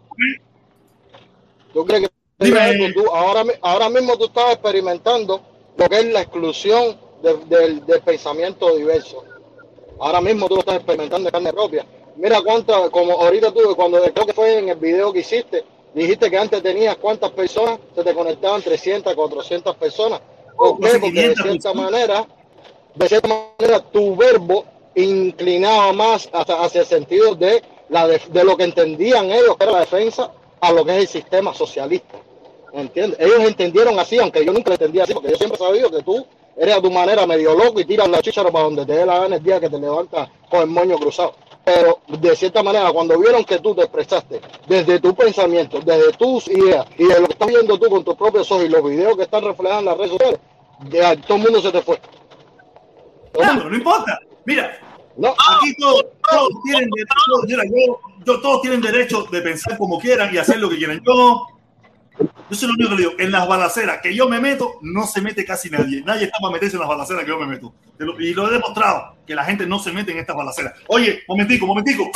¿Tú crees que Dime. algo? Tú, ahora, ahora mismo tú estás experimentando lo que es la exclusión de, de, del pensamiento diverso. Ahora mismo tú lo estás experimentando en carne propia. Mira cuántas, como ahorita tú, cuando creo que fue en el video que hiciste, dijiste que antes tenías cuántas personas, se te conectaban trescientas, cuatrocientas personas. ¿Por qué? Porque de cierta manera, de cierta manera tu verbo inclinaba más hacia, hacia el sentido de, la de, de lo que entendían ellos, que era la defensa, a lo que es el sistema socialista. ¿Entiendes? Ellos entendieron así, aunque yo nunca lo entendía así, porque yo siempre he sabido que tú eres a tu manera medio loco y tiras la chíchara para donde te dé la gana el día que te levantas con el moño cruzado. Pero de cierta manera, cuando vieron que tú te expresaste desde tu pensamiento, desde tus ideas y de lo que estás viendo tú con tus propios ojos y los videos que están reflejados en las redes sociales, ya, todo el mundo se te fue. No, no importa. Mira, no, aquí todos, todos tienen derecho, mira, yo, yo, todos tienen derecho de pensar como quieran y hacer lo que quieran. Yo, yo soy lo único que le digo, en las balaceras que yo me meto, no se mete casi nadie. Nadie está para meterse en las balaceras que yo me meto. Y lo he demostrado, que la gente no se mete en estas balaceras. Oye, momentico, momentico.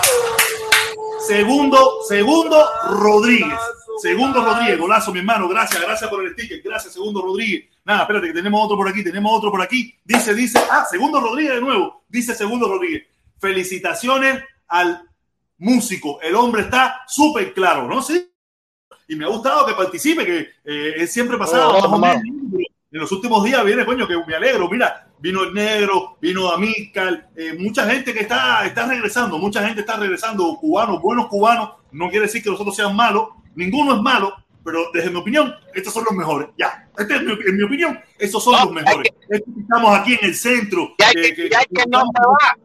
Segundo, segundo Rodríguez. Segundo Rodríguez, golazo, mi hermano. Gracias, gracias por el sticker. Gracias, Segundo Rodríguez. Nada, espérate, que tenemos otro por aquí, tenemos otro por aquí. Dice, dice, ah, Segundo Rodríguez de nuevo. Dice Segundo Rodríguez. Felicitaciones al músico. El hombre está súper claro, ¿no? Sí. Y me ha gustado que participe, que eh, él siempre pasaba oh, más o menos. En los últimos días viene, coño, que me alegro. Mira, vino el Negro, vino Amílcar, eh, mucha gente que está, está regresando, mucha gente está regresando, cubanos, buenos cubanos. No quiere decir que los otros sean malos, ninguno es malo, pero desde mi opinión, estos son los mejores. Ya, este es mi, en mi opinión, estos son no, los mejores. Que, estamos aquí en el centro. Y hay que, que, y hay que, que no se va.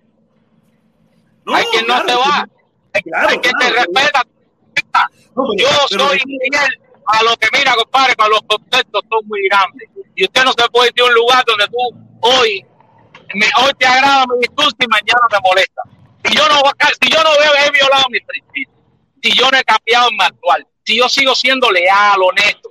No, hay quien claro, no se va. Claro, hay quien claro, te respeta. No, pero, yo pero, soy fiel a lo que mira, compadre, para los conceptos son muy grandes. Y usted no se puede ir a un lugar donde tú hoy, me, hoy te agrada mi discurso y mañana te molesta. Si yo no, si yo no veo que he violado mis principios, si yo no he cambiado en mi actual, si yo sigo siendo leal, honesto,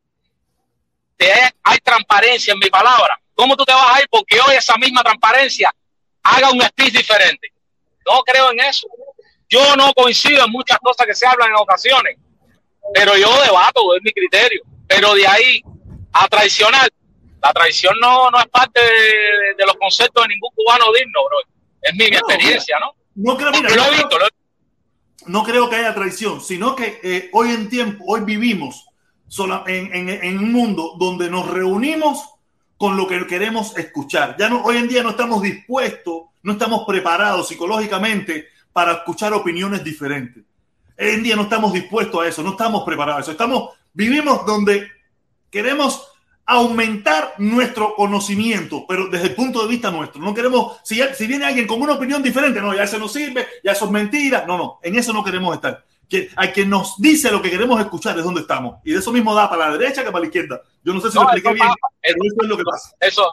te, hay transparencia en mi palabra, ¿cómo tú te vas a ir porque hoy esa misma transparencia haga un speech diferente? No creo en eso. Yo no coincido en muchas cosas que se hablan en ocasiones, pero yo debato, es mi criterio. Pero de ahí a traicionar, la traición no, no es parte de, de los conceptos de ningún cubano digno, bro. Es mi, mi no, experiencia, ¿no? No creo, mira, lo he visto, lo he... no creo que haya traición, sino que eh, hoy en tiempo, hoy vivimos sola, en, en, en un mundo donde nos reunimos con lo que queremos escuchar. Ya no, hoy en día no estamos dispuestos, no estamos preparados psicológicamente para escuchar opiniones diferentes. Hoy en día no estamos dispuestos a eso, no estamos preparados a eso. Estamos, vivimos donde queremos aumentar nuestro conocimiento, pero desde el punto de vista nuestro. No queremos, si, si viene alguien con una opinión diferente, no, ya eso no sirve, ya eso es mentira. No, no, en eso no queremos estar. Que, a quien nos dice lo que queremos escuchar es donde estamos. Y de eso mismo da para la derecha que para la izquierda. Yo no sé si no, lo expliqué bien, pasa, pero eso es lo que pasa. Eso.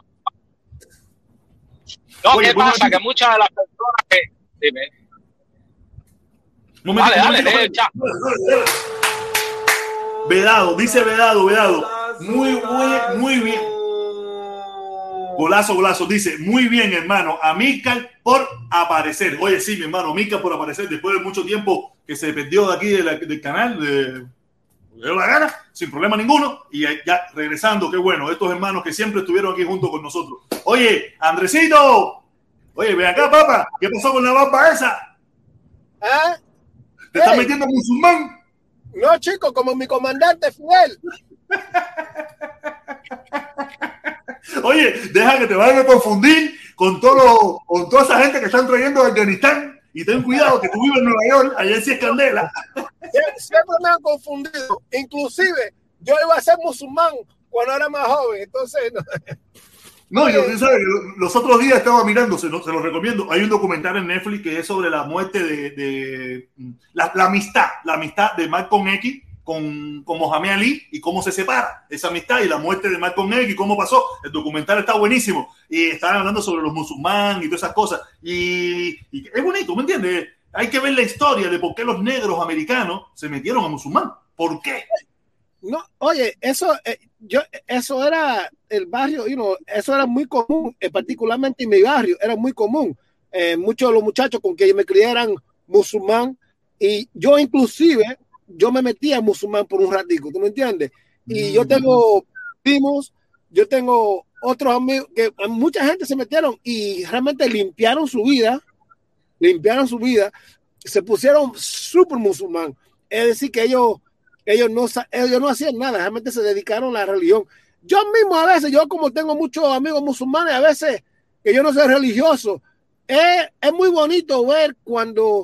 No, Oye, ¿qué pasa? Que muchas de las personas que... Dime. Momento, dale, dale, dale, dale, Vedado, dice Vedado, Vedado. Muy buen, muy bien. Golazo, golazo. Dice, muy bien, hermano. Amílcar por aparecer. Oye, sí, mi hermano, Amílcar por aparecer. Después de mucho tiempo que se perdió de aquí de la, del canal, de, le dio la gana, sin problema ninguno. Y ya regresando, qué bueno. Estos hermanos que siempre estuvieron aquí junto con nosotros. Oye, Andresito. Oye, ven acá, papá. ¿Qué pasó con la barba esa? ¿Ah? ¿Te hey. estás metiendo musulmán? No, chico, como mi comandante Fidel. Oye, deja que te vayan a confundir con, todo, con toda esa gente que están trayendo de Afganistán y ten cuidado que tú vives en Nueva York, allá sí es candela. Siempre me han confundido. Inclusive, yo iba a ser musulmán cuando era más joven, entonces... No, no yo, tú sabes, los otros días estaba mirando, se, se los recomiendo, hay un documental en Netflix que es sobre la muerte de... de la, la amistad, la amistad de Malcolm X Con, con Mohamed Ali y cómo se separa esa amistad y la muerte de Malcolm X y cómo pasó. El documental está buenísimo y estaban hablando sobre los musulmanes y todas esas cosas y, y es bonito, ¿me entiendes? Hay que ver la historia de por qué los negros americanos se metieron a musulmán. ¿Por qué? No, oye, eso eh, yo eso era el barrio, you know, eso era muy común, eh, particularmente en mi barrio, era muy común. Eh, muchos de los muchachos con que yo me crié eran musulmán y yo inclusive yo me metí a musulmán por un ratico, ¿tú me entiendes? Y yo tengo primos, yo tengo otros amigos, que mucha gente se metieron y realmente limpiaron su vida, limpiaron su vida, se pusieron súper musulmán. Es decir, que ellos, ellos, no, ellos no hacían nada, realmente se dedicaron a la religión. Yo mismo a veces, yo como tengo muchos amigos musulmanes, a veces que yo no soy religioso, es, es muy bonito ver cuando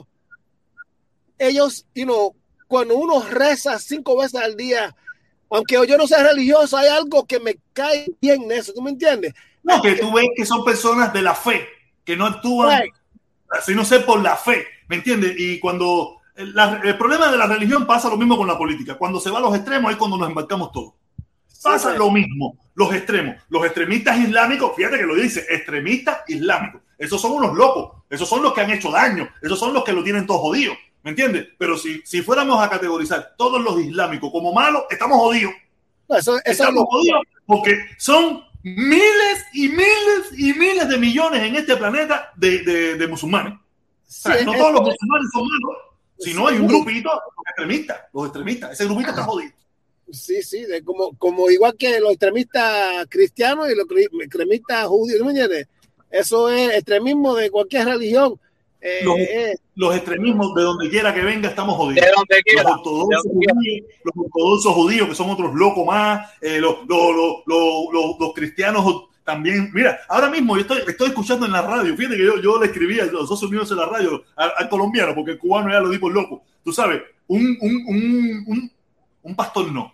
ellos, you know, cuando uno reza cinco veces al día, aunque yo no sea religioso, hay algo que me cae bien en eso, ¿tú me entiendes? No, que tú ves que son personas de la fe, que no actúan, right. así no sé, por la fe, ¿me entiendes? Y cuando la, el problema de la religión pasa lo mismo con la política, cuando se va a los extremos es cuando nos embarcamos todos. Pasa sí, lo mismo, los extremos, los extremistas islámicos, fíjate que lo dice, extremistas islámicos, esos son unos locos, esos son los que han hecho daño, esos son los que lo tienen todo jodido. ¿Me entiendes? Pero si, si fuéramos a categorizar todos los islámicos como malos, estamos jodidos. No, eso, eso estamos no. jodidos porque son miles y miles y miles de millones en este planeta de, de, de musulmanes. Sí, o sea, no todos los musulmanes son malos, sino sí, hay un grupito, los extremistas, los extremistas, ese grupito está jodido. Sí, sí, de como, como igual que los extremistas cristianos y los extremistas judíos, ¿no me entiendes? Eso es extremismo de cualquier religión. Eh, los, eh, los extremismos de donde quiera que venga estamos jodidos. De donde quiera. Los ortodoxos, judíos, los ortodoxos judíos que son otros locos más, eh, los, los, los, los, los, los cristianos también. Mira, ahora mismo yo estoy, estoy escuchando en la radio, fíjate que yo, yo le escribí a los dos unidos en la radio al, al colombiano, porque el cubano ya lo di por loco. Tú sabes, un, un, un, un, un pastor no.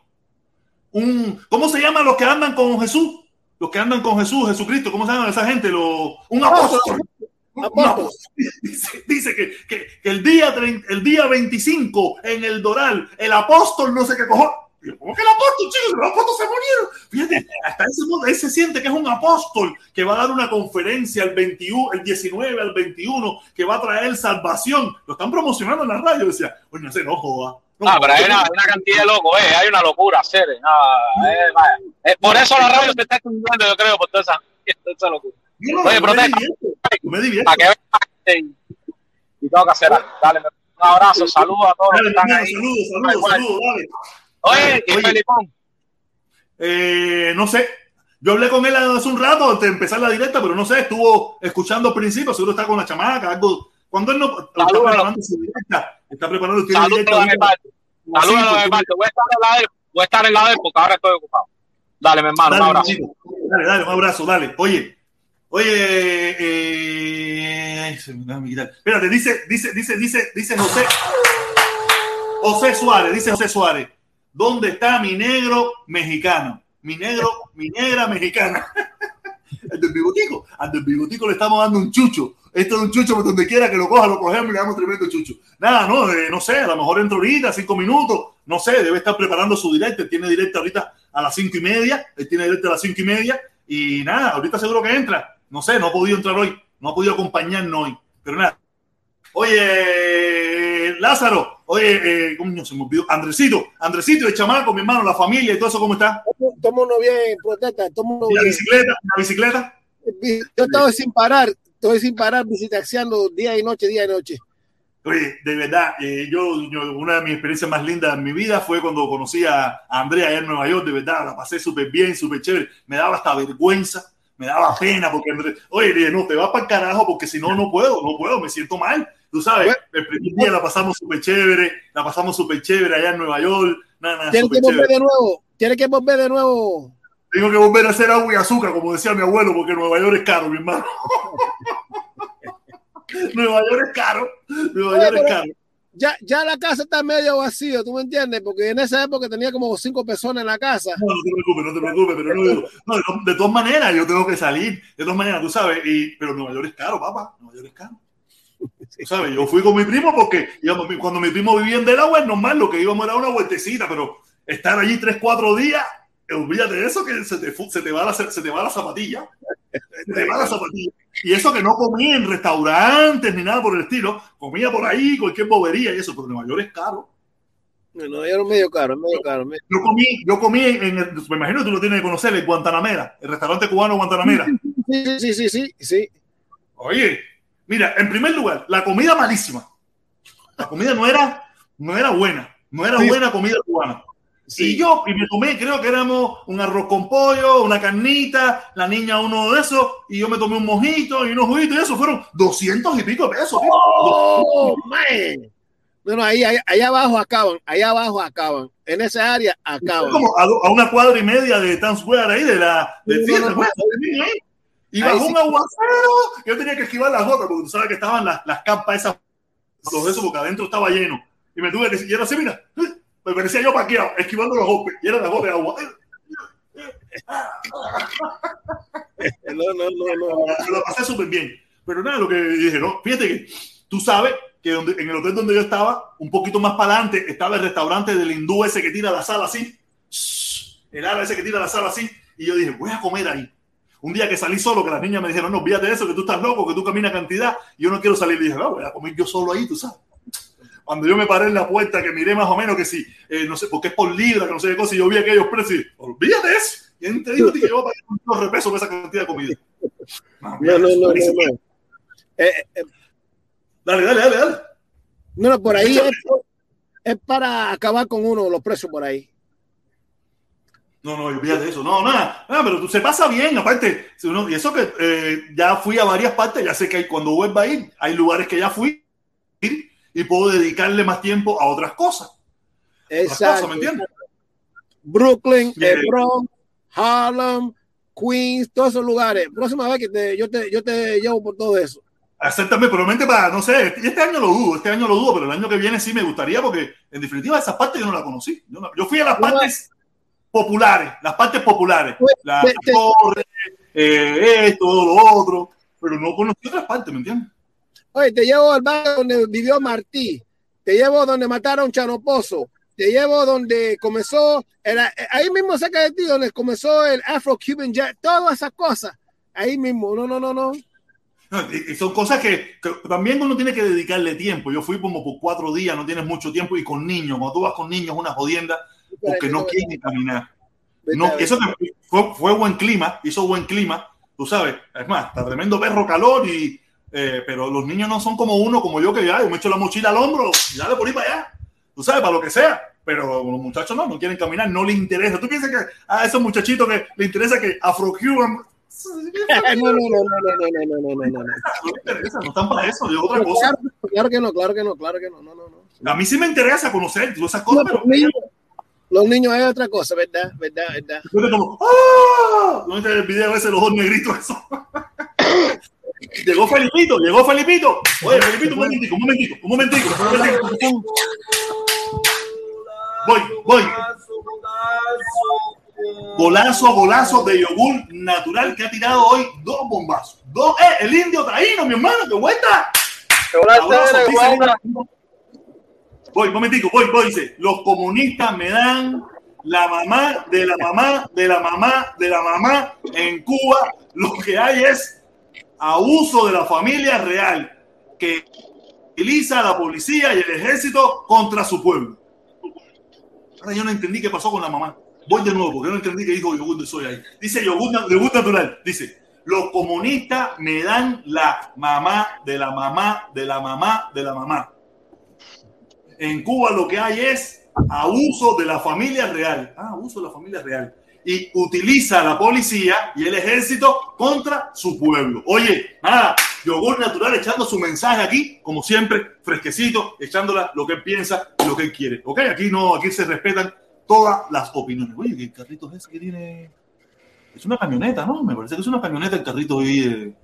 Un, ¿cómo se llaman los que andan con Jesús? Los que andan con Jesús, Jesucristo, ¿cómo se llaman esa gente? Los, un apóstol. No, dice, dice que, que, que el, día treinta, el día veinticinco en el Doral, el apóstol no sé qué cojones. ¿Cómo que el apóstol, chicos? Los apóstoles se murieron. Fíjate, hasta ese modo, ahí se siente que es un apóstol que va a dar una conferencia el, veintiuno, el diecinueve al veintiuno, que va a traer salvación. Lo están promocionando en la radio. Decía, oye, no sé, no joda. No, ah, pero hay una, una cantidad de locos, eh, hay una locura, seres. No, eh, eh, por eso la radio se está escuchando, yo creo, por toda esa, toda esa locura. No, no, oye, protesta. Me divierto. Para que veas y tengo que hacer. Dale, un abrazo, saludos a todos. Dale, los que están ahí. Saludos, saludos, saludos, dale. Oye, ¿y Felipón? Eh, no sé. Yo hablé con él hace un rato antes de empezar la directa, pero no sé, estuvo escuchando al principio, seguro está con la chamaca, algo. Cuando él no está preparando su directa, está preparando su directa. Saludos de parte. Saludos de parte. Voy a estar en la de, voy a estar en la de porque ahora estoy ocupado. Dale, mi hermano, dale, un abrazo. Chico. Dale, dale, un abrazo, dale. Oye, oye, eh, se me da mi guitarra. Espérate, dice, dice, dice, dice, dice José, José Suárez, dice José Suárez, ¿dónde está mi negro mexicano? Mi negro, mi negra mexicana. El del bigotico, al del bigotico le estamos dando un chucho. Esto es un chucho, por donde quiera que lo coja, lo cogemos y le damos tremendo chucho. Nada, no, eh, no sé, a lo mejor entra ahorita, cinco minutos, no sé, debe estar preparando su directa. Él tiene directa ahorita a las cinco y media, él tiene directa a las cinco y media, y nada, ahorita seguro que entra. No sé, no ha podido entrar hoy, no ha podido acompañarnos hoy, pero nada. Oye, Lázaro, Oye, eh, coño, se me olvidó. Andresito, Andresito, el chamaco, mi hermano, la familia y todo eso, ¿cómo está? Todo mundo bien, protesta, todo mundo bien. ¿La bicicleta? ¿La bicicleta? Yo estoy sin parar, estoy sin parar visitaxeando día y noche, día y noche. Oye, de verdad, eh, yo, yo, una de mis experiencias más lindas en mi vida fue cuando conocí a, a Andrea allá en Nueva York. De verdad, la pasé súper bien, súper chévere. Me daba hasta vergüenza, me daba pena porque Andrea, oye, dije, no, te vas para el carajo porque si no, no puedo, no puedo, me siento mal. Tú sabes, el primer día la pasamos súper chévere, la pasamos súper chévere allá en Nueva York. Nada, nada, Tienes que volver chévere. de nuevo, tienes que volver de nuevo. Tengo que volver a hacer agua y azúcar, como decía mi abuelo, porque Nueva York es caro, mi hermano. Nueva York es caro, Nueva Oye, York es caro. Ya, ya la casa está medio vacía, ¿tú me entiendes? Porque en esa época tenía como cinco personas en la casa. No, no te preocupes, no te preocupes, pero no, no, de, de todas maneras yo tengo que salir, de todas maneras, tú sabes, y, pero Nueva York es caro, papá, Nueva York es caro. Tú sabes, yo fui con mi primo porque íbamos, cuando mi primo vivía en Delaware, normal, lo que íbamos era una vueltecita, pero estar allí tres, cuatro días, olvídate de eso que se te, se te va la, se te va la zapatilla, se te va la zapatilla. Y eso que no comía en restaurantes ni nada por el estilo, comía por ahí cualquier bobería y eso, pero Nueva York es caro. No, Nueva York es medio caro, es medio caro. Medio... Yo comí, yo comí en el, me imagino que tú lo tienes que conocer, el Guantanamera, el restaurante cubano Guantanamera. Sí, sí, sí, sí, sí. Oye, mira, en primer lugar, la comida malísima. La comida no era, no era buena, no era sí. buena comida cubana. Sí. Y yo, y me tomé, creo que éramos un arroz con pollo, una carnita, la niña uno de esos, y yo me tomé un mojito y unos juguitos, y eso fueron doscientos y pico de pesos. ¡Oh, man! No, no, ahí, ahí, ahí abajo acaban, ahí abajo acaban, en esa área acaban. Como a, a una cuadra y media de Times Square ahí, de la... De no, no, no, no. Y bajó sí. un aguacero, yo tenía que esquivar las gotas, porque tú sabes que estaban las, las campas esas, los de esos, porque adentro estaba lleno. Y me tuve que... Y era así, mira... Me parecía yo paqueado, esquivando los golpes, y era la gota de agua. No, no, no, no. Lo pasé súper bien. Pero nada, lo que dije, no, fíjate que tú sabes que donde, en el hotel donde yo estaba, un poquito más para adelante, estaba el restaurante del hindú ese que tira la sal así. El árabe ese que tira la sal así. Y yo dije, voy a comer ahí. Un día que salí solo, que las niñas me dijeron, no, olvídate de eso, que tú estás loco, que tú caminas cantidad. Y yo no quiero salir. Y dije, no, voy a comer yo solo ahí, tú sabes. Cuando yo me paré en la puerta, que miré más o menos que si, eh, no sé, porque es por libra, que no sé qué cosa, y yo vi aquellos precios, olvídate de eso. ¿Quién te dijo que yo voy a pagar unos repesos por esa cantidad de comida? No, no, no, no, no, no. Eh, eh, dale, dale, dale, dale. No, no, por ahí es, es para acabar con uno de los precios por ahí. No, no, olvídate de eso. No, nada, nada, pero tú, se pasa bien, aparte. Y eso que eh, ya fui a varias partes, ya sé que hay, cuando vuelva a ir, hay lugares que ya fui y puedo dedicarle más tiempo a otras cosas. Exacto. Otras cosas, ¿me entiendes? Brooklyn, yeah. el Bronx, Harlem, Queens, todos esos lugares. Próxima vez que te, yo, te, yo te llevo por todo eso. Exactamente, probablemente para, no sé, este año lo dudo, este año lo dudo, pero el año que viene sí me gustaría porque, en definitiva, esas partes yo no las conocí. Yo, no, yo fui a las partes populares, las partes populares. La torre, eh, esto, lo otro, pero no conocí otras partes, ¿me entiendes? Oye, te llevo al barrio donde vivió Martí, te llevo donde mataron Chano Pozo, te llevo donde comenzó, era, ahí mismo cerca de ti, donde comenzó el Afro-Cuban Jet, todas esas cosas, ahí mismo, no, no, no, no. Y son cosas que, que también uno tiene que dedicarle tiempo. Yo fui como por cuatro días, no tienes mucho tiempo, y con niños, cuando tú vas con niños, una jodienda, porque no quieren caminar. No, eso que fue, fue buen clima, hizo buen clima, tú sabes, es más, está tremendo perro calor y Eh, pero los niños no son como uno, como yo, que ya yo me echo la mochila al hombro y dale por ahí para allá, tú sabes, para lo que sea. Pero los muchachos no, no quieren caminar, no les interesa. ¿Tú piensas que a esos muchachitos que les interesa que Afro-Cuban? No, no, no, no, no, no, no, no, no, no, no. No les interesa, no están para eso, es otra cosa. Claro, claro que no, claro que no, claro que no, no, no, no. A mí sí me interesa conocer todas esas cosas, no, pero... Los niños, los niños es otra cosa, ¿verdad? ¿Verdad? ¿Verdad? Como, ¡ah! ¿No viste el video ese, los dos negritos, eso? Llegó Felipito, llegó Felipito. Oye, Felipito, un momentico, un momentico, un momentico. Un momentico. Voy, voy. Golazo a golazo de yogur natural que ha tirado hoy dos bombazos. Dos, eh, el indio taíno, mi hermano, que vuelta. Voy, un momentico, voy, voy, dice. Los comunistas me dan la mamá de la mamá de la mamá de la mamá en Cuba. Lo que hay es abuso de la familia real, que utiliza a la policía y el ejército contra su pueblo. Ahora yo no entendí qué pasó con la mamá. Voy de nuevo, porque yo no entendí qué dijo Yogur de Soya ahí. Dice Yogur, Yogur Natural, dice, los comunistas me dan la mamá de la mamá de la mamá de la mamá. En Cuba lo que hay es abuso de la familia real. Ah, abuso de la familia real. Y utiliza a la policía y el ejército contra su pueblo. Oye, nada, Yogur Natural echando su mensaje aquí, como siempre, fresquecito, echándola lo que él piensa y lo que él quiere. ¿Ok? Aquí no, aquí se respetan todas las opiniones. Oye, ¿qué carrito es ese que tiene? Es una camioneta, ¿no? Me parece que es una camioneta el carrito ahí. Eh...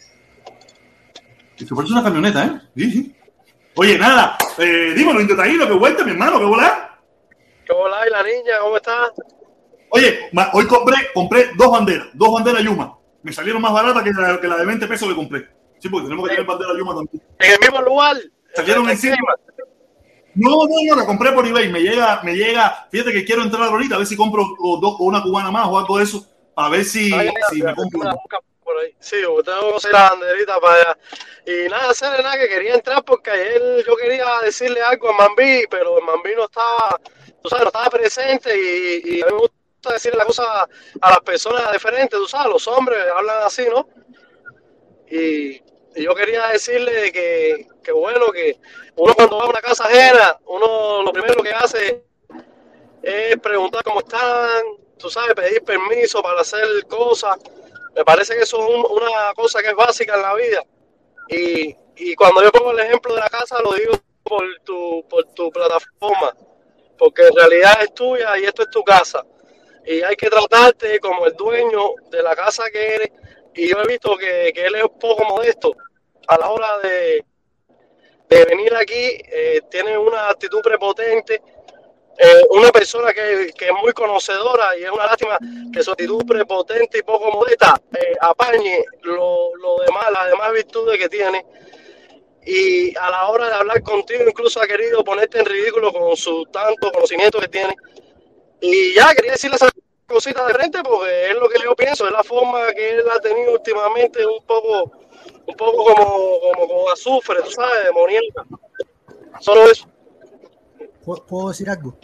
Se parece una camioneta, ¿eh? Sí, sí. Oye, nada, eh, dímelo, Indio Taíno, que vuelta, mi hermano, que volá. ¿Qué volá? ¿Y la niña? ¿Cómo está? Oye, hoy compré, compré dos banderas, dos banderas Yuma. Me salieron más baratas que la, que la de veinte pesos que compré. Sí, porque tenemos que tener banderas Yuma también. ¿En el mismo lugar? Salieron encima. No, no, no, la compré por eBay. Me llega, me llega. Fíjate que quiero entrar ahorita a ver si compro o dos, o una cubana más o algo de eso. A ver si, Ay, si ya, me compro una. Por ahí. Sí, tengo que conseguir la banderita para allá. Y nada, hacer nada, que quería entrar porque ayer yo quería decirle algo a Mambí, pero el Mambí no estaba, tú sabes, no estaba presente y, y a mí me gusta decirle las cosas a las personas diferentes, tú sabes, los hombres hablan así, ¿no? Y, y yo quería decirle que, que bueno, que uno cuando va a una casa ajena, uno lo primero que hace es preguntar cómo están, tú sabes, pedir permiso para hacer cosas. Me parece que eso es un, una cosa que es básica en la vida. Y, y cuando yo pongo el ejemplo de la casa, lo digo por tu, por tu plataforma, porque en realidad es tuya y esto es tu casa. Y hay que tratarte como el dueño de la casa que eres. Y yo he visto que, que él es un poco modesto a la hora de, de venir aquí, eh, tiene una actitud prepotente. Eh, una persona que, que es muy conocedora y es una lástima que su actitud prepotente y poco modesta eh, apañe lo, lo demás, las demás virtudes que tiene, y a la hora de hablar contigo incluso ha querido ponerte en ridículo con su tanto conocimiento que tiene. Y ya quería decirle esas cositas de frente porque es lo que yo pienso, es la forma que él ha tenido últimamente, un poco un poco como, como, como azufre, tú sabes, demoníaca. Solo eso. ¿Puedo decir algo?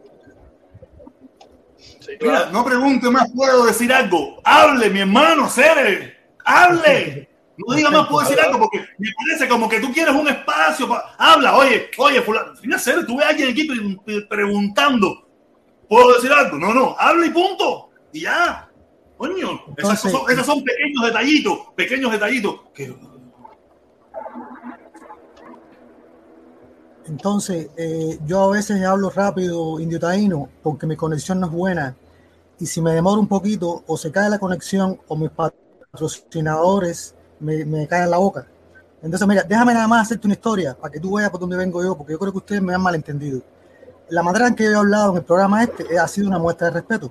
Sí, claro. Mira, no pregunte más, puedo decir algo. Hable, mi hermano, Cere. Hable. No diga más, puedo decir algo, porque me parece como que tú quieres un espacio. Pa... Habla, oye, oye, fulano. Mira, Cere, tú ves a alguien aquí pre preguntando. ¿Puedo decir algo? No, no, habla y punto. Y ya. Coño, Entonces, esas, son, esas son pequeños detallitos, pequeños detallitos. Que... Entonces, eh, yo a veces hablo rápido, Indio Taíno, porque mi conexión no es buena. Y si me demoro un poquito, o se cae la conexión, o mis patrocinadores me, me caen en la boca. Entonces, mira, déjame nada más hacerte una historia, para que tú veas por dónde vengo yo, porque yo creo que ustedes me han malentendido. La manera en que yo he hablado en el programa este ha sido una muestra de respeto.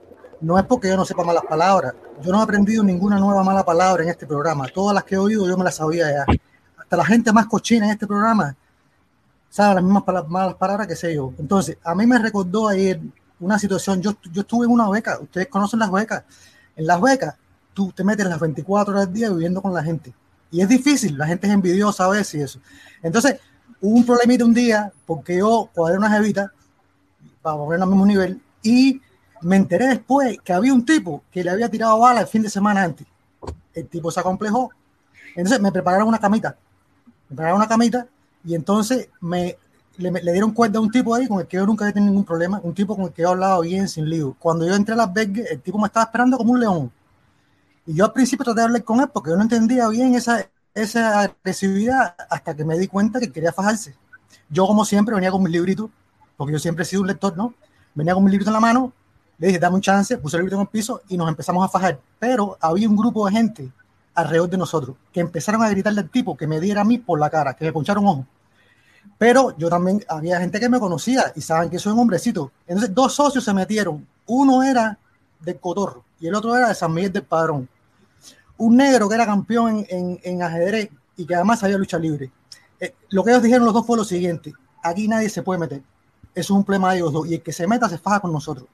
No es porque yo no sepa malas palabras. Yo no he aprendido ninguna nueva mala palabra en este programa. Todas las que he oído yo me las sabía ya. Hasta la gente más cochina en este programa sabe las mismas palabras, malas palabras que sé yo. Entonces, a mí me recordó ayer una situación. Yo, yo estuve en una beca. Ustedes conocen las becas. En las becas, tú te metes las veinticuatro horas del día viviendo con la gente. Y es difícil. La gente es envidiosa a veces y eso. Entonces, hubo un problemita un día porque yo cuadré una jevita para ponerla al mismo nivel y me enteré después que había un tipo que le había tirado bala el fin de semana antes. El tipo se acomplejó. Entonces me prepararon una camita. Me prepararon una camita y entonces me, le, le dieron cuerda a un tipo ahí con el que yo nunca había tenido ningún problema. Un tipo con el que yo hablaba bien, sin lío. Cuando yo entré a las Vegas, el tipo me estaba esperando como un león. Y yo al principio traté de hablar con él porque yo no entendía bien esa, esa agresividad hasta que me di cuenta que quería fajarse. Yo, como siempre, venía con mis libritos, porque yo siempre he sido un lector, ¿no? Venía con mis libritos en la mano. Le dije, dame un chance, puse el libro en el piso y nos empezamos a fajar. Pero había un grupo de gente alrededor de nosotros que empezaron a gritarle al tipo que me diera a mí por la cara, que me poncharon ojo. Pero yo también, había gente que me conocía y saben que soy un hombrecito. Entonces dos socios se metieron. Uno era del Cotorro y el otro era de San Miguel del Padrón. Un negro que era campeón en, en, en ajedrez y que además sabía lucha libre. Eh, lo que ellos dijeron los dos fue lo siguiente: aquí nadie se puede meter. Eso es un problema de ellos dos y el que se meta se faja con nosotros.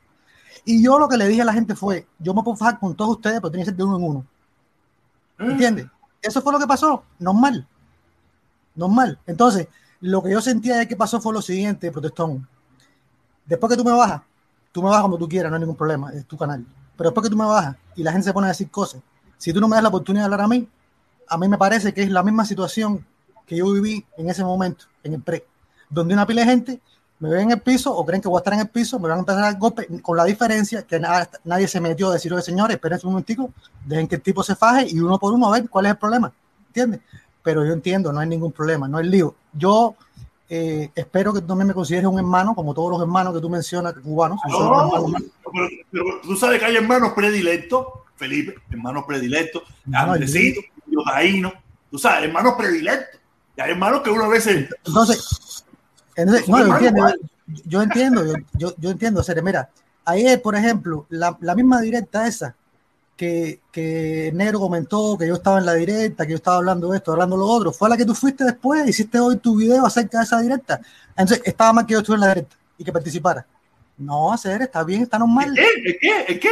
Y yo lo que le dije a la gente fue, yo me puedo fajar con todos ustedes, pero tiene que ser de uno en uno. ¿Entiendes? Eso fue lo que pasó, normal. normal. Entonces, lo que yo sentía de que pasó fue lo siguiente, protestón. Después que tú me bajas, tú me bajas como tú quieras, no hay ningún problema, es tu canal. Pero después que tú me bajas y la gente se pone a decir cosas, si tú no me das la oportunidad de hablar a mí, a mí me parece que es la misma situación que yo viví en ese momento, en el pre, donde una pila de gente me ve en el piso o creen que voy a estar en el piso, me van a empezar a dar golpes, con la diferencia que nada, nadie se metió a decir, oye, señores, espérense un momentico, dejen que el tipo se faje y uno por uno a ver cuál es el problema, ¿entiendes? Pero yo entiendo, no hay ningún problema, no hay lío. Yo eh, espero que tú también me consideres un hermano, como todos los hermanos que tú mencionas, cubanos. No, pero, pero tú sabes que hay hermanos predilectos, Felipe, hermanos predilectos, Andresito, Yotaíno, tú sabes, hermanos predilectos. Y hay hermanos que uno a veces... Entonces, entonces no, yo entiendo, yo, yo entiendo, yo, yo, yo entiendo, Cere, mira, ayer, por ejemplo, la, la misma directa esa, que, que Negro comentó que yo estaba en la directa, que yo estaba hablando de esto, hablando de lo otro, fue a la que tú fuiste después, hiciste hoy tu video acerca de esa directa. Entonces, estaba mal que yo estuviera en la directa y que participara. No, Cere, está bien, está normal. ¿El qué? ¿El qué? ¿El qué?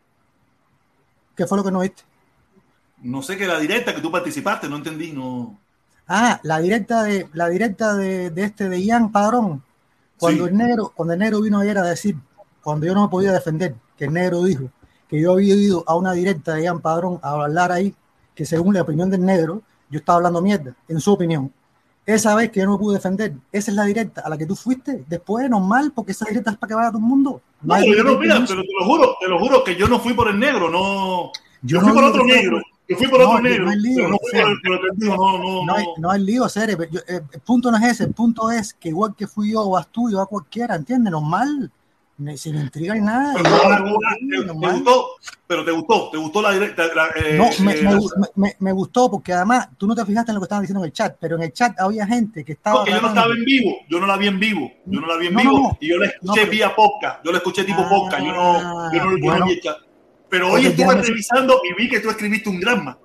¿Qué fue lo que no viste? No sé, que la directa que tú participaste, no entendí, no... Ah, la directa de la directa de, de este de Ian Padrón, cuando sí. el negro, cuando el negro vino ayer a decir, cuando yo no me podía defender, que el negro dijo que yo había ido a una directa de Ian Padrón a hablar ahí, que según la opinión del negro, yo estaba hablando mierda, en su opinión. Esa vez que yo no me pude defender, esa es la directa a la que tú fuiste, después normal, porque esa directa es para que vaya todo el mundo. No, no yo no, mira, pero te lo juro, te lo juro que yo no fui por el negro, no, yo, yo fui no por otro negro. Yo fui por no, otro negro. No hay lío, no, fui por el, por el, no, no, no, hay, no hay lío, Cere. Yo, eh, el punto no es ese. El punto es que igual que fui yo o vas tú, yo a cualquiera, ¿entiendes? Normal. Sin intriga ni nada. Pero, no, no, te, te gustó, pero te gustó, te gustó la directa. La, eh, no, me, eh, me, la... me, me gustó porque además tú no te fijaste en lo que estaban diciendo en el chat, pero en el chat había gente que estaba. Porque yo no estaba en vivo, yo no la vi en vivo, yo no la vi en no, vivo no, no. y yo la escuché no, vía podcast, yo la escuché tipo ah, podcast, yo no, yo no, yo bueno, no vi el chat. Pero hoy estuve revisando y vi que tú escribiste un gramma.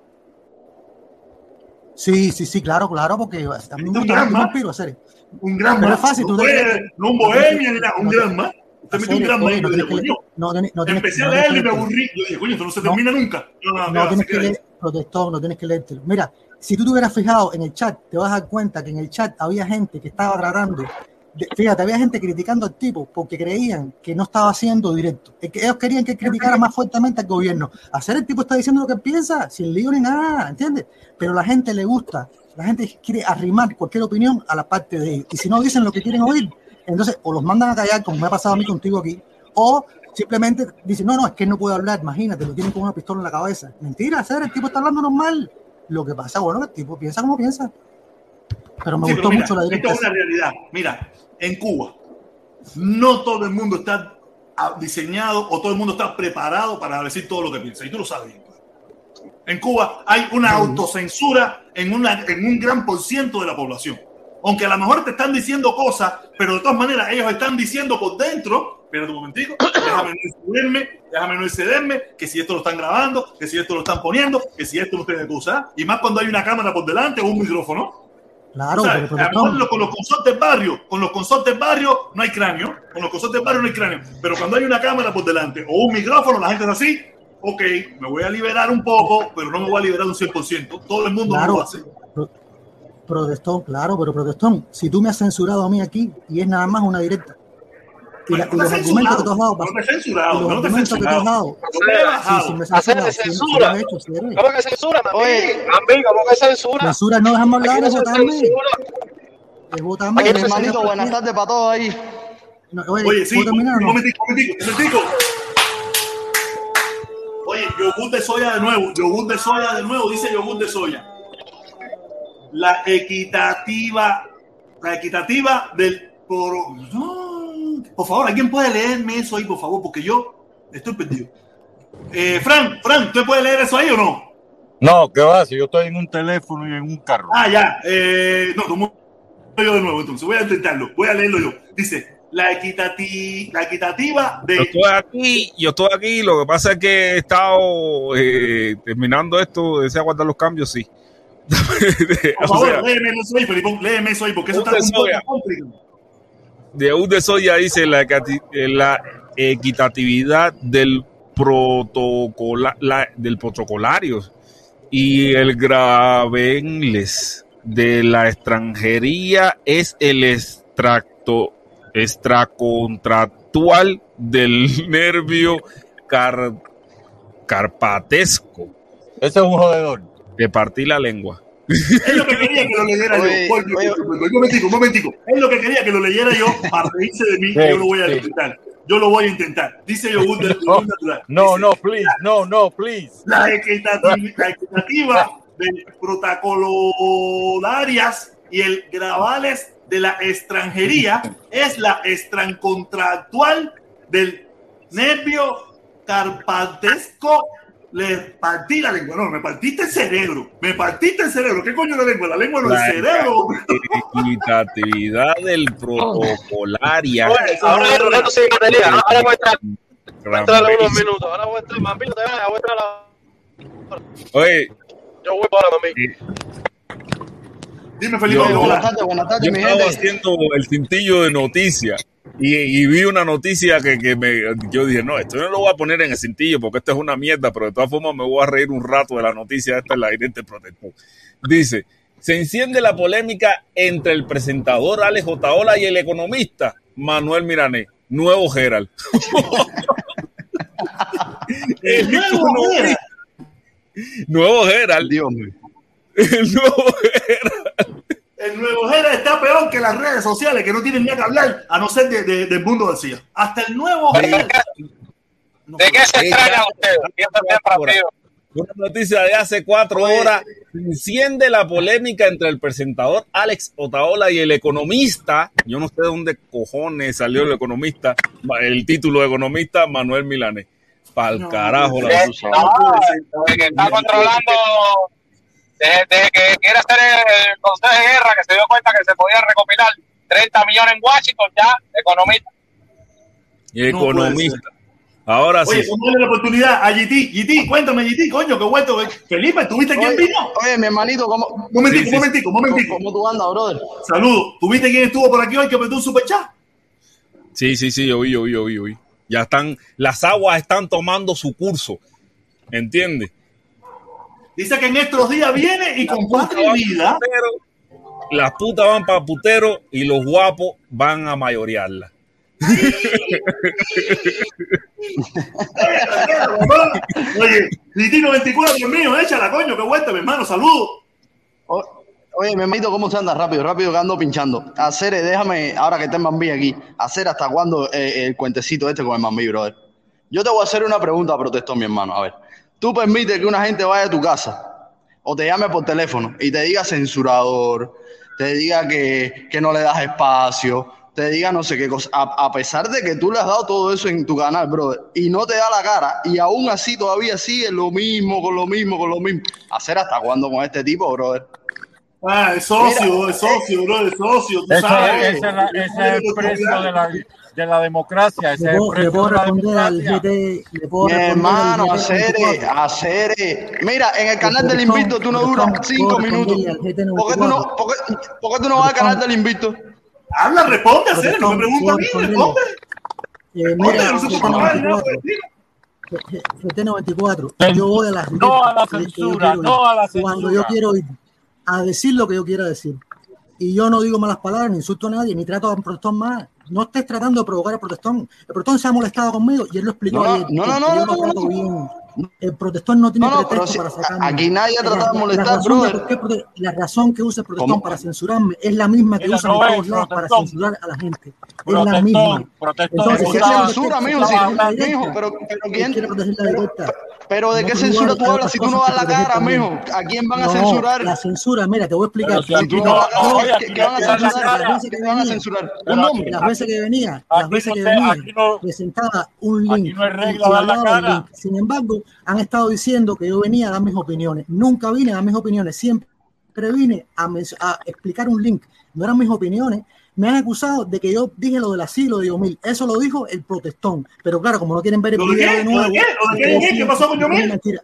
Sí, sí, sí, claro, claro, porque a mí me gusta un vampiro, hacer. Un gran no más. es fácil, no, tú fue, no un bohemia, ni nada, un gran más. Usted metió un gran más. No tienes que leer. No, no, empecé a leerlo y me aburrí. Yo dije, coño, esto no se termina nunca. No, no, no tienes que leer, protestó, no tienes que leértelo. Mira, si tú te hubieras fijado en el chat, te vas a dar cuenta que en el chat había gente que estaba tratando. De, fíjate, había gente criticando al tipo porque creían que no estaba haciendo directo. Es que ellos querían que criticara más fuertemente al gobierno. Hacer el tipo está diciendo lo que piensa, sin lío ni nada, ¿entiendes? Pero a la gente le gusta. La gente quiere arrimar cualquier opinión a la parte de ellos. Y si no dicen lo que quieren oír, entonces o los mandan a callar, como me ha pasado a mí contigo aquí, o simplemente dicen, no, no, es que él no puede hablar, imagínate, lo tienen con una pistola en la cabeza. Mentira, hacer el tipo está hablando normal. Lo que pasa, bueno, el tipo piensa como piensa. Pero me sí, gustó pero mira, mucho la directa. Esto es una realidad. Mira, en Cuba, no todo el mundo está diseñado o todo el mundo está preparado para decir todo lo que piensa. Y tú lo sabes bien. En Cuba hay una autocensura en, una, en un gran por ciento de la población. Aunque a lo mejor te están diciendo cosas, pero de todas maneras ellos están diciendo por dentro, espérate un momentico, déjame no excederme, déjame no excederme, que si esto lo están grabando, que si esto lo están poniendo, que si esto no tiene que usar, y más cuando hay una cámara por delante o un micrófono. Claro, o sea, pero, pero, a lo mejor con los consortes barrio, con los consortes barrio no hay cráneo, con los consortes barrio no hay cráneo, pero cuando hay una cámara por delante o un micrófono, la gente es así. Ok, me voy a liberar un poco, pero no me voy a liberar un cien por ciento. Todo el mundo claro, lo hace. Pro, protestón, claro, pero protestón, si tú me has censurado a mí aquí y es nada más una directa. Y, bueno, la, y los argumentos que tú has dado. No te he censurado, los no te he argumentos que tú has dado. Hacer de censura. ¿Cómo que censura? Oye, amigo, ¿cómo que censura? Censura no dejamos hablar, es votarme. Es votarme. Oye, hermanito, buenas tardes para todos ahí. No, oye, oye, sí, un momentico, un momentico, un momentico. Oye, yogur de soya de nuevo, yogur de soya de nuevo, dice yogur de soya. La equitativa, la equitativa del... Por, no, por favor, ¿alguien puede leerme eso ahí, por favor? Porque yo estoy perdido. Eh, Fran, Fran, ¿usted puede leer eso ahí o no? No, ¿qué va? Si yo estoy en un teléfono y en un carro. Ah, ya. Eh, no, tomo yo de nuevo, entonces voy a intentarlo, voy a leerlo yo. Dice... La, equitati la equitativa de... Yo estoy aquí, yo estoy aquí, lo que pasa es que he estado eh, terminando esto, desea guardar los cambios, sí. Por favor, sea, léeme eso ahí, Felipe, léeme eso ahí, porque eso está un poco complicado. De U de Soya dice la, la equitatividad del, protocola, la, del protocolario y el gravenles. de la extranjería es el extracto extracontractual del nervio car, carpatesco. Ese es un jodedor. De partir la lengua. Es lo que quería que lo leyera Oye, yo. oye. Un momentico, un momentico. Es lo que quería que lo leyera yo para reírse de mí. Sí, yo lo voy a sí. intentar. Yo lo voy a intentar. Dice Yogur del No, Natural. no, Dice, no, please, no, no, please. La equitativa, la equitativa de protocolarias y el gravales de la extranjería es la extracontractual del nervio carpatesco. Le partí la lengua, no, me partiste el cerebro, me partiste el cerebro. ¿Qué coño de lengua? La lengua no es el cerebro. La equitatividad del protocolaria. Oye, ahora es Roberto sin batería. Ahora voy a entrar. Voy a entrar unos minutos. Ahora voy a entrar. Mami, no te vayas. Voy a entrar a la... Oye, Yo voy para mami. Dime, Felipe. Yo- hola. Buenas tardes, buenas tardes, yo mi estaba gente. haciendo el cintillo de noticias y, y vi una noticia que, que me, yo dije, no, esto no lo voy a poner en el cintillo porque esto es una mierda, pero de todas formas me voy a reír un rato de la noticia esta en la gerente protector. Dice, se enciende la polémica entre el presentador Alex Otaola y el economista Manuel Milanés, nuevo Gerald. El nuevo Gerald. Nuevo Gerald. Dios mío. El nuevo Gerald. El nuevo Gerald está peor que las redes sociales que no tienen ni que hablar a no ser de, de, del mundo del C I A. Hasta el nuevo Gerald. No, ¿De qué se extraña usted? Yo también partido. Una noticia de hace cuatro Oye. horas. Enciende la polémica entre el presentador Alex Otaola y el economista. Yo no sé de dónde cojones salió el economista, el título de economista Manuel Milanés. Pa'l No, carajo no, la No, usa. desde que está controlando, desde, desde que quiere hacer el consejo de guerra, que se dio cuenta que se podía recopilar treinta millones en Washington, ya, economista. Y economista. Ahora Oye, sí. ¿cómo darle la oportunidad a G T? G T, cuéntame, G T, coño, qué vuelto. Felipe, ¿tuviste quién Oye, vino? oye, mi hermanito, ¿cómo, Momentico, Sí, sí, momentico, momentico. ¿cómo tú andas, brother? Saludos. ¿Tuviste quién estuvo por aquí hoy que metió un superchat? Sí, sí, sí, yo vi, yo vi, yo vi, yo vi. Ya están, las aguas están tomando su curso. ¿Entiendes? Dice que en estos días viene y comparte vida. Las putas van para putero y los guapos van a mayorearla. Oye, G T noventa y cuatro, mío, échala, coño, qué vuelta, mi hermano, saludos. O- Oye, mi hermanito, ¿cómo se anda? Rápido, rápido, que ando pinchando. Hacer, eh, déjame, ahora que está el Mambí aquí, hacer hasta cuándo eh, el cuentecito este con el Mambí, brother. Yo te voy a hacer una pregunta, protestón, mi hermano. A ver, ¿tú permites que una gente vaya a tu casa o te llame por teléfono y te diga censurador, te diga que, que no le das espacio, te diga no sé qué cosa, a, a pesar de que tú le has dado todo eso en tu canal, brother, y no te da la cara, y aún así todavía sigue lo mismo, con lo mismo, con lo mismo? ¿Hacer hasta cuándo con este tipo, brother? Ah, es socio, es socio, bro, es socio, tú Ese, sabes. ese es la- ese es el precio de la, de la democracia. Ese Le es el puedo, le precio puedo de la responder al democracia. G T, le puedo Mi responder hermano, al G T hacer, veinticuatro. hacer. Mira, en el canal del Protestón, Invicto tú no protestón, duras cinco puedo minutos. responderle al G T ¿Por qué tú no, por qué, por qué tú no vas al canal del Invicto? Habla, responde, hacer, no me Protestón, pregunta a mí, puedo responde. Eh, Oye, mira, no se G T puede hablar, no, noventa y cuatro, pues, dime. G T noventa y cuatro, yo voy a la No a la que- que yo censura, quiero ir, no a la cuando censura. yo quiero ir a decir lo que yo quiera decir. Y yo no digo malas palabras, ni insulto a nadie, ni trato a un protestón más. No estés tratando de provocar al protestón. El protestón se ha molestado conmigo y él lo explicó No, ayer. no, que- no, que no, yo no, trato no. bien. El protestón no tiene No, no, pero pretexto si- para sacarme. aquí nadie ha La- tratado de la- molestar, la razón de brother. por qué prote- La razón que usa el protestón ¿Cómo? para censurarme es la misma que Mira, usan no en es todos lados para protestón. censurar a la gente. Es la Protestón, misma. protestón. Entonces, ¿Pero si qué quiere censura, proteger- mijo? si Si- quiere la mijo, directa, pero, pero él ¿quién? quiere proteger la directa. Pero ¿de En qué otro censura lugar tú hay hablas otras si tú no cosas das la que proteger cara, también. mijo? ¿A quién van a No, censurar? la censura, mira, te voy a explicar. Pero te voy a si tú explicar. no- no, Yo- oye, aquí ¿Qué, no qué van a hay que dar la censurar? cara. las veces ¿Qué que van a venía, censurar? Un Pero nombre. las veces que venía, Aquí las veces no que se- venía, aquí no- presentaba un link. aquí no hay regla y- y dar la hablaba del cara. link. Sin embargo, han estado diciendo que yo venía a dar mis opiniones. Nunca vine a dar mis opiniones, siempre vine a, men- a explicar un link. No eran mis opiniones. Me han acusado de que yo dije lo del asilo de Yomil. Eso lo dijo el protestón. Pero claro, como no quieren ver el ¿Lo de video qué? de ¿Lo nuevo, de qué? ¿Lo de qué, ustedes Yomil? ¿Qué siguen pasó con diciendo Yomil? mentira.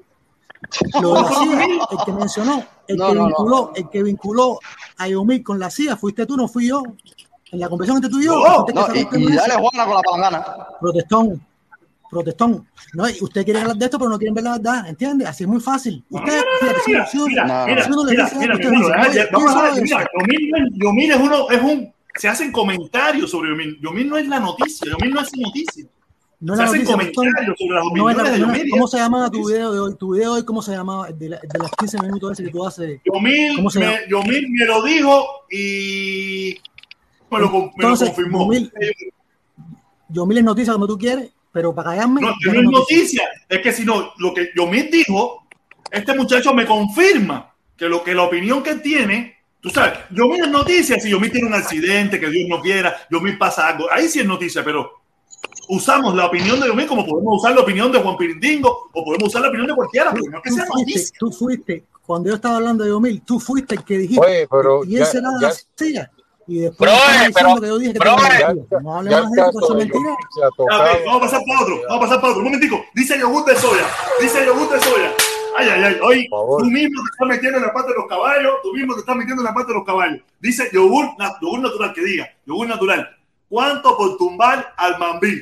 Lo de la C I A, el que mencionó, el No, que no, no. vinculó, el que vinculó a Yomil con la C I A, fuiste tú, no fui yo. En la conversación entre tú y yo, No, fuiste que No, sacó y, usted y presa. dale Juana con la palangana. Protestón, protestón. No, usted quiere hablar de esto, pero no quieren ver la verdad, ¿entiende? Así es muy fácil. Usted, fíjate, si, si uno, Mira, mira, si uno le mira, dice, mira, usted mira, dice, mira, oye, ya, vamos ¿quién a ver, sabe mira, eso? Yomil, no es- Yomil es uno, es un, se hacen comentarios sobre Yomil. Yomil no es la noticia, Yomil no es noticia. No es Se la hacen noticia, Protestón. comentarios sobre las No es opiniones la, de no es- Yomil. ¿Cómo se llamaba tu video de hoy? Tu video de hoy, ¿cómo se llamaba? De, la- de las quince minutos ese que tú haces. Yomil ¿Cómo se llama? me, Yomil me lo dijo y me lo, con- me lo Entonces, confirmó. Yomil, Yomil es noticia como tú quieres, pero para callarme, No, ya que no es noticia. Es que si no, lo que Yomil dijo, este muchacho me confirma que lo que la opinión que tiene, tú sabes, Yomil es noticia si Yomil tiene un accidente, que Dios no quiera, Yomil pasa algo, ahí sí es noticia, pero usamos la opinión de Yomil como podemos usar la opinión de Juan Pirindingo o podemos usar la opinión de cualquiera, pero no que Tú sea fuiste, noticia. tú fuiste, cuando yo estaba hablando de Yomil, tú fuiste el que dijiste, Oye, pero y él ya- se da ya- la silla. Y después Brother, estaba diciendo pero- que yo dije que brother, tenía Ya, mentira. No ya hablemos el de eso, caso son de mentiras. Yomil se ha Ya, tocado. ok, vamos a pasar para otro, vamos a pasar para otro. Un momentico, dice yogur de soya, dice yogur de soya. Ay, ay, ay, oye, Por favor. tú mismo te estás metiendo en la parte de los caballos, tú mismo te estás metiendo en la parte de los caballos. Dice yogur, na- yogur natural, que diga, yogur natural. ¿Cuánto por tumbar al Mambí?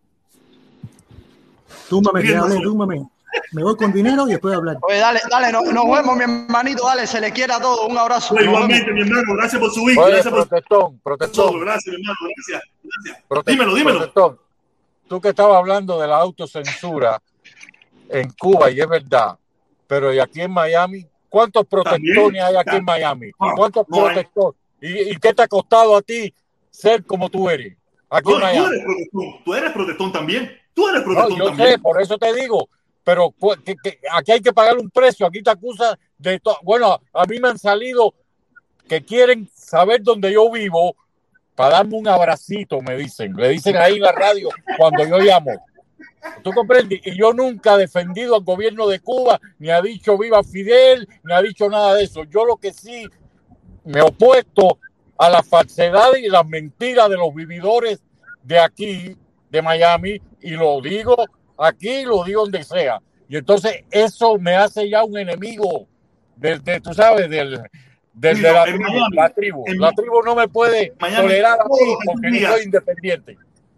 Túmbame, Bien, que hable, no sé. túmbame. Me voy con dinero y después de hablar. Oye, dale, dale, no- nos vemos, mi hermanito, dale, se le quiera a todos. Un abrazo. Oye, Nos vemos. igualmente, mi hermano, gracias por subir, Oye, gracias por protestón, todo. protestón, Gracias, mi hermano, gracias, gracias. prote- Dímelo, dímelo. protestón. Tú que estabas hablando de la autocensura en Cuba, y es verdad, pero ¿y aquí en Miami? ¿Cuántos protestones También, hay aquí también. en Miami? No, ¿Cuántos no hay. protestones? ¿Y, ¿Y qué te ha costado a ti ser como tú eres? Aquí No, en tú Miami. eres protestón, tú eres protestón también. Tú eres No, protestón yo también. sé, por eso te digo, pero pues, que, que aquí hay que pagar un precio, aquí te acusan de todo. Bueno, a mí me han salido que quieren saber dónde yo vivo para darme un abracito, me dicen, le dicen ahí en la radio cuando yo llamo. ¿Tú comprendes? Y yo nunca he defendido al gobierno de Cuba, ni ha dicho viva Fidel, ni ha dicho nada de eso. Yo lo que sí me he opuesto a la falsedad y las mentiras de los vividores de aquí, de Miami, y lo digo aquí, lo digo donde sea. Y entonces eso me hace ya un enemigo de, de tú sabes, del, del- de la En tribu, Miami, la tribu. en La tribu no me puede Miami, tolerar a todo mí lo que tú porque yo digas. soy independiente.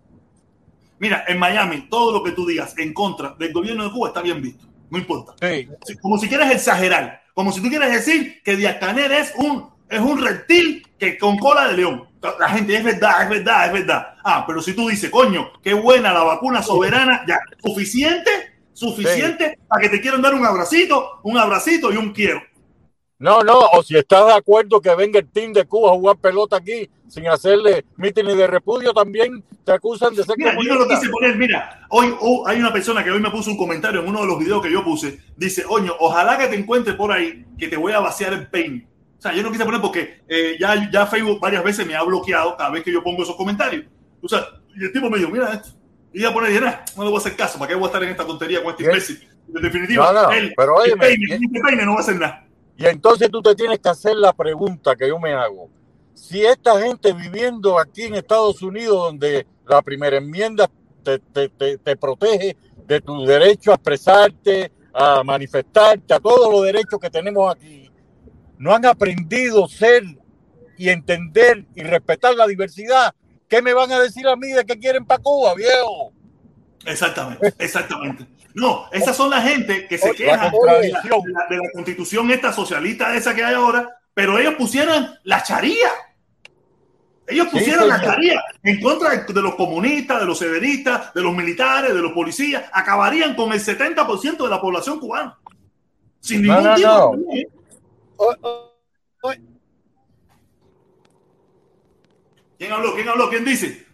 Mira, en Miami, todo lo que tú digas en contra del gobierno de Cuba está bien visto. No importa. Sí. Si- Como si quieres exagerar. Como si tú quieres decir que Díaz-Canel es un, es un reptil que con cola de león. La gente, es verdad, es verdad, es verdad. Ah, pero si tú dices, coño, qué buena la vacuna soberana, ya, suficiente, suficiente para que te quieran dar un abracito, un abracito y un quiero. No, no, o si estás de acuerdo que venga el team de Cuba a jugar pelota aquí sin hacerle mítines de repudio, también te acusan de ser Mira, yo no lo comunista. quise poner, mira, hoy, hoy hay una persona que hoy me puso un comentario en uno de los videos que yo puse, dice, oño, ojalá que te encuentres por ahí que te voy a vaciar el peine. O sea, yo no quise poner porque eh, ya, ya Facebook varias veces me ha bloqueado cada vez que yo pongo esos comentarios. O sea, y el tipo me dijo, mira esto. Y iba a poner, nah, no le voy a hacer caso, ¿para qué voy a estar en esta tontería con este Bien. imbécil? En definitiva, No, no, él, pero el óyeme, peine, bien. el peine no va a hacer nada. Y entonces tú te tienes que hacer la pregunta que yo me hago. Si esta gente viviendo aquí en Estados Unidos, donde la primera enmienda te, te, te, te protege de tu derecho a expresarte, a manifestarte, a todos los derechos que tenemos aquí, no han aprendido a ser y entender y respetar la diversidad, ¿qué me van a decir a mí de que quieren para Cuba, viejo? Exactamente, exactamente. No, esas son la gente que se La queja de la, contradicción. de la- de la constitución esta socialista esa que hay ahora, pero ellos pusieron la charía. Ellos Sí, pusieron la señor. charía en contra de, de los comunistas, de los sederistas, de los militares, de los policías. Acabarían con el setenta por ciento de la población cubana. Sin No, ningún no, tipo no. de problema, ¿eh? Oh, oh, oh. ¿Quién habló? ¿Quién habló? ¿Quién dice?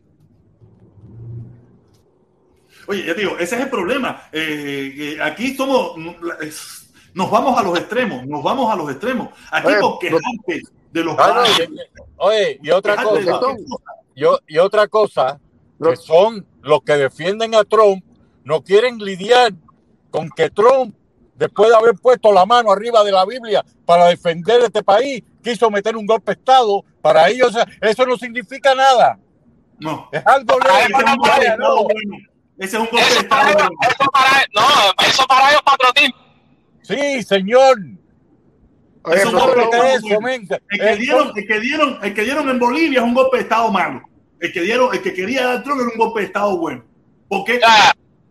Oye, ya te digo, ese es el problema. Eh, que aquí somos, nos vamos a los extremos, nos vamos a los extremos. Aquí Oye, por quejarte de los Ah, no, padres, y- oye, y otra quejarte de cosa, cualquier cosa. yo, y otra cosa, que son los que defienden a Trump, no quieren lidiar con que Trump, después de haber puesto la mano arriba de la Biblia para defender este país, quiso meter un golpe de Estado. Para ellos eso no significa nada. No. Es algo Ese leve. es un golpe de Vaya, Estado no. bueno. Ese es un golpe de Eso Estado para ellos, bueno. eso para no, eso para ellos patriotismo. Sí, señor. Eso es un ¿Tú golpe de crees Estado eso, bueno. men? El que Eh, dieron, el que dieron, el que dieron en Bolivia es un golpe de Estado malo. El que dieron, el que quería dar Trump era un golpe de Estado bueno. ¿Por qué? Ah,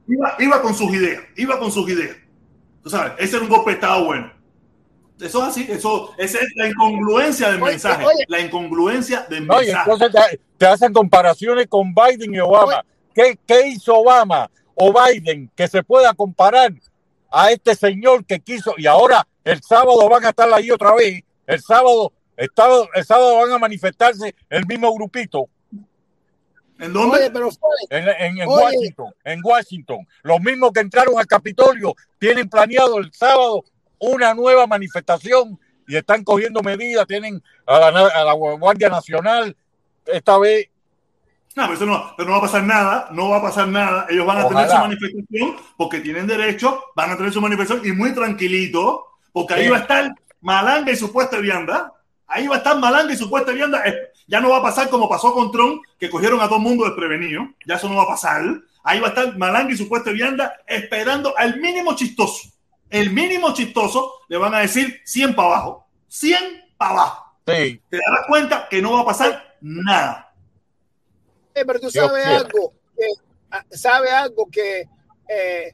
iba, iba con sus ideas, iba con sus ideas. Tú sabes, ese era un golpe de Estado bueno. Eso es así, eso, esa es la incongruencia del Oye, mensaje, oye. la incongruencia del No, y mensaje. entonces te, te hacen comparaciones con Biden y Obama. ¿Qué, ¿Qué hizo Obama o Biden que se pueda comparar a este señor que quiso? Y ahora el sábado van a estar ahí otra vez. El sábado, el sábado, el sábado van a manifestarse el mismo grupito. ¿En dónde? Oye, pero En, en, en Oye. Washington, en Washington. Los mismos que entraron al Capitolio tienen planeado el sábado una nueva manifestación y están cogiendo medidas, tienen a la, a la Guardia Nacional, esta vez. No, pero, eso no, pero no va a pasar nada, no va a pasar nada. Ellos van a Ojalá. tener su manifestación porque tienen derecho, van a tener su manifestación y muy tranquilito, porque ahí Sí. va a estar Malanga y su puesta de vianda. Ahí va a estar Malanga y su puesta de vianda. Ya no va a pasar como pasó con Trump, que cogieron a todo el mundo desprevenido. Ya eso no va a pasar. Ahí va a estar Malanga y su puesta de vianda esperando al mínimo chistoso. El mínimo chistoso le van a decir cien para abajo. cien para abajo. Sí. Te darás cuenta que no va a pasar nada. Eh, pero tú Dios sabes quiera. algo, que, sabe algo que eh,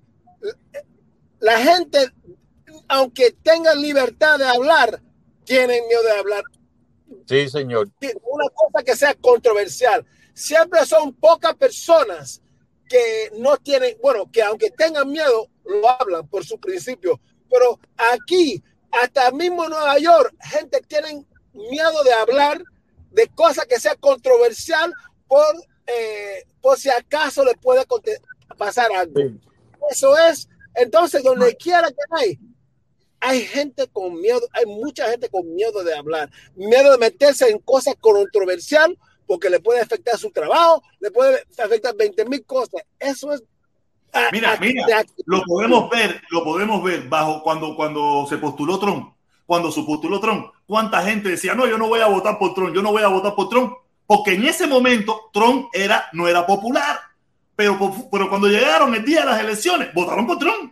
la gente, aunque tengan libertad de hablar, tienen miedo de hablar. Sí, señor. Una cosa que sea controversial. Siempre son pocas personas que no tienen, bueno, que aunque tengan miedo, lo hablan por su principio. Pero aquí, hasta mismo en Nueva York, gente tiene miedo de hablar de cosas que sea controversial por, eh, por si acaso le puede pasar algo. Sí. Eso es, entonces, donde quiera que hay, hay gente con miedo, hay mucha gente con miedo de hablar, miedo de meterse en cosas controversiales porque le puede afectar su trabajo, le puede afectar veinte mil cosas. Eso es. A, mira, a, mira, a, lo podemos ver, lo podemos ver bajo cuando, cuando se postuló Trump. Cuando se postuló Trump, cuánta gente decía, no, yo no voy a votar por Trump, yo no voy a votar por Trump, porque en ese momento Trump era, no era popular. Pero, pero cuando llegaron el día de las elecciones, votaron por Trump.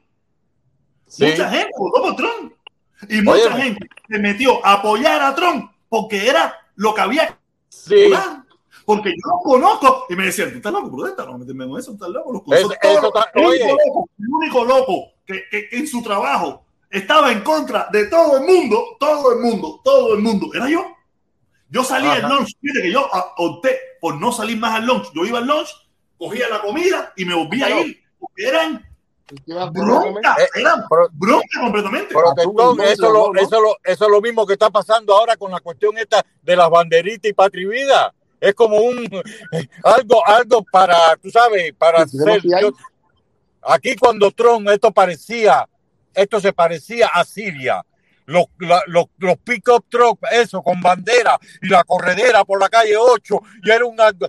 Sí. Mucha gente votó por Trump. Y mucha Óyeme. gente se metió a apoyar a Trump porque era lo que había. Sí. Porque yo lo conozco. Y me decían, tú estás loco, prudenta, no meterme con eso, estás loco. Los eso, eso está, el, oye. único loco, el único loco que, que, que en su trabajo estaba en contra de todo el mundo, todo el mundo, todo el mundo, era yo. Yo salía al lunch, fíjate que yo opté por no salir más al lunch. Yo iba al lunch, cogía la comida y me volvía a ir. Porque eran bronca, eran bronca completamente. Protestón, eso, lo, eso, lo, eso es lo mismo que está pasando ahora con la cuestión esta de las banderitas y Patria y Vida. Es como un algo, algo para, tú sabes, para sí, ser. Yo, aquí cuando Trump, esto parecía, esto se parecía a Siria. Los, la, los, los pick-up trucks, eso, con bandera y la corredera por la calle ocho, y era un algo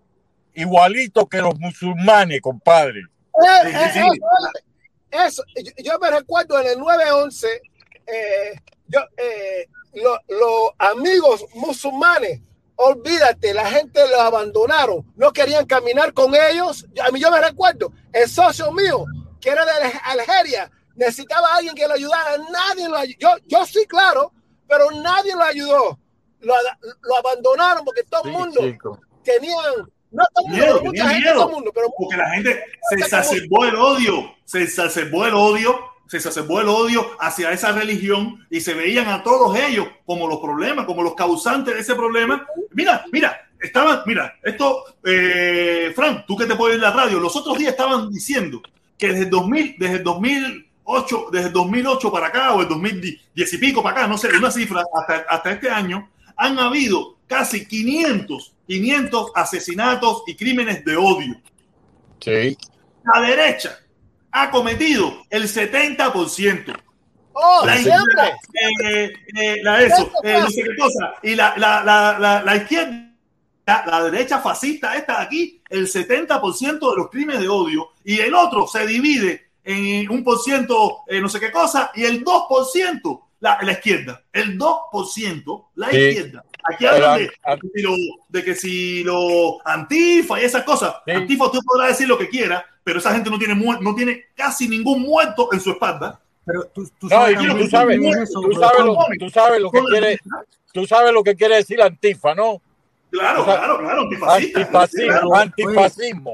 igualito que los musulmanes, compadre. Eh, eh, sí, sí. Eso, yo, yo me recuerdo en el nueve once, eh, yo, eh, los lo amigos musulmanes, olvídate, la gente los abandonaron, no querían caminar con ellos. A mí yo me recuerdo, el socio mío, que era de Algeria, necesitaba a alguien que lo ayudara, nadie lo ayudó. Yo, yo sí, claro, pero nadie lo ayudó. Lo, lo abandonaron porque todo el sí, mundo chico. tenían... No todo el mundo, mucha gente, miedo, todo el mundo, pero porque la gente se exacerbó el odio, se exacerbó el odio, se exacerbó el odio hacia esa religión y se veían a todos ellos como los problemas, como los causantes de ese problema. Mira, mira, estaban, mira, esto, eh, Frank, tú que te puedes ir a la radio, los otros días estaban diciendo que desde el dos mil, desde el dos mil ocho, desde el dos mil ocho para acá o el dos mil diez y pico para acá, no sé, una cifra hasta, hasta este año, han habido casi quinientos asesinatos y crímenes de odio. Sí. La derecha ha cometido el setenta por ciento. Oh, la izquierda, eh, eh, la eso, eh, no sé qué cosa. Y la, la, la, la, la izquierda, la, la derecha fascista esta de aquí, el setenta por ciento de los crímenes de odio. Y el otro se divide en un por ciento, eh, no sé qué cosa, y el dos por ciento la, la izquierda. El dos por ciento la sí. izquierda. Aquí hablan de, de, lo, de que si lo Antifa y esas cosas, sí. Antifa usted podrá decir lo que quiera, pero esa gente no tiene no tiene casi ningún muerto en su espalda. Pero tú, tú sabes, no, tú, sabes, tú, tú, sabes lo, tú sabes lo que quiere, tú sabes lo que quiere decir Antifa, ¿no? Claro, claro, claro, antifascista. Antifascismo, claro. antifascismo.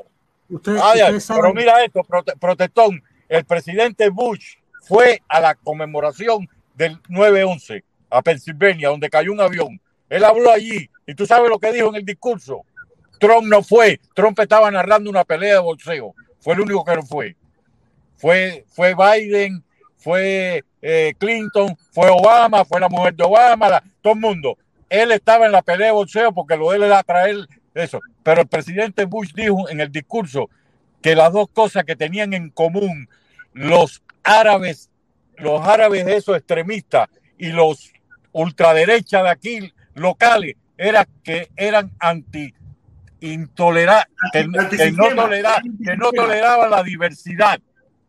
Ustedes, Ay, ustedes saben. pero mira esto, prote, protestón. El presidente Bush fue a la conmemoración del nueve once a Pensilvania, donde cayó un avión. Él habló allí y tú sabes lo que dijo en el discurso. Trump no fue. Trump estaba narrando una pelea de boxeo. Fue el único que no fue. Fue, fue Biden, fue eh, Clinton, fue Obama, fue la mujer de Obama, la, todo el mundo. Él estaba en la pelea de boxeo porque lo de él era traer eso. Pero el presidente Bush dijo en el discurso que las dos cosas que tenían en común los árabes, los árabes esos extremistas y los ultraderechas de aquí locales era que eran anti intolerantes, que, que, no tolera, que no toleraban la diversidad.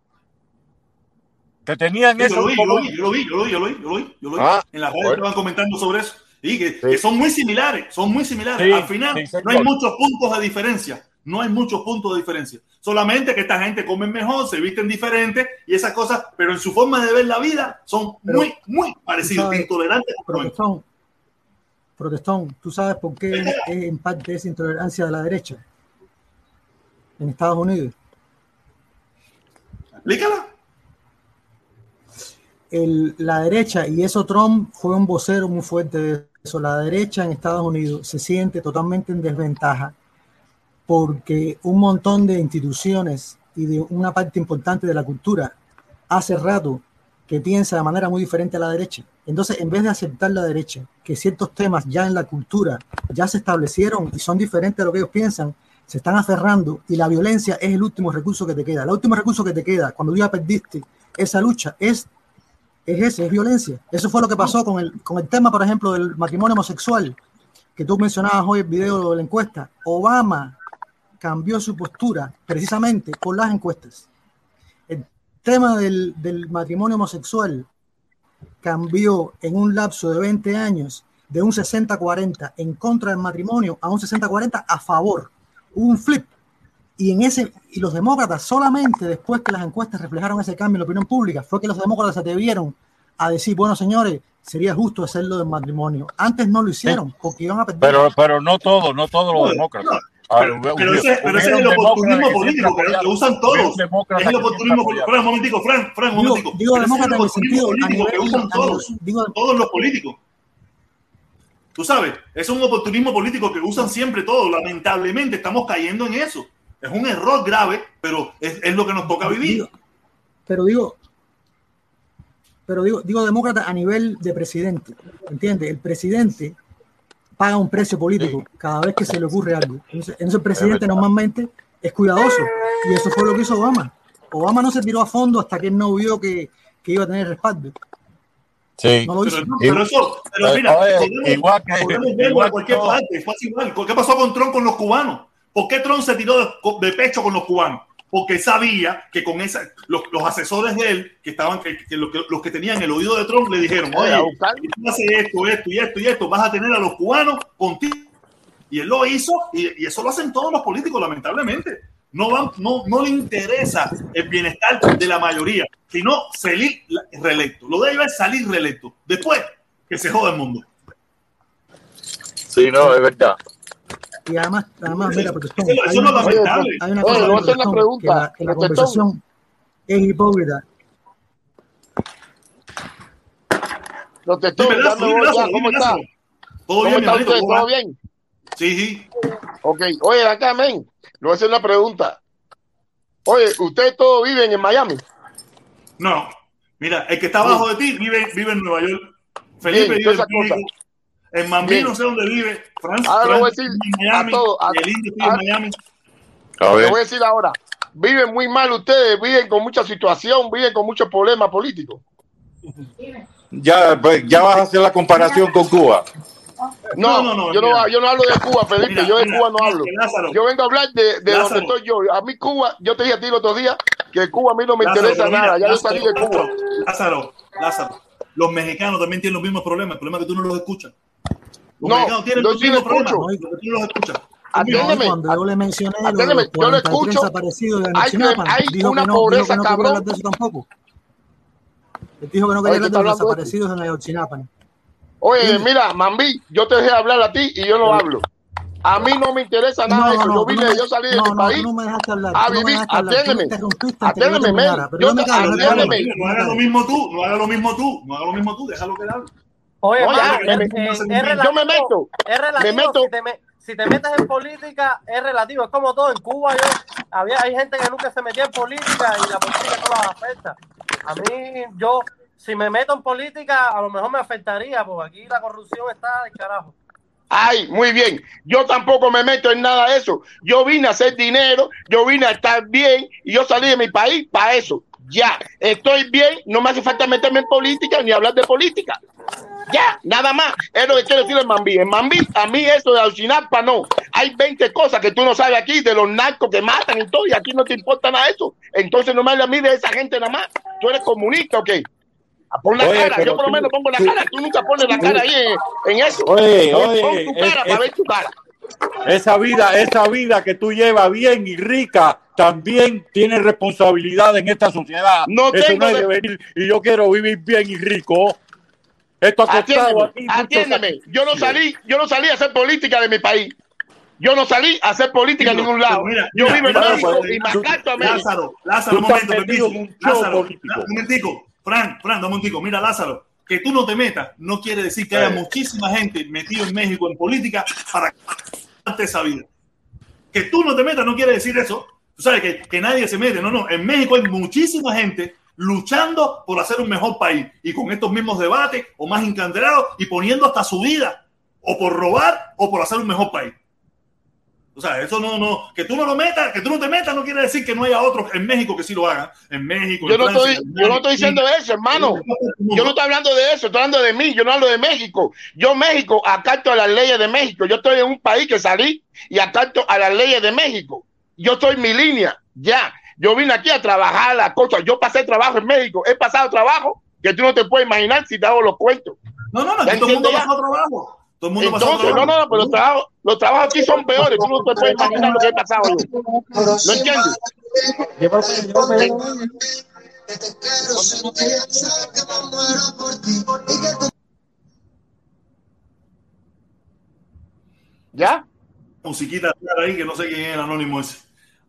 Que tenían sí, eso. Yo lo vi, yo lo vi, yo lo vi, yo lo vi, yo lo vi, yo lo vi, yo lo vi. Ah, en las redes estaban comentando sobre eso. Y que, sí. que son muy similares, son muy similares. Sí, Al final sí, no hay muchos puntos de diferencia. No hay muchos puntos de diferencia. Solamente que esta gente come mejor, se visten diferente y esas cosas, pero en su forma de ver la vida son pero, muy, muy parecidos, sabes, intolerantes. Protestón, Protestón, ¿tú sabes por qué es en parte esa intolerancia de la derecha en Estados Unidos? Explícala. El, la derecha, y eso Trump fue un vocero muy fuerte de eso, la derecha en Estados Unidos se siente totalmente en desventaja porque un montón de instituciones y de una parte importante de la cultura hace rato que piensa de manera muy diferente a la derecha. Entonces, en vez de aceptar la derecha, que ciertos temas ya en la cultura ya se establecieron y son diferentes a lo que ellos piensan, se están aferrando y la violencia es el último recurso que te queda. El último recurso que te queda cuando tú ya perdiste esa lucha es Es ese, es violencia. Eso fue lo que pasó con el, con el tema, por ejemplo, del matrimonio homosexual, que tú mencionabas hoy en el video de la encuesta. Obama cambió su postura precisamente por las encuestas. El tema del, del matrimonio homosexual cambió en un lapso de veinte años de un sesenta cuarenta en contra del matrimonio a un sesenta cuarenta a favor. Hubo un flip. Y, en ese, y los demócratas, solamente después que las encuestas reflejaron ese cambio en la opinión pública, fue que los demócratas se atrevieron a decir, bueno, señores, sería justo hacerlo del matrimonio. Antes no lo hicieron, porque iban a perder. Pero, pero no todos, no todos los demócratas. No, pero, pero, pero, ese, pero ese es el oportunismo político, que lo usan todos. Es el oportunismo político. Fran, un momentico, Fran, Fran, un momentico. Digo, digo demócrata en el sentido político que usan todos, digo, todos los políticos. Tú sabes, es un oportunismo político que usan siempre todos. Lamentablemente estamos cayendo en eso. Es un error grave, pero es, es lo que nos toca vivir. Pero digo, pero digo, digo demócrata a nivel de presidente, ¿entiendes? El presidente paga un precio político cada vez que se le ocurre algo. Entonces, entonces el presidente normalmente es cuidadoso y eso fue lo que hizo Obama. Obama no se tiró a fondo hasta que él no vio que, que iba a tener respaldo. Sí. No lo hizo. Pero, pero eso, pero mira, podemos, igual que, podemos verlo a cualquier parte. Fue igual. ¿Qué pasó con Trump con los cubanos? ¿Por qué Trump se tiró de, de pecho con los cubanos? Porque sabía que con esa, los, los asesores de él, que estaban, que, que, los, que los que tenían el oído de Trump, le dijeron, oye, si tú haces esto, esto y esto y esto, vas a tener a los cubanos contigo. Y él lo hizo, y, y eso lo hacen todos los políticos, lamentablemente. No, van, no, no le interesa el bienestar de la mayoría, sino salir reelecto. Lo de ellos es salir reelecto. Después, que se joda el mundo. Sí, no, es verdad. Y además, además mira, porque eso, eso hay, no una, lamentable. hay una cosa, Oye, una pregunta, que la, que la conversación es hipócrita. Lo te estoy dando, ¿cómo está? ¿Todo bien, está usted? ¿Todo bien? Sí, sí. Ok, oye, acá, men, le voy a hacer una pregunta. Oye, ¿ustedes todos viven en Miami? No, mira, el que está abajo sí. de ti vive, vive en Nueva York. Felipe bien, vive en México. En Mambí no sé dónde vive. Francia, ahora Francia, voy a decir en Miami, a todos. A, el indio vive en Miami. A ver. Te voy a decir ahora. Viven muy mal ustedes, viven con mucha situación, viven con muchos problemas políticos. Ya, pues, ya vas a hacer la comparación con Cuba. No, no, no, yo, no yo no hablo de Cuba, Felipe, mira, yo de mira, Cuba no hablo. Lázaro, yo vengo a hablar de, de donde estoy yo. A mí Cuba, yo te dije a ti el otro día que Cuba a mí no me Lázaro, interesa mira, nada, ya Lázaro, yo salí de Cuba. Lázaro, Lázaro, los mexicanos también tienen los mismos problemas, el problema es que tú no los escuchas. Los no, mexicanos tienen yo los sí mismos lo escucho. problemas, tú no los escuchas. Atiéndeme, cuando yo le mencioné atiéndeme, lo de yo lo escucho. Hay, hay dijo una que no, pobreza dijo que no cabrón. Hablar de eso tampoco. Él dijo que no quería hablar de los desaparecidos en Ayotzinapa. Oye, sí. Mira, Mambí, yo te dejé hablar a ti y yo no hablo. A mí no me interesa nada de No, eso. no, Yo tú vine, no me- yo salí de no, mi no, país tú no me dejaste hablar, a tú no me vivir. dejaste hablar, tú me Atiéndeme, interrumpiste antes que yo atiéndeme, men. terminara, pero Yo yo me te- callo, me callo, atiéndeme. No hagas lo mismo tú, no hagas lo mismo tú, no hagas lo mismo tú, déjalo que hable. Oye, No, hermano, ya, me- eh, me- eh, yo es yo me relativo, meto, es me relativo meto. si te, me- si te metes en política, es relativo, es como todo. En Cuba yo, había, hay gente que nunca se metía en política y la política no las afecta. A mí, yo, si me meto en política, a lo mejor me afectaría, porque aquí la corrupción está del carajo. Ay, muy bien. Yo tampoco me meto en nada de eso. Yo vine a hacer dinero, yo vine a estar bien y yo salí de mi país para eso. Ya, estoy bien, no me hace falta meterme en política ni hablar de política. Ya, nada más. Es lo que quiero decir el Mambí. En Mambí, a mí eso de Alcinapa no. Hay veinte cosas que tú no sabes aquí, de los narcos que matan y todo, y aquí no te importa nada de eso. Entonces no me hables a mí de esa gente nada más. ¿Tú eres comunista o qué? Pon la Oye, cara, pero yo por lo tú- menos pongo la tú- cara, tú nunca pones la cara ahí en, en eso. Oye, Pon, oye, pon tu es- cara es- para ver tu cara. Esa vida, esa vida que tú llevas bien y rica, también tiene responsabilidad en esta sociedad. No Eso tengo no es de- de venir y yo quiero vivir bien y rico. Esto ha costado Atiéndeme, aquí mucho atiéndeme. Yo no sacrificio. salí, yo no salí a hacer política de mi país. Yo no salí a hacer política en Pero- ningún lado. pero mira, Yo mira, vivo en mira, México mira, y me tú- acato a México. Lázaro, Lázaro, un Tú estás momento, metido permiso. en un show Lázaro, político. un momentico. Fran, Fran, dame un momentico. Mira, Lázaro, que tú no te metas no quiere decir que haya muchísima gente metida en México en política para darte esa vida. Que tú no te metas no quiere decir eso. Tú sabes que, que nadie se mete. No, no. En México hay muchísima gente luchando por hacer un mejor país y con estos mismos debates o más encandelados y poniendo hasta su vida o por robar o por hacer un mejor país. O sea, eso no, no, que tú no lo metas, que tú no te metas no quiere decir que no haya otros en México que sí lo hagan. En México, Yo en no Francia, estoy, en yo no estoy diciendo eso, hermano. Yo no estoy hablando de eso, estoy hablando de mí, yo no hablo de México. Yo México acato a las leyes de México. Yo estoy en un país que salí y acato a las leyes de México. Yo estoy en mi línea, ya. Yo vine aquí a trabajar las cosas. Yo pasé trabajo en México. He pasado trabajo que tú no te puedes imaginar si te hago los cuentos. No, no, no, ¿Ya aquí todo el mundo entiendes ya? pasó trabajo. Todo el mundo pasó Entonces, no, trabajo. no, no, pero los trabajos, los trabajos aquí son peores. Tú no te puedes imaginar lo que he pasado yo. ¿No entiendes? ¿Ya? Musiquita ahí que no sé quién es el anónimo ese.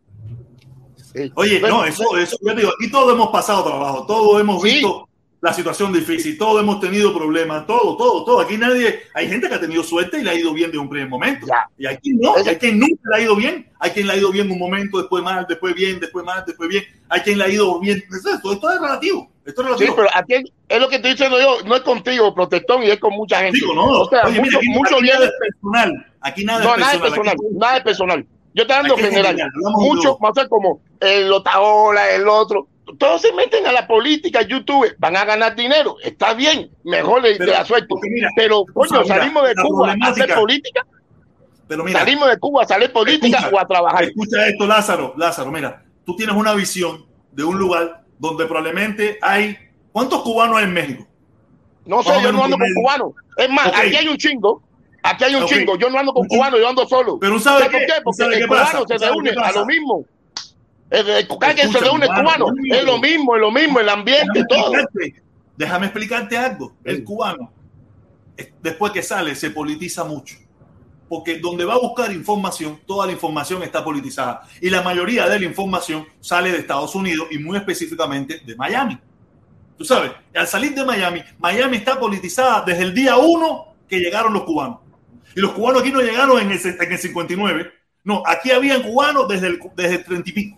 Sí. Oye, no, eso, eso, yo te digo, aquí todos hemos pasado trabajo, todos hemos Sí. visto la situación difícil, todos hemos tenido problemas, todo, todo, todo. Aquí nadie, hay gente que ha tenido suerte y le ha ido bien de un primer momento. Ya. Y aquí no, Ese- hay quien nunca le ha ido bien, hay quien le ha ido bien un momento, después mal, después bien, después mal, después bien, hay quien le ha ido bien. Esto, esto es relativo, esto es Sí, relativo. pero aquí es lo que estoy diciendo yo, no es contigo, protestón, y es con mucha gente. Digo, no, O sea, oye, mira, mucho, aquí, mucho aquí viene. nada es personal, aquí nada No, es nada es personal. personal, Aquí- nada es personal. Yo estoy hablando Aquí es general. general, hablamos de Mucho, todo. más o menos como el Otaola, el otro. Todos se meten a la política, YouTube, van a ganar dinero. Está bien, mejor le, Pero, le asuelto. porque mira, Pero, tú coño, sabes, mira, salimos de la Cuba a hacer problemática- política. Pero mira, Salimos de Cuba a hacer política escucha, o a trabajar. Escucha esto, Lázaro. Lázaro, mira, tú tienes una visión de un lugar donde probablemente hay... ¿Cuántos cubanos hay en México? No sé, Más o yo no menos ando con promedio. cubanos. Es más, Ok. aquí hay un chingo. Aquí hay un Ok. chingo. Yo no ando con Ok. cubanos, yo ando solo. Pero ¿sabes ¿Sabes por qué? qué? Porque ¿Sabes el qué cubano pasa? se ¿Sabes reúne qué a pasa? lo mismo. El, el, cada quien se Escucha, reúne hermano, cubano. conmigo. Es lo mismo, es lo mismo, el ambiente, Déjame todo. explicarte, déjame explicarte algo. El cubano, eh, después que sale, se politiza mucho. Porque donde va a buscar información, toda la información está politizada. Y la mayoría de la información sale de Estados Unidos y muy específicamente de Miami. Tú sabes, al salir de Miami, Miami está politizada desde el día uno que llegaron los cubanos. Y los cubanos aquí no llegaron en el, en el cincuenta y nueve. No, aquí habían cubanos desde el, desde el treinta y pico.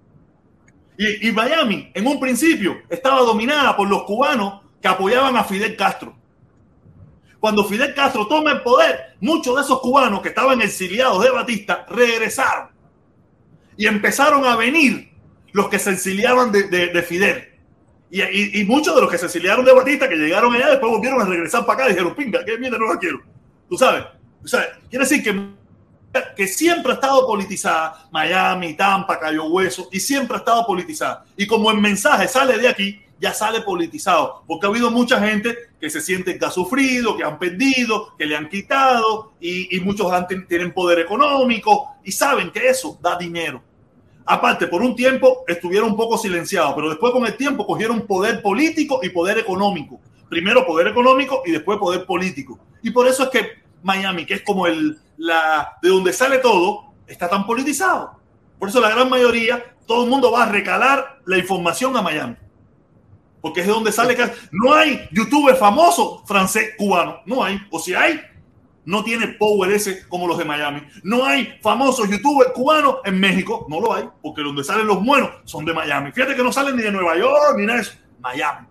Y, y Miami, en un principio, estaba dominada por los cubanos que apoyaban a Fidel Castro. Cuando Fidel Castro toma el poder, muchos de esos cubanos que estaban exiliados de Batista regresaron. Y empezaron a venir los que se exiliaban de, de, de Fidel. Y, y, y muchos de los que se exiliaron de Batista, que llegaron allá, después volvieron a regresar para acá y dijeron, pinga, qué mierda no la quiero. Tú sabes. O sea, quiere decir que que siempre ha estado politizada, Miami, Tampa, Cayo Hueso, y siempre ha estado politizada. Y como el mensaje sale de aquí, ya sale politizado, porque ha habido mucha gente que se sienten que ha sufrido, que han perdido, que le han quitado, y, y muchos han, tienen poder económico, y saben que eso da dinero. Aparte, por un tiempo estuvieron un poco silenciados, pero después con el tiempo cogieron poder político y poder económico. Primero poder económico y después poder político. Y por eso es que Miami, que es como el la, de donde sale todo, está tan politizado. Por eso la gran mayoría, todo el mundo va a recalar la información a Miami. Porque es de donde sale. No hay youtuber famoso francés cubano. No hay. O si hay, no tiene power ese como los de Miami. No hay famosos youtubers cubanos en México. No lo hay. Porque donde salen los buenos son de Miami. Fíjate que no salen ni de Nueva York ni nada de eso. Miami.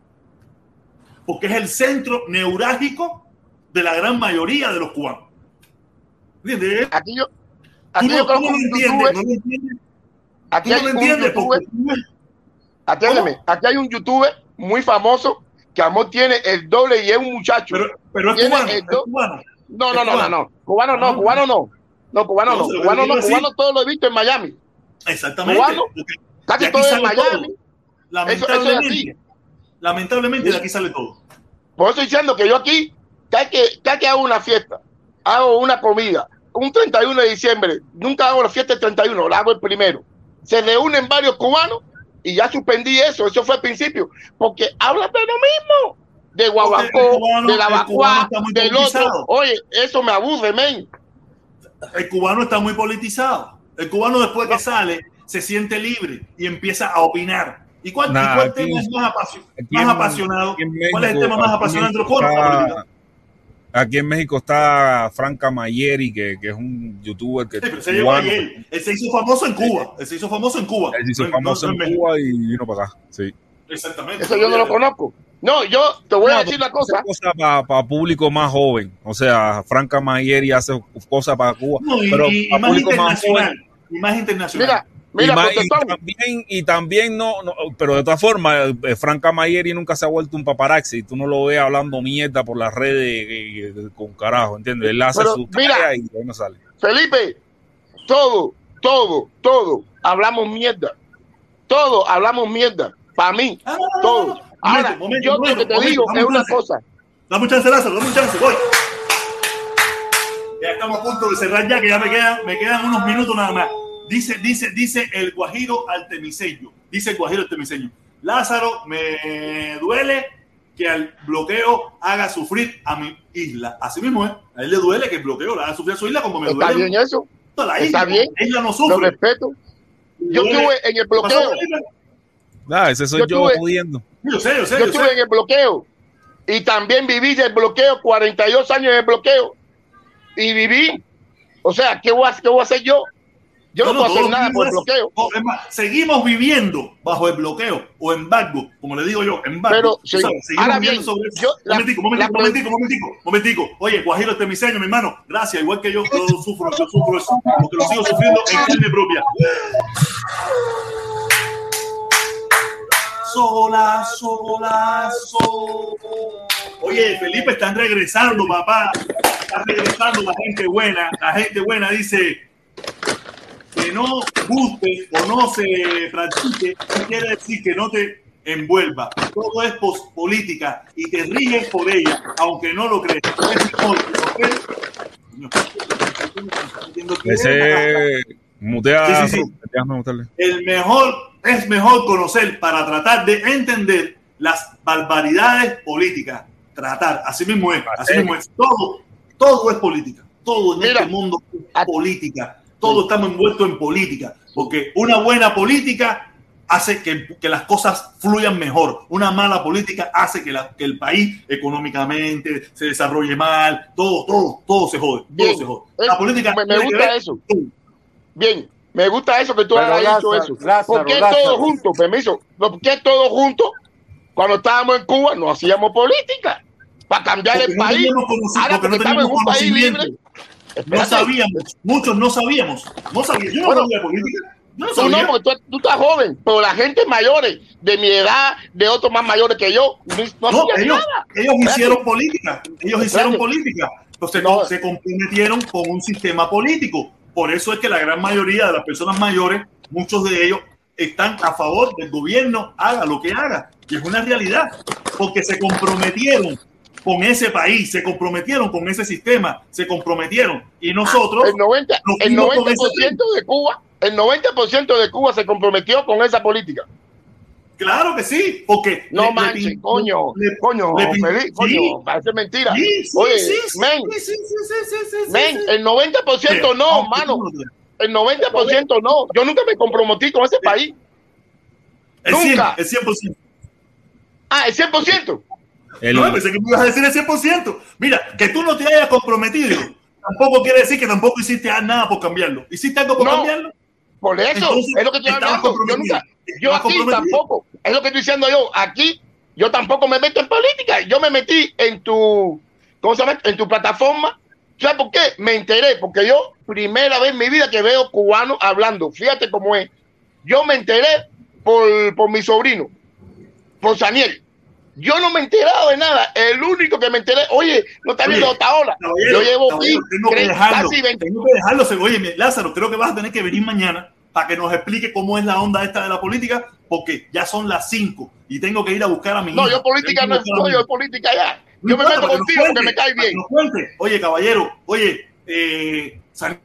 Porque es el centro neurálgico de la gran mayoría de los cubanos. ¿Entiendes? Aquí yo, aquí tú no, yo tú no lo entiendes. No lo entiendes. Aquí tú hay no lo un entiendes. youtuber, Porque... Atiéndeme, aquí hay un youtuber muy famoso que amor tiene el doble y es un muchacho. Pero, pero es Tiene cubano, el es do... cubano. No, Es no, no, no, cubano. no. Cubano no, cubano no. No, cubano no. No, se lo Cubano quiero no, decir. cubano todo lo he visto en Miami. Exactamente. Cubano, Porque de casi aquí todo en sale Miami. todo. Eso, eso es así. Lamentablemente, lamentablemente de aquí sale todo. Por eso estoy diciendo que yo aquí, cada que, cada que hago una fiesta, hago una comida, un treinta y uno de diciembre, nunca hago la fiesta el treinta y uno, la hago el primero. Se reúnen varios cubanos y ya suspendí eso, eso fue al principio, porque hablan de lo mismo, de Guaguancó, cubano- de la el cubano Bacuá, está muy del politizado. otro. Oye, eso me aburre, men. El cubano está muy politizado. El cubano después que sale se siente libre y empieza a opinar. ¿Y cuál, Nah, y cuál aquí- tema es más, apasio- aquí más en- apasionado? aquí en ¿Cuál es el México- tema más aquí en apasionante entre los México cubanos? La está- política. Aquí en México está Franca Mayeri, que, que es un youtuber que Sí, pero se llegó cubano. ayer. Él se hizo famoso en Cuba. Él se hizo famoso en Cuba. Él se hizo No, famoso no, en no México. Cuba y vino para acá. Sí. Exactamente. Eso yo no lo conozco. No, yo te voy a No, decir pero una cosa. hace cosas para público más joven. O sea, Franca Mayeri hace cosas para Cuba, No, y, pero y- y para más público más internacional. joven. Y más internacional. Mira, Y, mira, más- y protestón. también, y también no, no, pero de todas formas, eh, Franca Mayeri nunca se ha vuelto un paparazzi. Tú no lo ves hablando mierda por las redes eh, eh, con carajo, ¿entiendes? Él hace Pero, su mira, tarea y ahí no sale. Felipe, todo, todo, todo, hablamos mierda. Todo hablamos mierda. Para mí, Ah, no, no, no, todo. no, no. Ahora, Momento, momento, yo lo momento, que te momento, digo dame es un una chance. cosa. Dame un chance, Lázaro, dame un chance, voy. Ya estamos a punto de cerrar ya, que ya me quedan, me quedan unos minutos nada más. Dice, dice, dice el guajiro altemiseño. Dice el guajiro altemiseño. Lázaro, me duele que al bloqueo haga sufrir a mi isla. Así mismo es. A él le duele que el bloqueo la haga sufrir a su isla como me Está duele. bien eso. a la Está isla. bien. La isla no Lo sufre. respeto. Yo Duele. estuve en el ¿Qué pasó, bloqueo. Felipe? Ah, ese soy Yo yo, tuve- jodiendo. Yo sé, yo sé, Yo yo sé. estuve en el bloqueo. Y también viví el bloqueo, cuarenta y dos años en el bloqueo. Y viví. O sea, ¿qué voy a, qué voy a hacer yo? Yo no, No, no, puedo hacer todos nada por el vivimos bloqueo. eso. No, es más, seguimos viviendo bajo el bloqueo o embargo, como le digo yo, embargo. Pero, Tú sí, sabes, seguimos ahora viviendo bien, sobre eso. yo- la- momentico, momentico, la- momentico, momentico, momentico. Oye, Guajiro Temiseño, mi hermano, gracias. Igual que yo, yo sufro, yo sufro eso, porque lo sigo sufriendo en carne propia. Sola, sola, sola. Oye, Felipe, están regresando, papá. Están regresando la gente buena. La gente buena dice que no guste o no se practique, no quiere decir que no te envuelva. Todo es pos- política y te riges por ella, aunque no lo creas. Es mejor, ¿ok? Ese mutea. Sí, sí, sí. Déjame mutearle. El mejor es mejor conocer para tratar de entender las barbaridades políticas. Tratar, así mismo es, así mismo es. Todo, todo es política. Todo en Mira, este mundo es política. Todos estamos envueltos en política. Porque una buena política hace que, que las cosas fluyan mejor. Una mala política hace que, la, que el país económicamente se desarrolle mal. Todo, todo, todo se jode. Todo Bien. se jode. Eh, La política me, me tiene que gusta ver- eso. Bien, me gusta eso que tú Pero hayas dicho Lázaro, eso. Lázaro, ¿Por qué Lázaro. todos juntos? Permiso. ¿Por qué todos juntos? Cuando estábamos en Cuba no hacíamos política para cambiar Porque el no país. teníamos conoci- Ahora porque no porque estamos en teníamos un país conocimiento. libre. No Espérate. sabíamos, muchos no sabíamos. No sabíamos. Yo no Bueno, sabía política. Yo no Tú no, sabía. porque tú, tú estás joven, pero la gente mayores, de mi edad, de otros más mayores que yo, no, no No, hacían ellos, nada. ellos Espérate. hicieron política. Ellos hicieron Espérate. política. Entonces No. se comprometieron con un sistema político. Por eso es que la gran mayoría de las personas mayores, muchos de ellos, están a favor del gobierno, haga lo que haga. Y es una realidad. Porque se comprometieron con ese país, se comprometieron con ese sistema, se comprometieron. Y nosotros El noventa, nos el fuimos con noventa ese por ciento de Cuba, el noventa por ciento de Cuba se comprometió con esa política. Claro que sí, porque no le, manches, le, coño, le, coño, le, feliz, sí, coño, parece mentira. Sí, sí, Oye, sí, sí, men, sí, sí, sí, sí, sí, sí, men, sí. el noventa por ciento Pero, no, no, mano. no, El noventa por ciento no. Yo nunca me comprometí con ese país. El Nunca. cien, el cien por ciento. Ah, el cien por ciento. El- No, pensé que me ibas a decir el cien por ciento. Mira, que tú no te hayas comprometido tampoco quiere decir que tampoco hiciste nada por cambiarlo. ¿Hiciste algo por No, cambiarlo? por eso, Entonces, es lo que estoy estabas hablando. Yo comprometido. nunca, yo Estabas aquí comprometido. tampoco. Es lo que estoy diciendo yo. Aquí yo tampoco me meto en política. Yo me metí en tu, ¿cómo se llama? En tu plataforma. ¿Sabes por qué? Me enteré, porque yo, primera vez en mi vida que veo cubanos hablando. Fíjate cómo es. Yo me enteré por, por mi sobrino, por Saniel. Yo no me he enterado de nada. El único que me enteré, oye, no está viendo Otaola. Yo llevo aquí tengo que tres, dejarlo, casi veinte. tengo que dejarlo. Oye, Lázaro, creo que vas a tener que venir mañana para que nos explique cómo es la onda esta de la política, porque ya son las cinco y tengo que ir a buscar a mi No, hija. yo política no estoy, yo política ya. No Yo me importa, meto para que contigo nos porque me cuente, cae para que bien. nos cuente. Oye, caballero, oye, eh, San-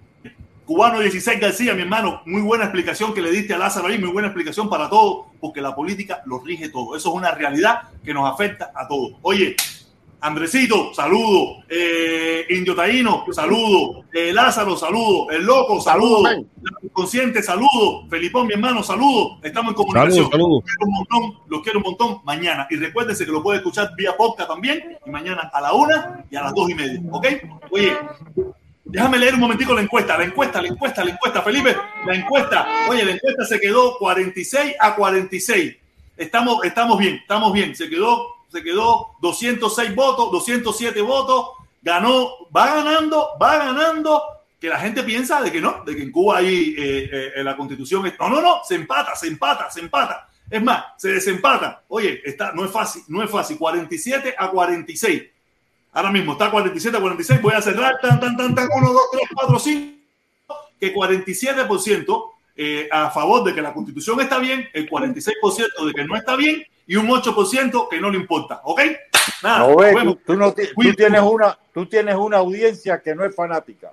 Cubano dieciséis García, mi hermano, muy buena explicación que le diste a Lázaro ahí, muy buena explicación para todo, porque la política lo rige todo. Eso es una realidad que nos afecta a todos. Oye, Andresito, saludo. Eh, Indio Taíno, saludo. Eh, Lázaro, saludo. El Loco, saludo. Saludo, El Consciente, saludo. Felipón, mi hermano, saludo. Estamos en comunicación. Saludo, saludo. Los quiero un montón, los quiero un montón mañana. Y recuérdense que lo puede escuchar vía podcast también. Y mañana a la una y a las dos y media. ¿Ok? Oye, déjame leer un momentico la encuesta. La encuesta, la encuesta, la encuesta. Felipe, la encuesta. Oye, la encuesta se quedó cuarenta y seis a cuarenta y seis. Estamos, estamos bien, estamos bien. Se quedó, se quedó doscientos seis votos, doscientos siete votos. Ganó, va ganando, va ganando. Que la gente piensa de que no, de que en Cuba hay eh, eh, la constitución. Es, no, no, no, se empata, se empata, se empata. Es más, se desempata. Oye, está, no es fácil, no es fácil. cuarenta y siete a cuarenta y seis. Ahora mismo está cuarenta y siete a cuarenta y seis. Voy a cerrar. Tan, tan, tan, tan. uno, dos, tres, cuatro, cinco. Que cuarenta y siete por ciento eh, a favor de que la constitución está bien, el cuarenta y seis por ciento de que no está bien y un ocho por ciento que no le importa. ¿Ok? Nada, No, ve, nos tú, tú, no, tú, tienes una, tú tienes una audiencia que no es fanática.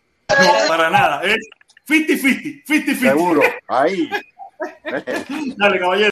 No, para nada. Es cincuenta cincuenta. cincuenta cincuenta. Seguro. Ahí. Dale, caballero.